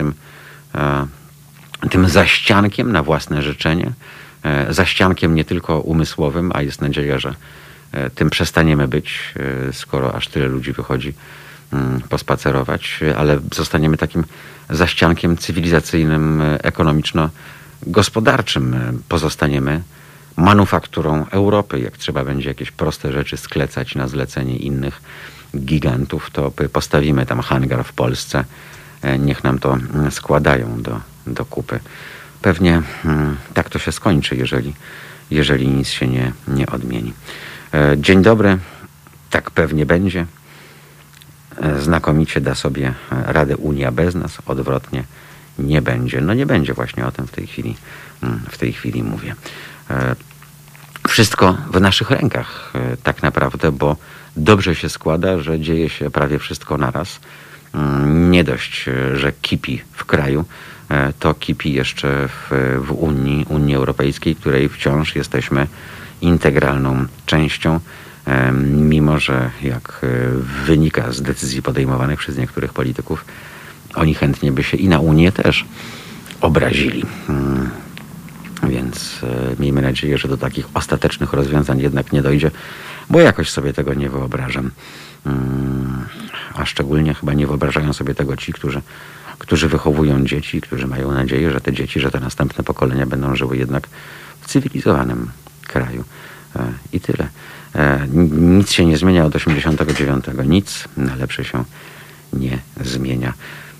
tym zaściankiem na własne życzenie, zaściankiem nie tylko umysłowym, a jest nadzieja, że tym przestaniemy być, skoro aż tyle ludzi wychodzi pospacerować, ale zostaniemy takim zaściankiem cywilizacyjnym, ekonomiczno-gospodarczym. Pozostaniemy manufakturą Europy. Jak trzeba będzie jakieś proste rzeczy sklecać na zlecenie innych gigantów, to postawimy tam hangar w Polsce. Niech nam to składają do kupy. Pewnie tak to się skończy, jeżeli nic się nie odmieni. Dzień dobry. Tak pewnie będzie. Znakomicie da sobie radę Unia bez nas. Odwrotnie nie będzie. No nie będzie, właśnie o tym w tej chwili mówię. Wszystko w naszych rękach tak naprawdę, bo dobrze się składa, że dzieje się prawie wszystko naraz. Nie dość, że kipi w kraju, to kipi jeszcze w Unii Europejskiej, której wciąż jesteśmy integralną częścią, mimo że jak wynika z decyzji podejmowanych przez niektórych polityków, oni chętnie by się i na Unię też obrazili. Więc miejmy nadzieję, że do takich ostatecznych rozwiązań jednak nie dojdzie, bo jakoś sobie tego nie wyobrażam. A szczególnie chyba nie wyobrażają sobie tego ci, którzy wychowują dzieci, którzy mają nadzieję, że te dzieci, że te następne pokolenia będą żyły jednak w cywilizowanym kraju. I tyle. Nic się nie zmienia od 89. Nic na lepsze się nie zmienia.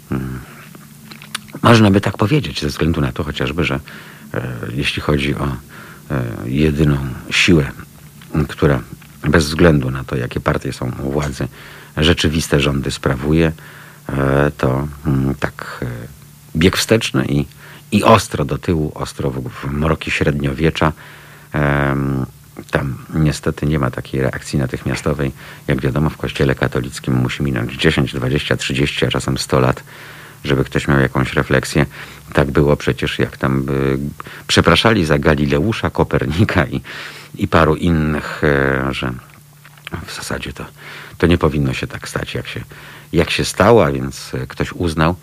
Można by tak powiedzieć, ze względu na to chociażby, że jeśli chodzi o jedyną siłę, która bez względu na to, jakie partie są u władzy, rzeczywiste rządy sprawuje, to tak bieg wsteczny i ostro do tyłu, ostro w mroki średniowiecza. Tam niestety nie ma takiej reakcji natychmiastowej. Jak wiadomo, w Kościele katolickim musi minąć 10, 20, 30, a czasem 100 lat, żeby ktoś miał jakąś refleksję. Tak było przecież, jak tam przepraszali za Galileusza, Kopernika i paru innych, że w zasadzie to nie powinno się tak stać, jak się stało, a więc ktoś uznał,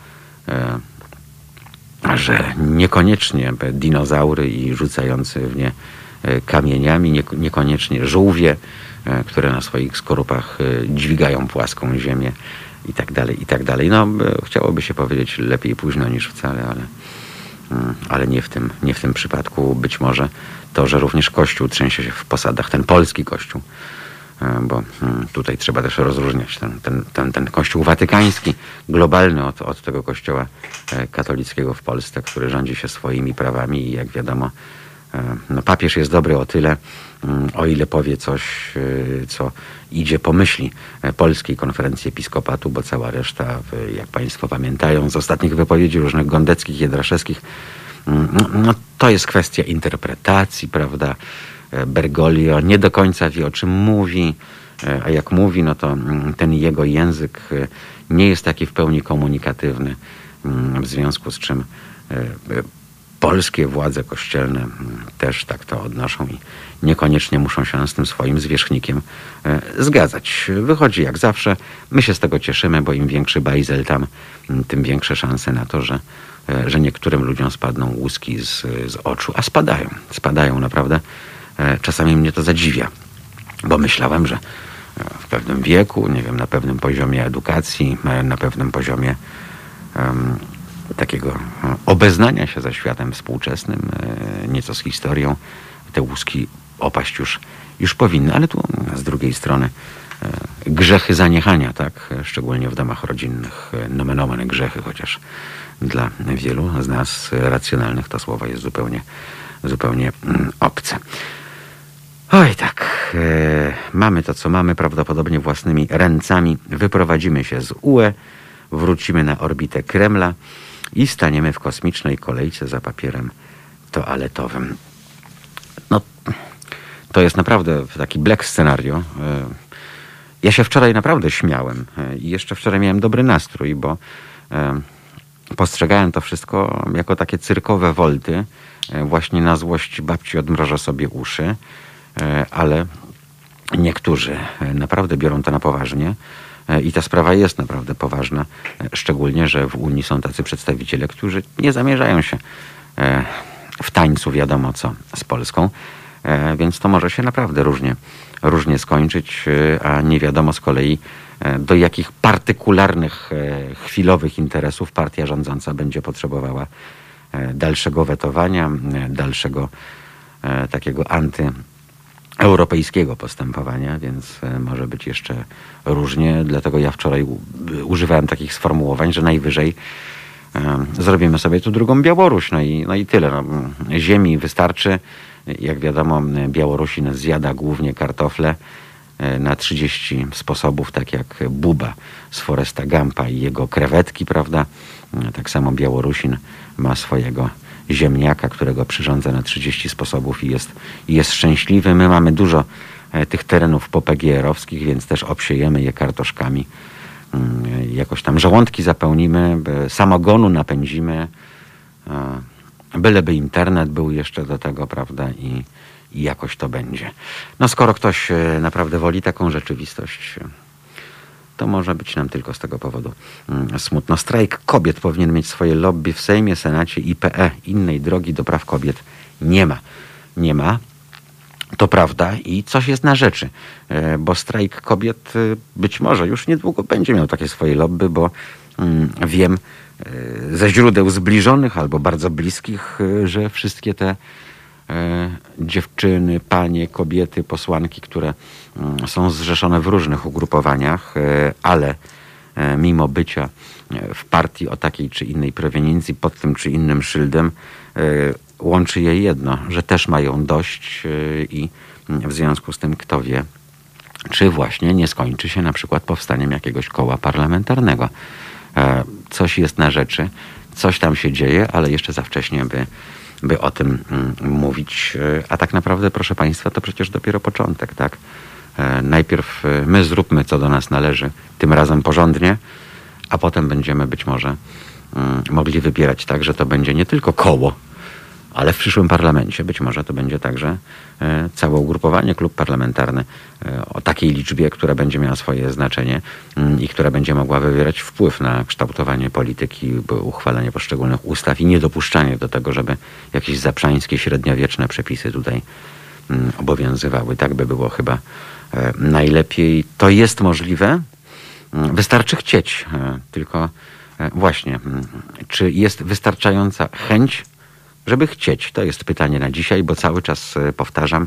że niekoniecznie dinozaury i rzucający w nie kamieniami, niekoniecznie żółwie, które na swoich skorupach dźwigają płaską ziemię i tak dalej. No, chciałoby się powiedzieć lepiej późno niż wcale, ale nie w tym przypadku. Być może to, że również Kościół trzęsie się w posadach, ten polski Kościół, bo tutaj trzeba też rozróżniać ten Kościół watykański, globalny od tego Kościoła katolickiego w Polsce, który rządzi się swoimi prawami i jak wiadomo, no, papież jest dobry o tyle, o ile powie coś, co idzie po myśli Polskiej Konferencji Episkopatu, bo cała reszta, jak Państwo pamiętają z ostatnich wypowiedzi różnych Gondeckich, Jedraszewskich, no, to jest kwestia interpretacji, prawda? Bergoglio nie do końca wie, o czym mówi, a jak mówi, no to ten jego język nie jest taki w pełni komunikatywny, w związku z czym polskie władze kościelne też tak to odnoszą i niekoniecznie muszą się z tym swoim zwierzchnikiem zgadzać. Wychodzi jak zawsze. My się z tego cieszymy, bo im większy bajzel tam, tym większe szanse na to, że niektórym ludziom spadną łuski z oczu. A spadają naprawdę. Czasami mnie to zadziwia, bo myślałem, że w pewnym wieku, nie wiem, na pewnym poziomie edukacji, na pewnym poziomie takiego obeznania się ze światem współczesnym, nieco z historią, te łuski opaść już powinny, ale tu z drugiej strony grzechy zaniechania, tak, szczególnie w domach rodzinnych, nomen omen grzechy, chociaż dla wielu z nas racjonalnych to słowo jest zupełnie obce. Oj tak, mamy to co mamy, prawdopodobnie własnymi ręcami wyprowadzimy się z UE, wrócimy na orbitę Kremla i staniemy w kosmicznej kolejce za papierem toaletowym. No, to jest naprawdę taki black scenario. Ja się wczoraj naprawdę śmiałem i jeszcze wczoraj miałem dobry nastrój, bo postrzegają to wszystko jako takie cyrkowe wolty, właśnie na złość babci odmrożę sobie uszy, ale niektórzy naprawdę biorą to na poważnie i ta sprawa jest naprawdę poważna, szczególnie, że w Unii są tacy przedstawiciele, którzy nie zamierzają się w tańcu wiadomo co z Polską, więc to może się naprawdę różnie skończyć, a nie wiadomo z kolei do jakich partykularnych, chwilowych interesów partia rządząca będzie potrzebowała dalszego wetowania, dalszego takiego antyeuropejskiego postępowania, więc może być jeszcze różnie. Dlatego ja wczoraj używałem takich sformułowań, że najwyżej zrobimy sobie tu drugą Białoruś. No i tyle. No, ziemi wystarczy. Jak wiadomo, Białorusin zjada głównie kartofle na 30 sposobów, tak jak Buba z Foresta Gampa i jego krewetki, prawda? Tak samo Białorusin ma swojego ziemniaka, którego przyrządza na 30 sposobów i jest szczęśliwy. My mamy dużo tych terenów popegeerowskich, więc też obsiejemy je kartoszkami. Jakoś tam żołądki zapełnimy, samogonu napędzimy, byleby internet był jeszcze do tego, prawda? I jakoś to będzie. No skoro ktoś naprawdę woli taką rzeczywistość, to może być nam tylko z tego powodu smutno. Strajk kobiet powinien mieć swoje lobby w Sejmie, Senacie, IPE. Innej drogi do praw kobiet nie ma. To prawda i coś jest na rzeczy, bo strajk kobiet być może już niedługo będzie miał takie swoje lobby, bo wiem ze źródeł zbliżonych albo bardzo bliskich, że wszystkie te dziewczyny, panie, kobiety, posłanki, które są zrzeszone w różnych ugrupowaniach, ale mimo bycia w partii o takiej czy innej proweniencji, pod tym czy innym szyldem, łączy je jedno, że też mają dość i w związku z tym kto wie, czy właśnie nie skończy się na przykład powstaniem jakiegoś koła parlamentarnego. Coś jest na rzeczy, coś tam się dzieje, ale jeszcze za wcześnie, by o tym mówić. A tak naprawdę, proszę Państwa, to przecież dopiero początek, tak? Najpierw my zróbmy, co do nas należy, tym razem porządnie, a potem będziemy być może mogli wybierać tak, że to będzie nie tylko koło, ale w przyszłym parlamencie być może to będzie także całe ugrupowanie, klub parlamentarny o takiej liczbie, która będzie miała swoje znaczenie i która będzie mogła wywierać wpływ na kształtowanie polityki, uchwalanie poszczególnych ustaw i niedopuszczanie do tego, żeby jakieś zaprzańskie, średniowieczne przepisy tutaj obowiązywały. Tak by było chyba najlepiej. To jest możliwe. Wystarczy chcieć. Tylko właśnie, czy jest wystarczająca chęć, żeby chcieć? To jest pytanie na dzisiaj, bo cały czas powtarzam,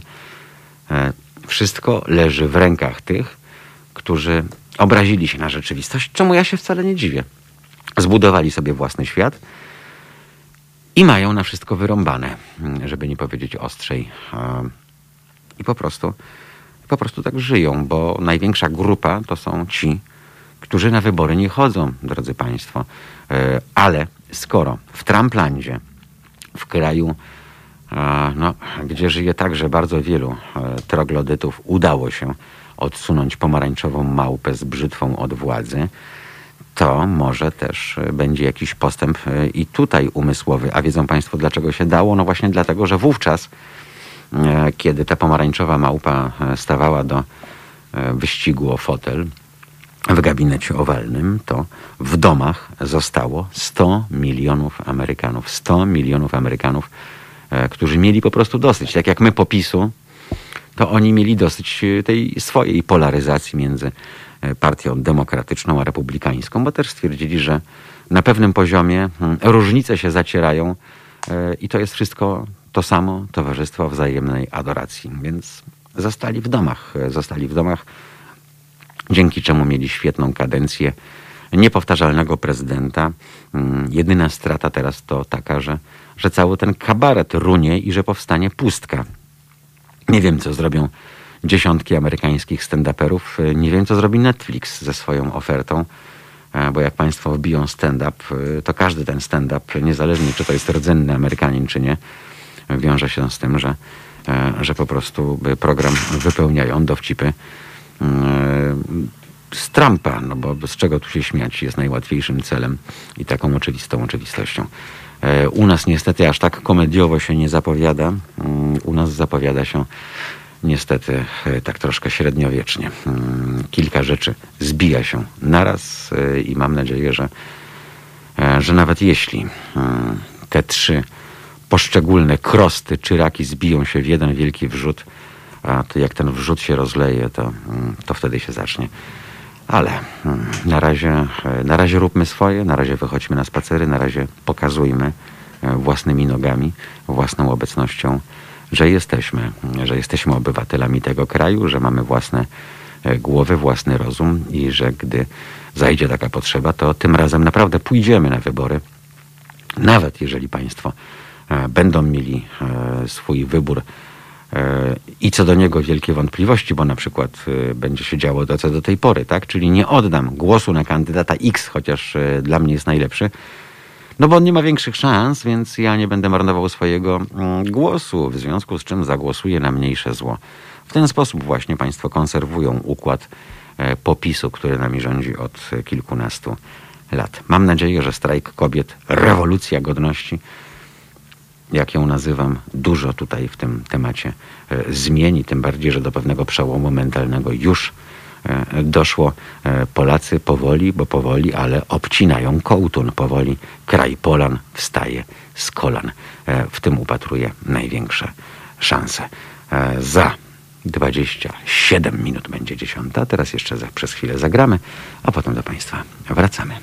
wszystko leży w rękach tych, którzy obrazili się na rzeczywistość, czemu ja się wcale nie dziwię. Zbudowali sobie własny świat i mają na wszystko wyrąbane, żeby nie powiedzieć ostrzej. I po prostu tak żyją, bo największa grupa to są ci, którzy na wybory nie chodzą, drodzy Państwo. Ale skoro w Trumplandzie, w kraju, gdzie żyje także bardzo wielu troglodytów, udało się odsunąć pomarańczową małpę z brzytwą od władzy, to może też będzie jakiś postęp i tutaj umysłowy. A wiedzą Państwo, dlaczego się dało? No właśnie dlatego, że wówczas, kiedy ta pomarańczowa małpa stawała do wyścigu o fotel w gabinecie owalnym, to w domach zostało 100 milionów Amerykanów. 100 milionów Amerykanów, którzy mieli po prostu dosyć. Tak jak my po PiS-u, to oni mieli dosyć tej swojej polaryzacji między partią demokratyczną a republikańską, bo też stwierdzili, że na pewnym poziomie różnice się zacierają i to jest wszystko to samo, towarzystwo wzajemnej adoracji. Więc zostali w domach, dzięki czemu mieli świetną kadencję niepowtarzalnego prezydenta. Jedyna strata teraz to taka, że cały ten kabaret runie i że powstanie pustka. Nie wiem, co zrobią dziesiątki amerykańskich stand-uperów. Nie wiem, co zrobi Netflix ze swoją ofertą, bo jak Państwo wbiją stand-up, to każdy ten stand-up, niezależnie czy to jest rdzenny Amerykanin, czy nie, wiąże się z tym, że po prostu program wypełniają dowcipy z Trumpa, no bo z czego tu się śmiać, jest najłatwiejszym celem i taką oczywistą oczywistością. U nas niestety aż tak komediowo się nie zapowiada. U nas zapowiada się niestety tak troszkę średniowiecznie. Kilka rzeczy zbija się naraz i mam nadzieję, że nawet jeśli te 3 poszczególne krosty czy raki zbiją się w jeden wielki wrzód, a to jak ten wrzód się rozleje, to wtedy się zacznie. Ale na razie róbmy swoje, na razie wychodźmy na spacery, na razie pokazujmy własnymi nogami, własną obecnością, że jesteśmy obywatelami tego kraju, że mamy własne głowy, własny rozum i że gdy zajdzie taka potrzeba, to tym razem naprawdę pójdziemy na wybory. Nawet jeżeli państwo będą mieli swój wybór i co do niego wielkie wątpliwości, bo na przykład będzie się działo to, co do tej pory, tak? Czyli nie oddam głosu na kandydata X, chociaż dla mnie jest najlepszy, no bo on nie ma większych szans, więc ja nie będę marnował swojego głosu, w związku z czym zagłosuję na mniejsze zło. W ten sposób właśnie państwo konserwują układ popisu, który nami rządzi od kilkunastu lat. Mam nadzieję, że strajk kobiet, rewolucja godności, jak ją nazywam, dużo tutaj w tym temacie zmieni, tym bardziej, że do pewnego przełomu mentalnego już doszło. Polacy powoli, ale obcinają kołtun. Powoli kraj Polan wstaje z kolan. W tym upatruję największe szanse. Za 27 minut będzie 10. Teraz jeszcze przez chwilę zagramy, a potem do państwa wracamy.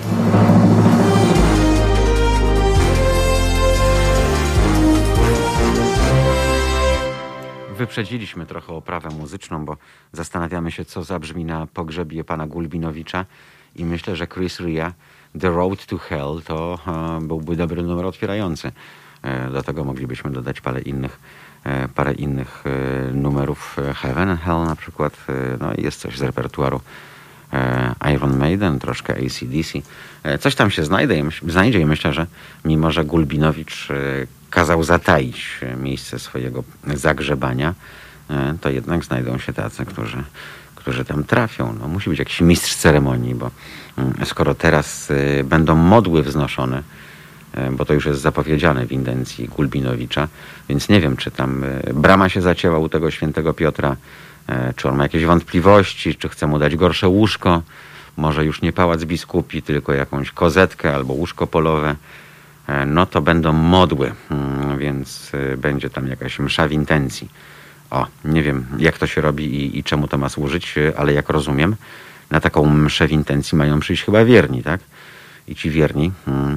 Wyprzedziliśmy trochę oprawę muzyczną, bo zastanawiamy się, co zabrzmi na pogrzebie pana Gulbinowicza i myślę, że Chris Rea, The Road to Hell, to byłby dobry numer otwierający. Do tego moglibyśmy dodać parę innych numerów. Heaven and Hell na przykład. No i jest coś z repertuaru Iron Maiden, troszkę AC/DC. Coś tam się znajdzie i myślę, że mimo, że Gulbinowicz kazał zataić miejsce swojego zagrzebania, to jednak znajdą się tacy, którzy tam trafią. No, musi być jakiś mistrz ceremonii, bo skoro teraz będą modły wznoszone, bo to już jest zapowiedziane w intencji Gulbinowicza, więc nie wiem, czy tam brama się zacięła u tego świętego Piotra, czy on ma jakieś wątpliwości, czy chce mu dać gorsze łóżko, może już nie pałac biskupi, tylko jakąś kozetkę albo łóżko polowe, no to będą modły, więc będzie tam jakaś msza w intencji. Nie wiem, jak to się robi i czemu to ma służyć, ale jak rozumiem, na taką mszę w intencji mają przyjść chyba wierni, tak? I ci wierni,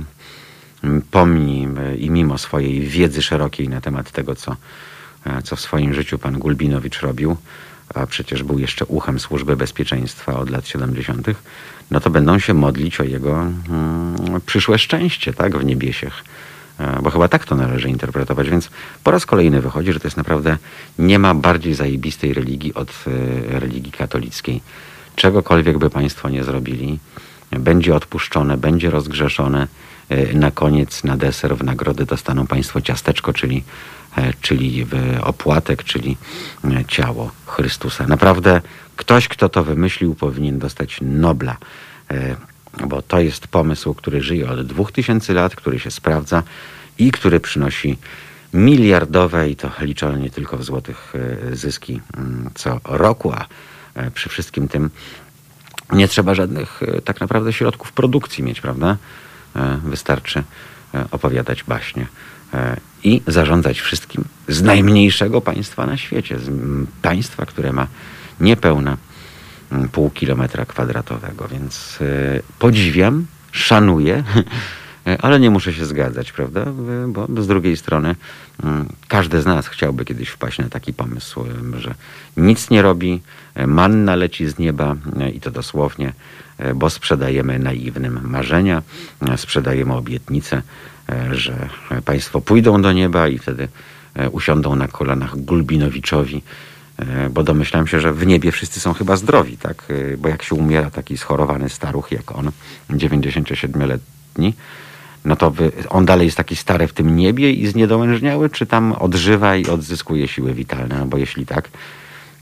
pomni i mimo swojej wiedzy szerokiej na temat tego, co w swoim życiu pan Gulbinowicz robił, a przecież był jeszcze uchem Służby Bezpieczeństwa od lat 70., no to będą się modlić o jego przyszłe szczęście, tak, w niebiesiech. Bo chyba tak to należy interpretować, więc po raz kolejny wychodzi, że to jest naprawdę, nie ma bardziej zajebistej religii od religii katolickiej. Czegokolwiek by państwo nie zrobili, będzie odpuszczone, będzie rozgrzeszone. Na koniec, na deser, w nagrodę dostaną państwo ciasteczko, czyli opłatek, czyli ciało Chrystusa. Naprawdę ktoś, kto to wymyślił, powinien dostać Nobla, bo to jest pomysł, który żyje od 2000 lat, który się sprawdza i który przynosi miliardowe, i to liczone nie tylko w złotych, zyski co roku, a przy wszystkim tym nie trzeba żadnych tak naprawdę środków produkcji mieć, prawda? Wystarczy opowiadać baśnie i zarządzać wszystkim z najmniejszego państwa na świecie, z państwa, które ma niespełna pół kilometra kwadratowego, więc podziwiam, szanuję, ale nie muszę się zgadzać, prawda? Bo z drugiej strony każdy z nas chciałby kiedyś wpaść na taki pomysł, że nic nie robi, manna leci z nieba i to dosłownie, bo sprzedajemy naiwnym marzenia, sprzedajemy obietnice, że państwo pójdą do nieba i wtedy usiądą na kolanach Gulbinowiczowi, bo domyślam się, że w niebie wszyscy są chyba zdrowi, tak? Bo jak się umiera taki schorowany staruch jak on, 97-letni, no to on dalej jest taki stary w tym niebie i zniedołężniały, czy tam odżywa i odzyskuje siły witalne? No bo jeśli tak,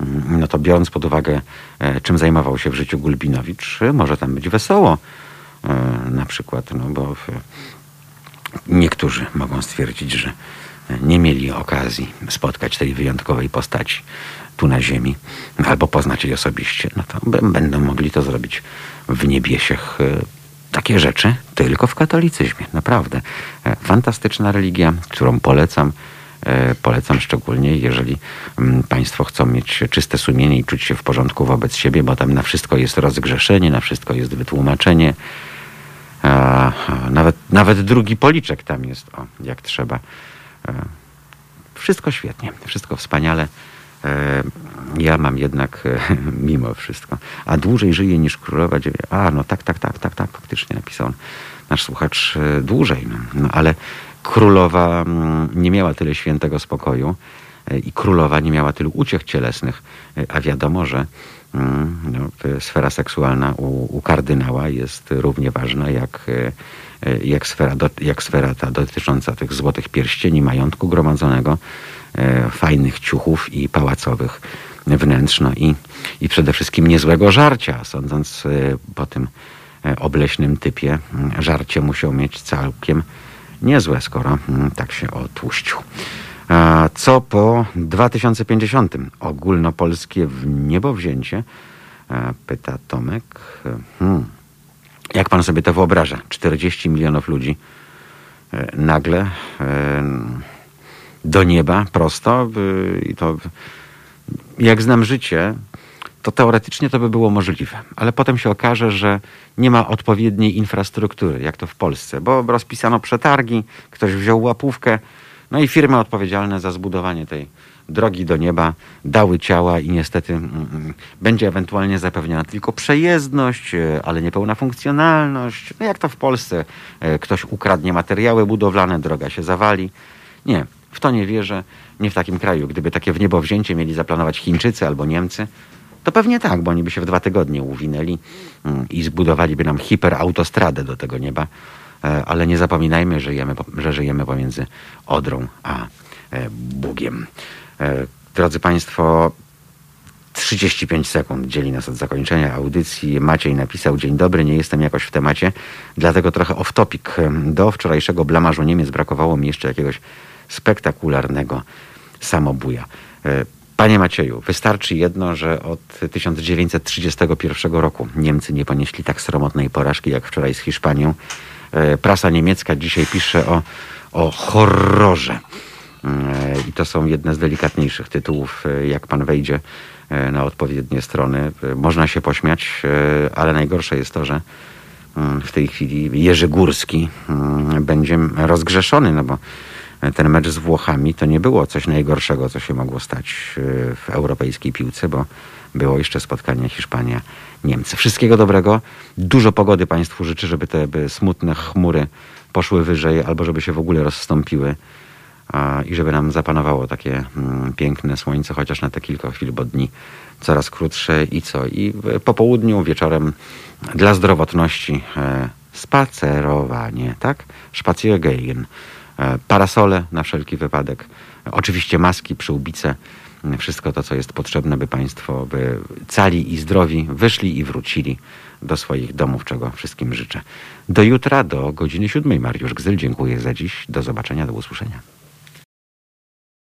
no to biorąc pod uwagę, czym zajmował się w życiu Gulbinowicz, może tam być wesoło. Na przykład, no bo niektórzy mogą stwierdzić, że nie mieli okazji spotkać tej wyjątkowej postaci tu na ziemi, albo poznać jej osobiście, no to będą mogli to zrobić w niebiesiech. Takie rzeczy tylko w katolicyzmie. Naprawdę. Fantastyczna religia, którą polecam. Polecam szczególnie, jeżeli państwo chcą mieć czyste sumienie i czuć się w porządku wobec siebie, bo tam na wszystko jest rozgrzeszenie, na wszystko jest wytłumaczenie. Nawet drugi policzek tam jest, jak trzeba. Wszystko świetnie, wszystko wspaniale. Ja mam jednak mimo wszystko, a dłużej żyje niż królowa dziewięć. No tak, faktycznie napisał nasz słuchacz dłużej. No, ale królowa nie miała tyle świętego spokoju i królowa nie miała tylu uciech cielesnych, a wiadomo, że sfera seksualna u kardynała jest równie ważna jak sfera ta dotycząca tych złotych pierścieni, majątku gromadzonego, fajnych ciuchów i pałacowych wnętrz, no i przede wszystkim niezłego żarcia. Sądząc po tym obleśnym typie, żarcie musiał mieć całkiem niezłe, skoro tak się otłuścił. Co po 2050? Ogólnopolskie wniebowzięcie? Pyta Tomek. Jak pan sobie to wyobraża? 40 milionów ludzi nagle do nieba prosto i to, jak znam życie, to teoretycznie to by było możliwe, ale potem się okaże, że nie ma odpowiedniej infrastruktury, jak to w Polsce, bo rozpisano przetargi, ktoś wziął łapówkę, no i firmy odpowiedzialne za zbudowanie tej drogi do nieba dały ciała i niestety będzie ewentualnie zapewniona tylko przejezdność, ale niepełna funkcjonalność. No jak to w Polsce, ktoś ukradnie materiały budowlane, droga się zawali. Nie, w to nie wierzę, nie w takim kraju. Gdyby takie wniebowzięcie mieli zaplanować Chińczycy albo Niemcy, to pewnie tak, bo oni by się w 2 tygodnie uwinęli i zbudowaliby nam hiperautostradę do tego nieba. Ale nie zapominajmy, że żyjemy pomiędzy Odrą a Bugiem. Drodzy Państwo, 35 sekund dzieli nas od zakończenia audycji. Maciej napisał: dzień dobry, nie jestem jakoś w temacie, dlatego trochę off topic. Do wczorajszego blamażu Niemiec brakowało mi jeszcze jakiegoś spektakularnego samobuja. Panie Macieju, wystarczy jedno, że od 1931 roku Niemcy nie ponieśli tak sromotnej porażki jak wczoraj z Hiszpanią. Prasa niemiecka dzisiaj pisze o horrorze. I to są jedne z delikatniejszych tytułów. Jak pan wejdzie na odpowiednie strony, można się pośmiać, ale najgorsze jest to, że w tej chwili Jerzy Górski będzie rozgrzeszony, no bo ten mecz z Włochami to nie było coś najgorszego, co się mogło stać w europejskiej piłce, bo było jeszcze spotkanie Hiszpania-Niemcy. Wszystkiego dobrego. Dużo pogody Państwu życzę, żeby te smutne chmury poszły wyżej, albo żeby się w ogóle rozstąpiły i żeby nam zapanowało takie piękne słońce, chociaż na te kilka chwil, bo dni coraz krótsze i po południu, wieczorem dla zdrowotności spacerowanie, tak? Spaziergehen. Parasole na wszelki wypadek. Oczywiście maski, przyłbice. Wszystko to, co jest potrzebne, by Państwo cali i zdrowi wyszli i wrócili do swoich domów, czego wszystkim życzę. Do jutra, do godziny 7. Mariusz Gzyl, dziękuję za dziś. Do zobaczenia, do usłyszenia.